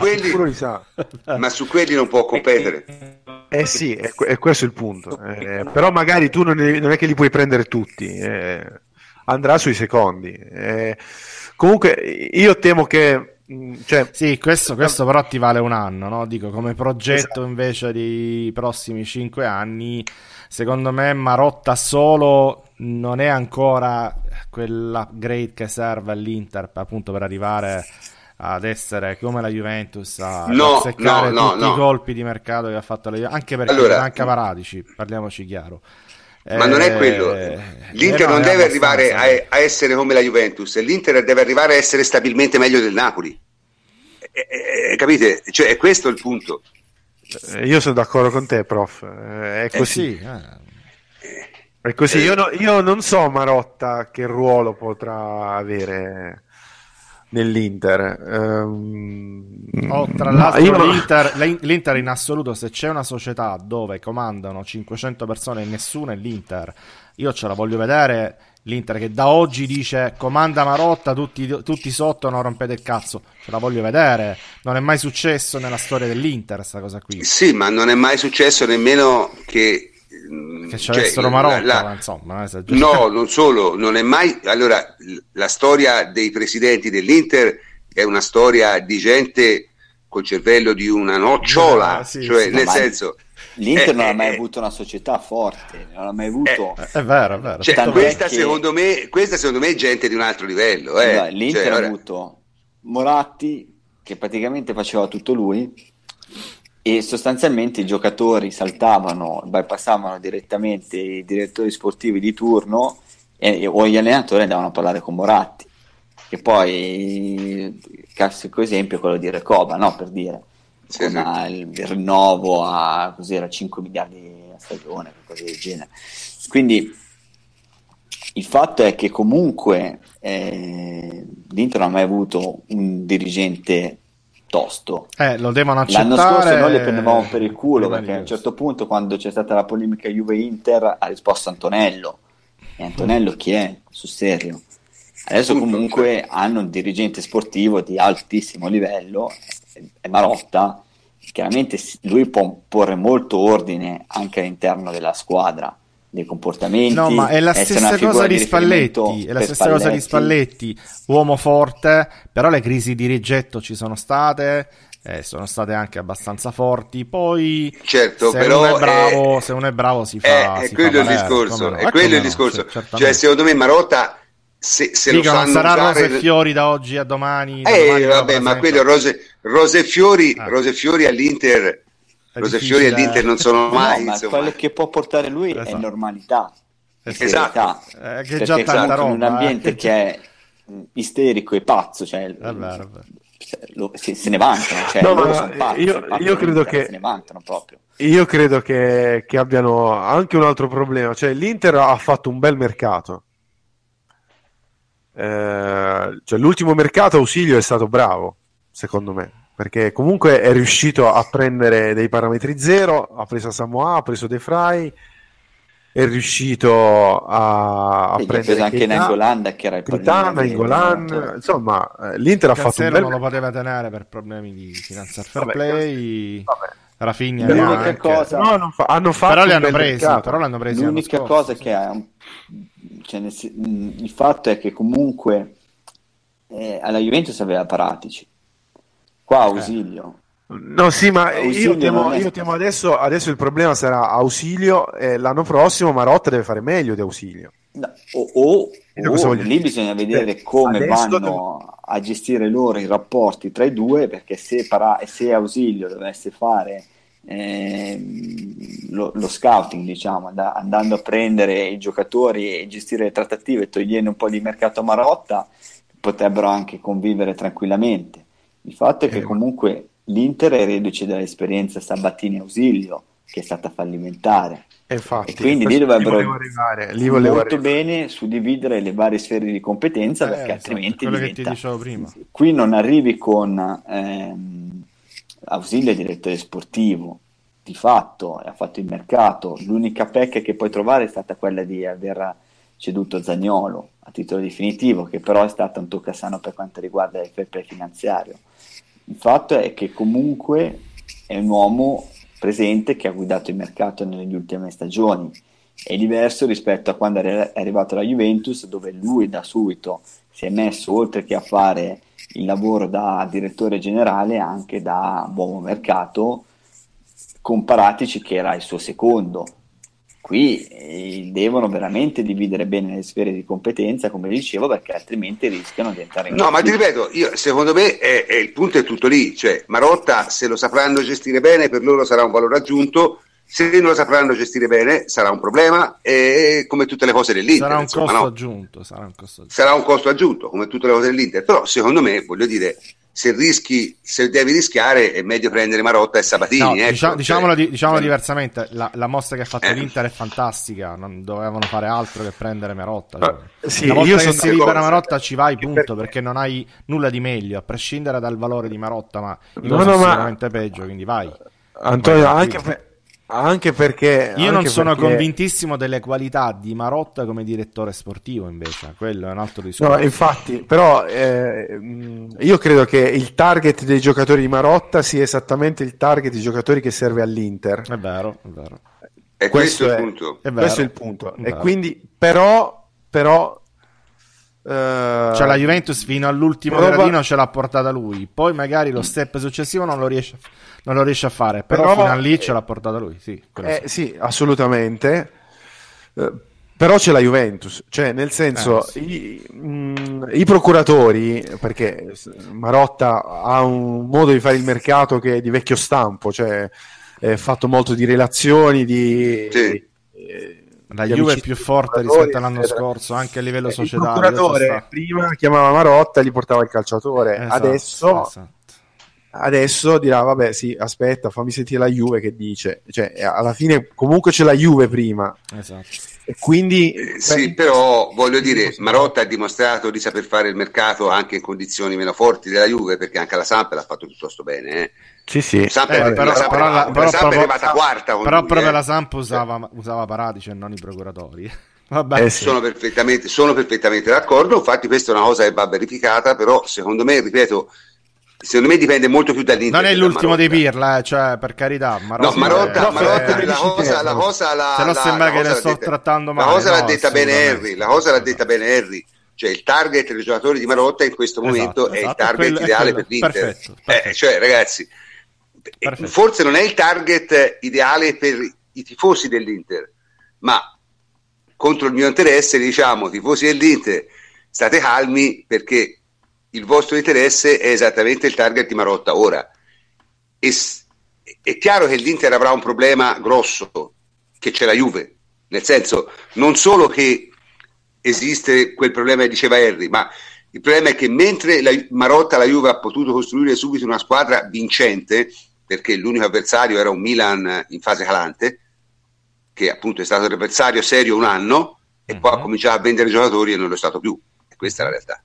Speaker 1: ma su quelli non può competere.
Speaker 3: Sì, è questo il punto. Però magari tu non è che li puoi prendere tutti, andrà sui secondi. Comunque io temo che
Speaker 6: sì, questo però ti vale un anno, no? Dico, come progetto, esatto. Invece dei prossimi 5 anni, secondo me Marotta solo non è ancora quell'upgrade che serve all'Inter, appunto, per arrivare ad essere come la Juventus, a seccare tutti i colpi di mercato che ha fatto la Juventus, anche perché manca Paratici, parliamoci chiaro.
Speaker 1: Ma non è quello, l'Inter non deve arrivare a essere come la Juventus, l'Inter deve arrivare a essere stabilmente meglio del Napoli, capite? Cioè, è questo il punto.
Speaker 3: Io sono d'accordo con te, prof, è così. È così. Io non so Marotta che ruolo potrà avere nell'Inter.
Speaker 6: Tra l'altro l'Inter in assoluto, se c'è una società dove comandano 500 persone e nessuno è l'Inter, io ce la voglio vedere. L'Inter che da oggi dice comanda Marotta, tutti sotto, non rompete il cazzo, ce la voglio vedere. Non è mai successo nella storia dell'Inter sta cosa qui.
Speaker 1: Sì, ma non è mai successo nemmeno che
Speaker 6: c'avessero Marotta, insomma,
Speaker 1: no, non solo, non è mai. Allora, la storia dei presidenti dell'Inter è una storia di gente col cervello di una nocciola, nel senso,
Speaker 4: l'Inter non ha mai avuto una società forte, non ha mai avuto.
Speaker 6: È vero.
Speaker 1: Cioè, questa secondo me è gente di un altro livello.
Speaker 4: Allora, l'Inter ha avuto Moratti, che praticamente faceva tutto lui, e sostanzialmente i giocatori saltavano, bypassavano direttamente i direttori sportivi di turno o gli allenatori andavano a parlare con Moratti, che poi il classico esempio è quello di Recoba, no? Per dire, il rinnovo a 5 miliardi a stagione, cose del genere. Quindi il fatto è che comunque l'Inter non ha mai avuto un dirigente tosto.
Speaker 6: Lo devono accettare.
Speaker 4: L'anno scorso noi le prendevamo per il culo, perché a un certo punto, quando c'è stata la polemica Juve-Inter, ha risposto Antonello. E Antonello chi è? Sul serio. Adesso comunque hanno un dirigente sportivo di altissimo livello, è Marotta. Chiaramente lui può porre molto ordine anche all'interno della squadra, dei comportamenti.
Speaker 6: No, ma è la stessa cosa di Spalletti, uomo forte, però le crisi di rigetto ci sono state anche abbastanza forti. Poi
Speaker 1: certo,
Speaker 6: se
Speaker 1: però
Speaker 6: uno è bravo si fa.
Speaker 1: È quello il discorso, è quello il discorso. Cioè, secondo me Marotta, se lo sanno
Speaker 6: sarà
Speaker 1: usare...
Speaker 6: Rose e Fiori da oggi a domani.
Speaker 1: Vabbè, ma quello Rose e Fiori all'Inter Rosacchioli all'Inter non sono mai,
Speaker 4: ma
Speaker 1: insomma.
Speaker 4: quello che può portare lui è normalità,
Speaker 1: esatto.
Speaker 6: Che già tanta roba,
Speaker 4: in un ambiente che è isterico e pazzo, cioè
Speaker 6: vabbè.
Speaker 4: Se ne vantano, cioè
Speaker 3: No,
Speaker 4: loro
Speaker 3: ma
Speaker 4: sono pazzi,
Speaker 3: io credo che
Speaker 4: se ne vantano proprio.
Speaker 3: Io credo che abbiano anche un altro problema, cioè l'Inter ha fatto un bel mercato. Cioè, l'ultimo mercato Ausilio è stato bravo, secondo me, perché comunque è riuscito a prendere dei parametri zero, ha preso Samoa, ha preso De Vrij, è riuscito a
Speaker 4: Sì,
Speaker 3: prendere
Speaker 4: anche Nainggolan, che era il
Speaker 3: Nainggolan, insomma, l'Inter ha fatto un bel
Speaker 6: non lo poteva tenere per problemi di finanzial fair
Speaker 3: Vabbè,
Speaker 6: play.
Speaker 3: vabbè.
Speaker 6: Rafinha
Speaker 4: l'unica cosa,
Speaker 3: no, hanno fatto
Speaker 6: però li
Speaker 3: un
Speaker 6: hanno
Speaker 3: bel
Speaker 6: presi,
Speaker 3: mercato.
Speaker 6: però l'hanno presi
Speaker 4: l'unica cosa che il fatto è che comunque alla Juventus aveva Paratici, qua Ausilio.
Speaker 3: No, sì, ma io temo adesso il problema sarà Ausilio, l'anno prossimo Marotta deve fare meglio di Ausilio.
Speaker 4: No, lì bisogna vedere come vanno a gestire loro i rapporti tra i due, perché se Ausilio dovesse fare lo scouting, diciamo, andando a prendere i giocatori e gestire le trattative, togliendo un po' di mercato a Marotta, potrebbero anche convivere tranquillamente. Il fatto è che comunque l'Inter è reduce dall'esperienza Sabatini Ausilio, che è stata fallimentare.
Speaker 3: Infatti,
Speaker 4: e quindi lì dovrebbero
Speaker 3: molto
Speaker 4: bene suddividere le varie sfere di competenza, perché altrimenti
Speaker 6: quello che ti dicevo prima.
Speaker 4: Qui non arrivi con Ausilio direttore sportivo, di fatto ha fatto il mercato, l'unica pecca che puoi trovare è stata quella di aver ceduto Zaniolo a titolo definitivo, che però è stato un toccasano per quanto riguarda il fair play finanziario. Il fatto è che comunque è un uomo presente che ha guidato il mercato nelle ultime stagioni, è diverso rispetto a quando è arrivato alla Juventus, dove lui da subito si è messo, oltre che a fare il lavoro da direttore generale, anche da uomo mercato, con Paratici che era il suo secondo. Qui devono veramente dividere bene le sfere di competenza, come dicevo, perché altrimenti rischiano di entrare in
Speaker 1: ma ti ripeto, secondo me il punto è tutto lì, cioè Marotta, se lo sapranno gestire bene, per loro sarà un valore aggiunto, se non lo sapranno gestire bene sarà un problema, e come tutte le cose dell'Inter
Speaker 6: sarà un
Speaker 1: costo aggiunto come tutte le cose dell'Inter. Però secondo me, voglio dire, se devi rischiare è meglio prendere Marotta e Sabatini.
Speaker 6: No, diciamolo diversamente, la mossa che ha fatto l'Inter è fantastica, non dovevano fare altro che prendere Marotta.
Speaker 3: Sì,
Speaker 6: una volta che si libera Marotta ci vai, punto, perché non hai nulla di meglio, a prescindere dal valore di Marotta, ma è sicuramente peggio, quindi vai.
Speaker 3: Antonio, anche perché
Speaker 6: io non sono convintissimo delle qualità di Marotta come direttore sportivo, invece quello è un altro discorso.
Speaker 3: No, infatti, però io credo che il target dei giocatori di Marotta sia esattamente il target di giocatori che serve all'Inter.
Speaker 6: È vero.
Speaker 1: E questo è il punto.
Speaker 3: Questo è il punto. E quindi però
Speaker 6: cioè la Juventus fino all'ultimo gradino ce l'ha portata lui, poi magari lo step successivo non lo riesce a fare, però fino a lì ce l'ha portata lui,
Speaker 3: sì, assolutamente. Però c'è la Juventus, cioè nel senso i procuratori, perché Marotta ha un modo di fare il mercato che è di vecchio stampo, cioè è fatto molto di relazioni,
Speaker 6: la Juve è più forte rispetto all'anno scorso, anche a livello societario.
Speaker 3: Il procuratore prima chiamava Marotta e gli portava il calciatore. Adesso dirà vabbè, sì, aspetta, fammi sentire la Juve che dice, cioè alla fine comunque c'è la Juve prima.
Speaker 6: Esatto.
Speaker 3: E quindi
Speaker 1: sì, però voglio dire, Marotta ha dimostrato di saper fare il mercato anche in condizioni meno forti della Juve, perché anche la Samp l'ha fatto piuttosto bene.
Speaker 3: Sì.
Speaker 1: La Samp è arrivata quarta.
Speaker 6: Però proprio la Samp usava Paratici e non i procuratori.
Speaker 1: Vabbè. Sono perfettamente d'accordo. Infatti, questa è una cosa che va verificata. Però, secondo me dipende molto più dall'Inter.
Speaker 6: Non è l'ultimo dei Pirla, cioè, per carità.
Speaker 1: Marotta la cosa
Speaker 6: se no sembra che le sto trattando male.
Speaker 1: La cosa l'ha detta bene Henry. Cioè, il target dei giocatori di Marotta in questo momento è il target ideale per l'Inter. Perfetto. Cioè, ragazzi, forse non è il target ideale per i tifosi dell'Inter, ma contro il mio interesse, diciamo, tifosi dell'Inter, state calmi, perché il vostro interesse è esattamente il target di Marotta ora, e è chiaro che l'Inter avrà un problema grosso, che c'è la Juve, nel senso, non solo che esiste quel problema che diceva Henry, ma il problema è che mentre Marotta, la Juve, ha potuto costruire subito una squadra vincente, perché l'unico avversario era un Milan in fase calante, che appunto è stato l'avversario serio un anno, e poi ha cominciato a vendere giocatori e non lo è stato più. E questa è la realtà.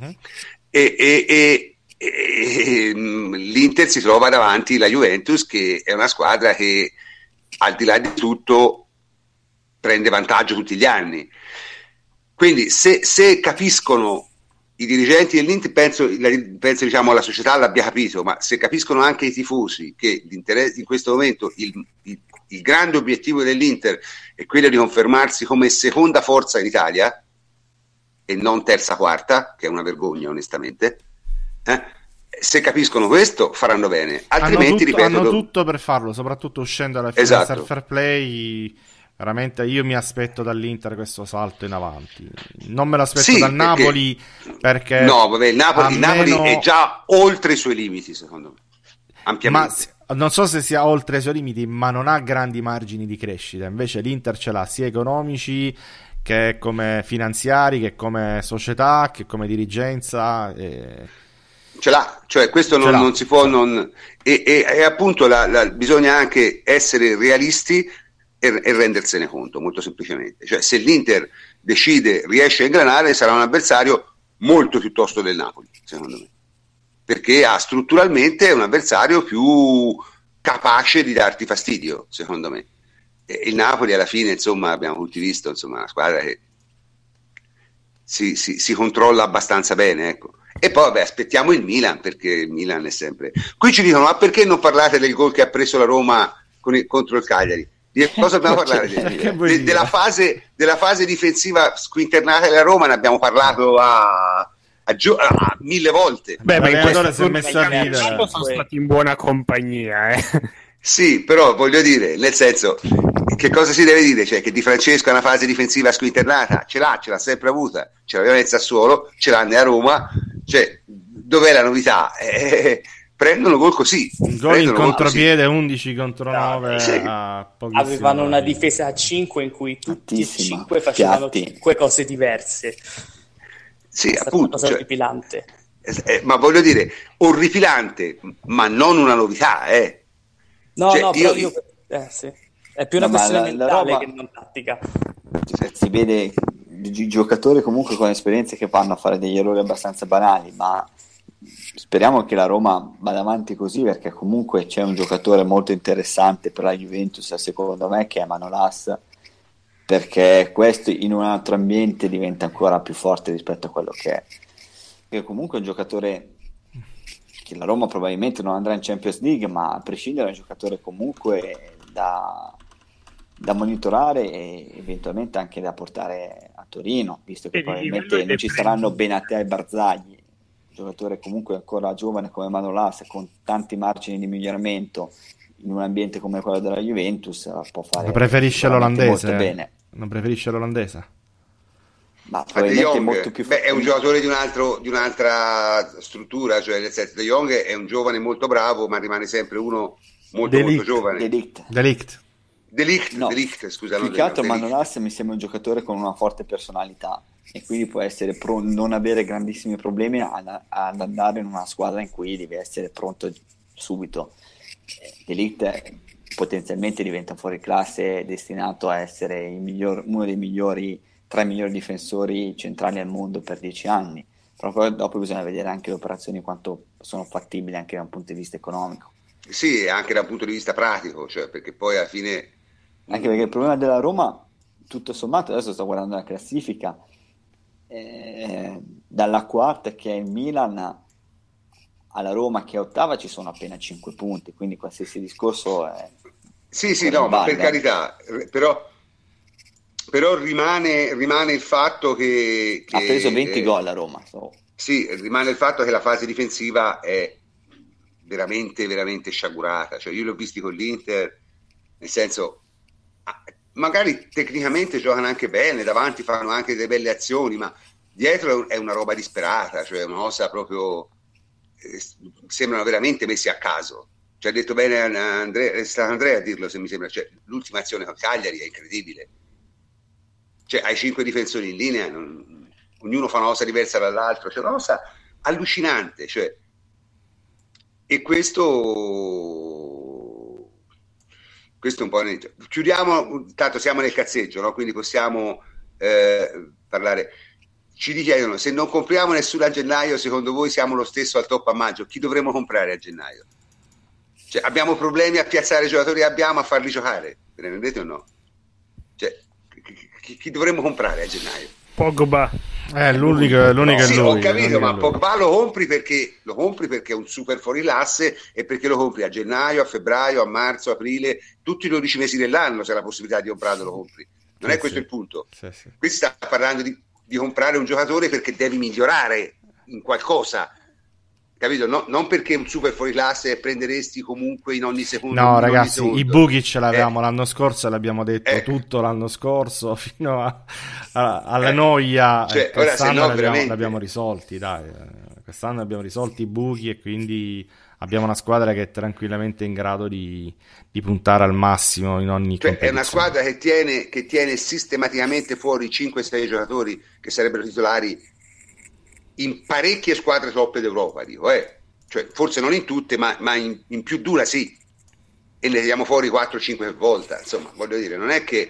Speaker 1: E l'Inter si trova davanti la Juventus, che è una squadra che al di là di tutto prende vantaggio tutti gli anni. Quindi se capiscono i dirigenti dell'Inter, penso diciamo la società l'abbia capito, ma se capiscono anche i tifosi che in questo momento il grande obiettivo dell'Inter è quello di confermarsi come seconda forza in Italia e non terza quarta, che è una vergogna onestamente, se capiscono questo faranno bene, altrimenti
Speaker 6: hanno tutto per farlo, soprattutto uscendo dalla fine del fair play. Veramente io mi aspetto dall'Inter questo salto in avanti, non me lo aspetto dal Napoli, perché
Speaker 1: no, vabbè, il Napoli è già oltre i suoi limiti, secondo me, ampiamente.
Speaker 6: Ma non so se sia oltre i suoi limiti, ma non ha grandi margini di crescita. Invece l'Inter ce l'ha sia economici che come finanziari, che come società, che come dirigenza.
Speaker 1: Ce l'ha, cioè questo non si può non... E appunto bisogna anche essere realisti e rendersene conto, molto semplicemente. Cioè, se l'Inter riesce a ingranare, sarà un avversario molto più tosto del Napoli, secondo me, perché strutturalmente è un avversario più capace di darti fastidio, secondo me. E il Napoli alla fine, insomma, abbiamo tutti visto, insomma, una squadra che si controlla abbastanza bene, ecco. E poi vabbè, aspettiamo il Milan, perché il Milan è sempre... Qui ci dicono, ma perché non parlate del gol che ha preso la Roma contro il Cagliari? Di cosa dobbiamo parlare? Della fase difensiva squinternata della Roma ne abbiamo parlato a 1000 volte.
Speaker 5: Beh, ma in questo
Speaker 6: si è messo a ridere.
Speaker 5: sono stati in buona compagnia,
Speaker 1: Sì, però voglio dire, nel senso, che cosa si deve dire? Cioè, che Di Francesco è una fase difensiva squinternata? Ce l'ha sempre avuta, ce l'aveva nel Sassuolo, ce l'ha a Roma, cioè, dov'è la novità? Prendono gol così.
Speaker 6: Un gol in contropiede, 11 contro 9.
Speaker 1: Sì.
Speaker 2: Avevano una difesa a 5 in cui tutti e 5 facevano 5 cose diverse.
Speaker 1: Sì,
Speaker 2: è
Speaker 1: appunto.
Speaker 2: Una cosa orripilante.
Speaker 1: Ma voglio dire, orripilante, ma non una novità,
Speaker 2: No,
Speaker 1: cioè,
Speaker 2: no, però sì. È più una questione mentale
Speaker 4: roba...
Speaker 2: che non tattica.
Speaker 4: Si vede i giocatori comunque con esperienze che vanno a fare degli errori abbastanza banali, ma speriamo che la Roma vada avanti così, perché comunque c'è un giocatore molto interessante per la Juventus, secondo me, che è Manolas, perché questo in un altro ambiente diventa ancora più forte rispetto a quello che è. Che comunque è un giocatore che la Roma probabilmente non andrà in Champions League, ma a prescindere è un giocatore comunque da monitorare e eventualmente anche da portare a Torino, visto che probabilmente non ci saranno Benatia e Barzagli, giocatore comunque ancora giovane come Manolas, con tanti margini di miglioramento in un ambiente come quello della Juventus, può fare.
Speaker 6: Preferisce l'olandese?
Speaker 4: Molto bene.
Speaker 6: Non preferisce l'olandese?
Speaker 4: Ma probabilmente molto più
Speaker 1: è un giocatore di un'altra struttura, cioè nel senso, De Jong è un giovane molto bravo, ma rimane sempre uno molto giovane. Delict, scusa.
Speaker 4: Più che altro Manolas mi sembra un giocatore con una forte personalità e quindi può essere non avere grandissimi problemi ad andare in una squadra in cui deve essere pronto subito. Delict potenzialmente diventa fuori classe, destinato a essere uno dei migliori 3 migliori difensori centrali al mondo per 10 anni, però poi dopo bisogna vedere anche le operazioni quanto sono fattibili anche da un punto di vista economico.
Speaker 1: Sì, anche da un punto di vista pratico, cioè perché poi alla fine...
Speaker 4: Anche perché il problema della Roma, tutto sommato, adesso sto guardando la classifica, dalla quarta che è il Milan alla Roma che è ottava ci sono appena 5 punti, quindi qualsiasi discorso è...
Speaker 1: Sì, no, ma per carità, però rimane il fatto che
Speaker 4: ha preso 20 gol a Roma.
Speaker 1: Sì, rimane il fatto che la fase difensiva è veramente, veramente sciagurata. Cioè, io l'ho visti con l'Inter, nel senso, magari tecnicamente giocano anche bene, davanti fanno anche delle belle azioni, ma dietro è una roba disperata, cioè una cosa proprio... sembrano veramente messi a caso. ci ha detto bene Andrea, è stato Andrea a dirlo, se mi sembra, cioè, l'ultima azione con Cagliari è incredibile, cioè hai 5 difensori in linea, ognuno fa una cosa diversa dall'altro, cioè una cosa allucinante, cioè. E questo è un po'. Chiudiamo, tanto siamo nel cazzeggio, no? Quindi possiamo parlare. Ci richiedono, se non compriamo nessuno a gennaio, secondo voi siamo lo stesso al top a maggio? Chi dovremmo comprare a gennaio? Cioè, abbiamo problemi a piazzare i giocatori che abbiamo, a farli giocare, ve ne rendete o no? Cioè, chi dovremmo comprare a gennaio?
Speaker 5: Pogba.
Speaker 6: L'unico
Speaker 1: sì,
Speaker 6: è lui.
Speaker 1: Ho capito, ma Pogba lo compri perché è un super fuoriclasse e perché lo compri a gennaio, a febbraio, a marzo, aprile, tutti i 12 mesi dell'anno, se hai la possibilità di comprarlo lo compri. Non è questo il punto.
Speaker 6: Sì.
Speaker 1: Qui si sta parlando di comprare un giocatore perché devi migliorare in qualcosa, capito? No, non perché è un super fuoriclasse e prenderesti comunque in ogni secondo.
Speaker 6: No, ragazzi, i buchi ce l'avevamo l'anno scorso, l'abbiamo detto tutto l'anno scorso fino alla noia.
Speaker 1: Cioè,
Speaker 6: quest'anno
Speaker 1: ora, se no,
Speaker 6: l'abbiamo risolti, dai. Quest'anno abbiamo risolti i buchi e quindi abbiamo una squadra che è tranquillamente in grado di puntare al massimo in ogni competizione.
Speaker 1: È una squadra che tiene sistematicamente fuori 5-6 giocatori che sarebbero titolari in parecchie squadre top d'Europa, dico, cioè, forse non in tutte, ma in più di una sì, e ne tiriamo fuori 4-5 volte, insomma, voglio dire, non è che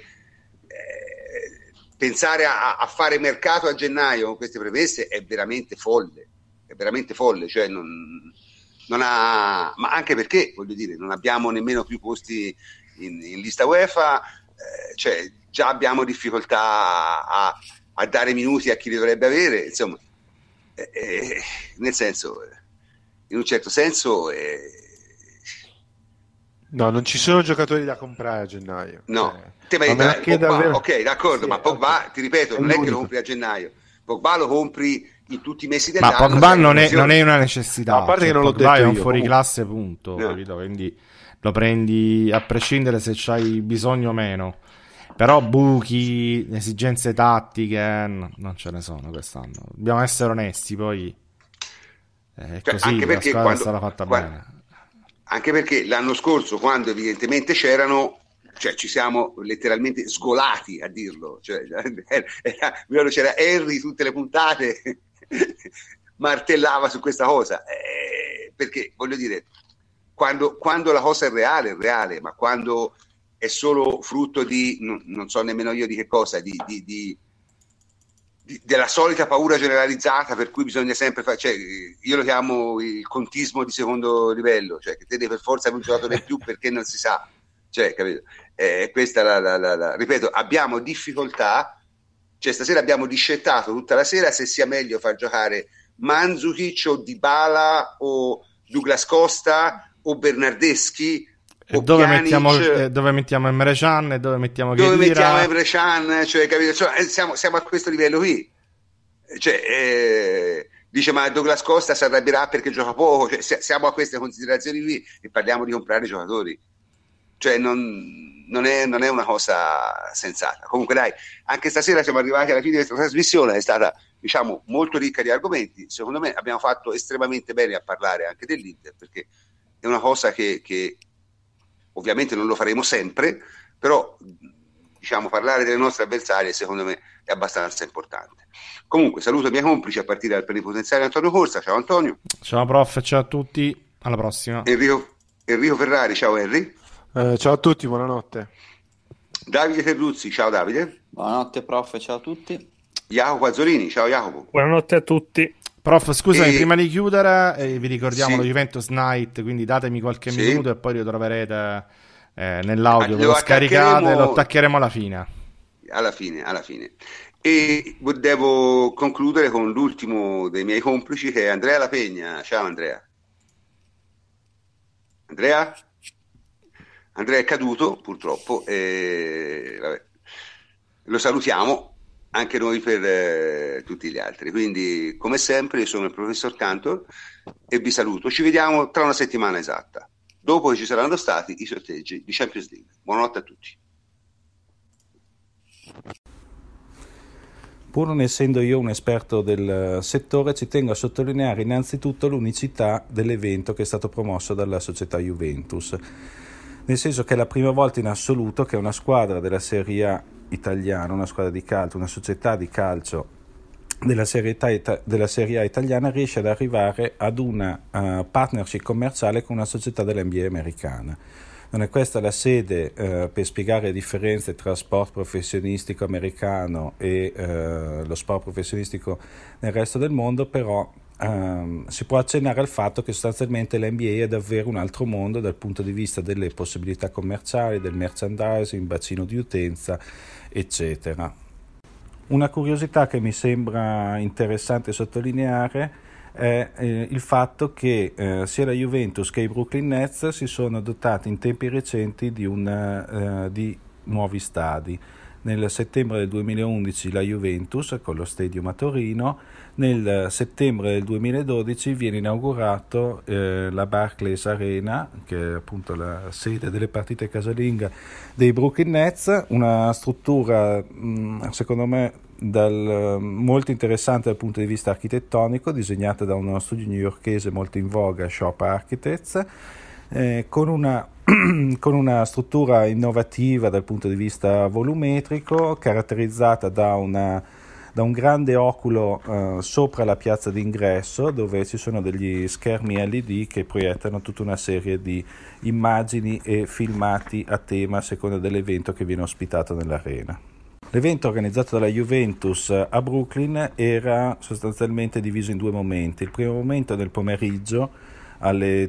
Speaker 1: pensare a fare mercato a gennaio con queste premesse è veramente folle, cioè non ha, ma anche perché, voglio dire, non abbiamo nemmeno più posti in lista UEFA, cioè già abbiamo difficoltà a dare minuti a chi li dovrebbe avere, insomma, nel senso, in un certo senso,
Speaker 3: no, non ci sono giocatori da comprare a gennaio.
Speaker 1: No,
Speaker 3: davvero...
Speaker 1: ok, d'accordo, sì, ma Pogba,
Speaker 3: okay.
Speaker 1: Ti ripeto, non è che lo compri a gennaio, Pogba lo compri in tutti i mesi dell'anno.
Speaker 6: Ma Pogba non è una necessità,
Speaker 3: no, a parte, cioè, che non l'ho
Speaker 6: Pogba
Speaker 3: detto
Speaker 6: è un
Speaker 3: io,
Speaker 6: fuoriclasse, punto, no. Capito? Quindi lo prendi a prescindere se c'hai bisogno o meno. Però buchi, esigenze tattiche non ce ne sono quest'anno. Dobbiamo essere onesti, poi è così,
Speaker 1: anche perché
Speaker 6: la squadra è stata fatta bene.
Speaker 1: Anche perché l'anno scorso, quando evidentemente c'erano, cioè ci siamo letteralmente sgolati a dirlo, cioè, c'era Henry tutte le puntate martellava su questa cosa, perché voglio dire, quando la cosa è reale, ma quando è solo frutto di non so nemmeno io di che cosa, della solita paura generalizzata per cui bisogna sempre fare, cioè, io lo chiamo il contismo di secondo livello, cioè che te devi per forza avere un giocatore in più perché non si sa, cioè, capito? Questa ripeto, abbiamo difficoltà, cioè stasera abbiamo discettato tutta la sera se sia meglio far giocare Mandzukic o Dybala o Douglas Costa o Bernardeschi.
Speaker 6: E dove mettiamo Emre Can e dove mettiamo Khedira?
Speaker 1: Dove mettiamo Emre Can, cioè, capito? Cioè, siamo a questo livello qui. Cioè, dice ma Douglas Costa si arrabbierà perché gioca poco, cioè, siamo a queste considerazioni qui e parliamo di comprare giocatori. Cioè non è una cosa sensata. Comunque dai, anche stasera siamo arrivati alla fine di questa trasmissione, è stata, diciamo, molto ricca di argomenti. Secondo me abbiamo fatto estremamente bene a parlare anche dell'Inter, perché è una cosa che ovviamente non lo faremo sempre, però diciamo parlare delle nostre avversarie secondo me è abbastanza importante. Comunque saluto i miei complici a partire dal plenipotenziario Antonio Corsa. Ciao Antonio.
Speaker 6: Ciao prof, ciao a tutti, alla prossima.
Speaker 1: Enrico Ferrari, ciao Henry.
Speaker 3: Ciao a tutti, buonanotte.
Speaker 1: Davide Terruzzi, ciao Davide.
Speaker 4: Buonanotte prof, ciao a tutti.
Speaker 1: Jacopo Azzolini, ciao Jacopo.
Speaker 5: Buonanotte a tutti.
Speaker 6: Prof, scusami, prima di chiudere vi ricordiamo
Speaker 1: sì,
Speaker 6: lo Juventus Night, quindi datemi qualche
Speaker 1: sì,
Speaker 6: minuto e poi lo troverete nell'audio, ve lo scaricate e lo attaccheremo alla fine. Alla fine.
Speaker 1: E devo concludere con l'ultimo dei miei complici, che è Andrea La Pegna. Ciao Andrea. Andrea è caduto purtroppo, vabbè. Lo salutiamo anche noi per tutti gli altri. Quindi, come sempre, io sono il professor Cantor e vi saluto. Ci vediamo tra una settimana esatta, dopo che ci saranno stati i sorteggi di Champions League. Buonanotte a tutti.
Speaker 7: Pur non essendo io un esperto del settore, ci tengo a sottolineare innanzitutto l'unicità dell'evento che è stato promosso dalla società Juventus, nel senso che è la prima volta in assoluto che una squadra della Serie A italiana, una squadra di calcio, una società di calcio della Serie A italiana riesce ad arrivare ad una partnership commerciale con una società dell'NBA americana. Non è questa la sede per spiegare le differenze tra sport professionistico americano e lo sport professionistico nel resto del mondo, però si può accennare al fatto che sostanzialmente l'NBA è davvero un altro mondo dal punto di vista delle possibilità commerciali, del merchandising, bacino di utenza, eccetera. Una curiosità che mi sembra interessante sottolineare è il fatto che sia la Juventus che i Brooklyn Nets si sono dotati in tempi recenti di nuovi stadi. Nel settembre del 2011 la Juventus con lo Stadium a Torino, nel settembre del 2012 viene inaugurato la Barclays Arena, che è appunto la sede delle partite casalinghe dei Brooklyn Nets, una struttura secondo me molto interessante dal punto di vista architettonico, disegnata da uno studio newyorkese molto in voga, Shop Architects, con una struttura innovativa dal punto di vista volumetrico, caratterizzata da un grande oculo sopra la piazza d'ingresso, dove ci sono degli schermi LED che proiettano tutta una serie di immagini e filmati a tema a seconda dell'evento che viene ospitato nell'arena. L'evento organizzato dalla Juventus a Brooklyn era sostanzialmente diviso in due momenti. Il primo momento nel pomeriggio alle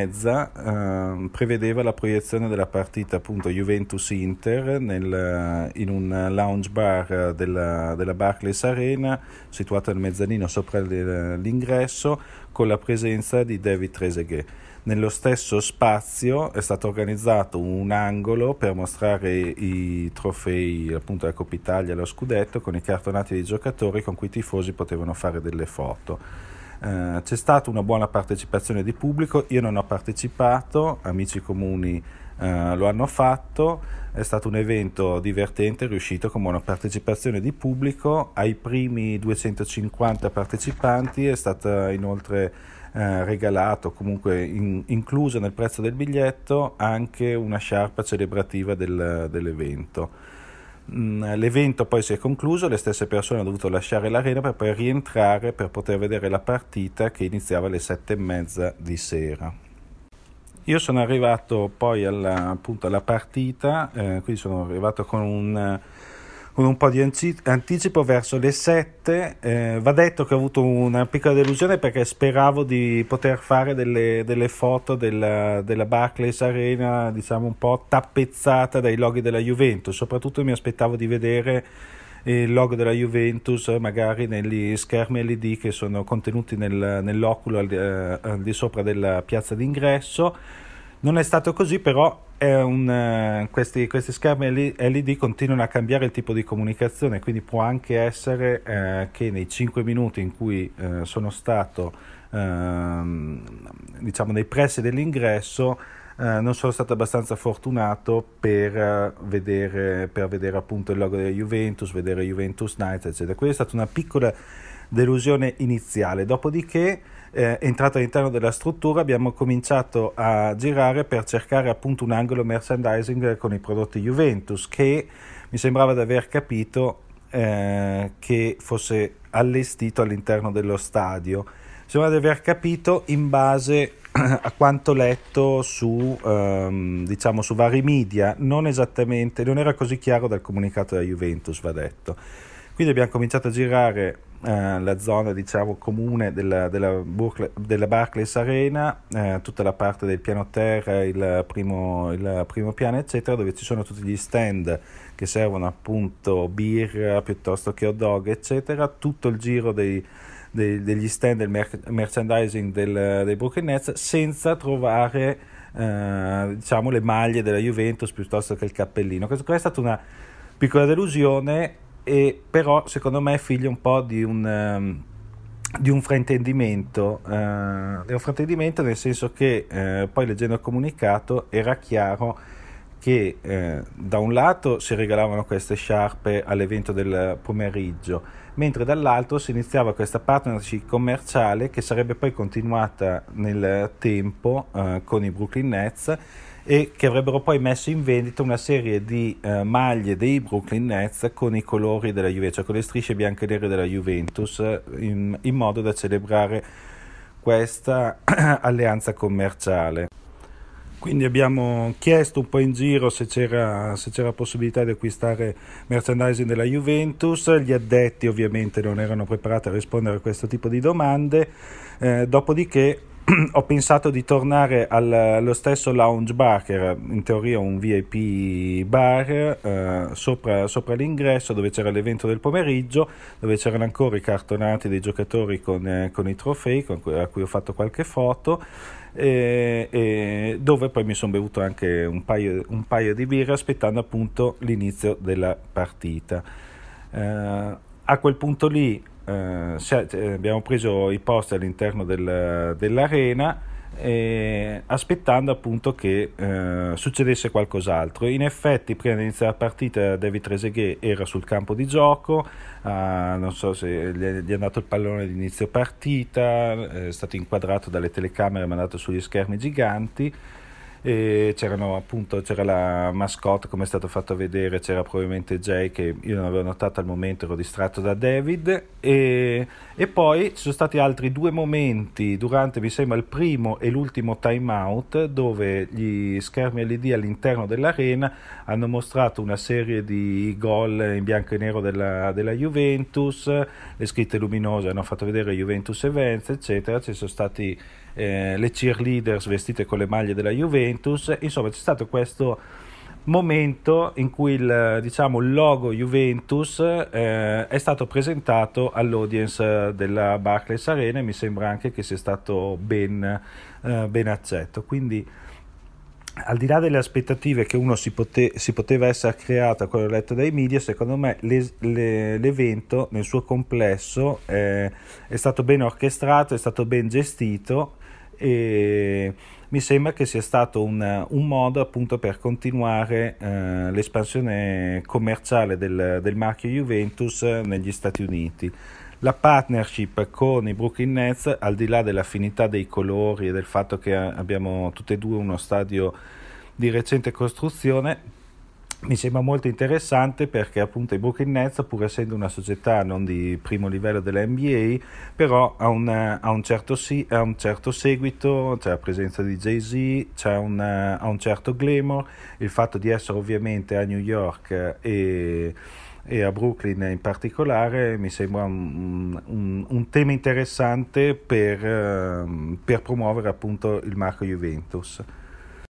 Speaker 7: 2:30 prevedeva la proiezione della partita appunto Juventus-Inter in un lounge bar della Barclays Arena situato nel mezzanino sopra l'ingresso, con la presenza di David Trezeguet. Nello stesso spazio è stato organizzato un angolo per mostrare i trofei appunto della Coppa Italia e lo scudetto con i cartonati dei giocatori con cui i tifosi potevano fare delle foto. C'è stata una buona partecipazione di pubblico, io non ho partecipato, amici comuni lo hanno fatto, è stato un evento divertente, riuscito con buona partecipazione di pubblico. Ai primi 250 partecipanti è stata inoltre regalato, comunque incluso nel prezzo del biglietto, anche una sciarpa celebrativa dell'evento. L'evento poi si è concluso, le stesse persone hanno dovuto lasciare l'arena per poi rientrare per poter vedere la partita che iniziava alle 7:30 di sera. Io sono arrivato poi alla partita, quindi sono arrivato con un po' di anticipo verso le 7. Va detto che ho avuto una piccola delusione perché speravo di poter fare delle foto della Barclays Arena, diciamo un po' tappezzata dai loghi della Juventus. Soprattutto mi aspettavo di vedere il logo della Juventus magari negli schermi LED che sono contenuti nell'oculo al di sopra della piazza d'ingresso. Non è stato così, però questi schermi LED continuano a cambiare il tipo di comunicazione, quindi può anche essere che nei 5 minuti in cui sono stato diciamo nei pressi dell'ingresso non sono stato abbastanza fortunato per vedere appunto il logo della Juventus, vedere Juventus Nights, eccetera. Questa è stata una piccola delusione iniziale. Dopodiché, entrato all'interno della struttura, abbiamo cominciato a girare per cercare appunto un angolo merchandising con i prodotti Juventus, che mi sembrava di aver capito che fosse allestito all'interno dello stadio. Mi sembrava di aver capito in base a quanto letto su vari media, non era così chiaro dal comunicato della Juventus, va detto. Quindi abbiamo cominciato a girare la zona comune della Barclays Arena, tutta la parte del piano terra, il primo piano eccetera, dove ci sono tutti gli stand che servono appunto birra piuttosto che hot dog eccetera, tutto il giro degli stand del merchandising dei Brooklyn Nets, senza trovare le maglie della Juventus piuttosto che il cappellino. Questa è stata una piccola delusione, e però secondo me è figlio un po' di un fraintendimento, nel senso che poi leggendo il comunicato era chiaro che da un lato si regalavano queste sciarpe all'evento del pomeriggio, mentre dall'altro si iniziava questa partnership commerciale che sarebbe poi continuata nel tempo con i Brooklyn Nets, e che avrebbero poi messo in vendita una serie di maglie dei Brooklyn Nets con i colori della Juventus, cioè con le strisce bianche e nere della Juventus, in modo da celebrare questa alleanza commerciale. Quindi abbiamo chiesto un po' in giro se c'era possibilità di acquistare merchandising della Juventus. Gli addetti ovviamente non erano preparati a rispondere a questo tipo di domande, dopodiché ho pensato di tornare allo stesso lounge bar, che era in teoria un VIP bar, sopra l'ingresso, dove c'era l'evento del pomeriggio, dove c'erano ancora i cartonati dei giocatori con i trofei, a cui ho fatto qualche foto, e dove poi mi sono bevuto anche un paio di birre, aspettando appunto l'inizio della partita. A quel punto lì abbiamo preso i posti all'interno dell'arena, aspettando appunto che succedesse qualcos'altro. In effetti prima di iniziare la partita David Trezeguet era sul campo di gioco, non so se gli è andato il pallone di inizio partita, è stato inquadrato dalle telecamere e mandato sugli schermi giganti. E c'era la mascotte, come è stato fatto vedere, c'era probabilmente Jay, che io non avevo notato al momento, ero distratto da David, e poi ci sono stati altri due momenti durante, mi sembra, il primo e l'ultimo time out, dove gli schermi LED all'interno dell'arena hanno mostrato una serie di gol in bianco e nero della Juventus, le scritte luminose hanno fatto vedere Juventus Events, eccetera. Ci sono stati le cheerleaders vestite con le maglie della Juventus. Insomma, c'è stato questo momento in cui il logo Juventus è stato presentato all'audience della Barclays Arena, e mi sembra anche che sia stato ben accetto. Quindi, al di là delle aspettative che uno si poteva essere creato a quello letto dai media, secondo me l'evento nel suo complesso è stato ben orchestrato, è stato ben gestito, e mi sembra che sia stato un modo appunto per continuare l'espansione commerciale del marchio Juventus negli Stati Uniti. La partnership con i Brooklyn Nets, al di là dell'affinità dei colori e del fatto che abbiamo tutte e due uno stadio di recente costruzione, mi sembra molto interessante, perché appunto i Brooklyn Nets, pur essendo una società non di primo livello della NBA, però ha un certo seguito, c'è la presenza di Jay-Z, ha un certo glamour, il fatto di essere ovviamente a New York e a Brooklyn in particolare mi sembra un tema interessante per promuovere appunto il marchio Juventus.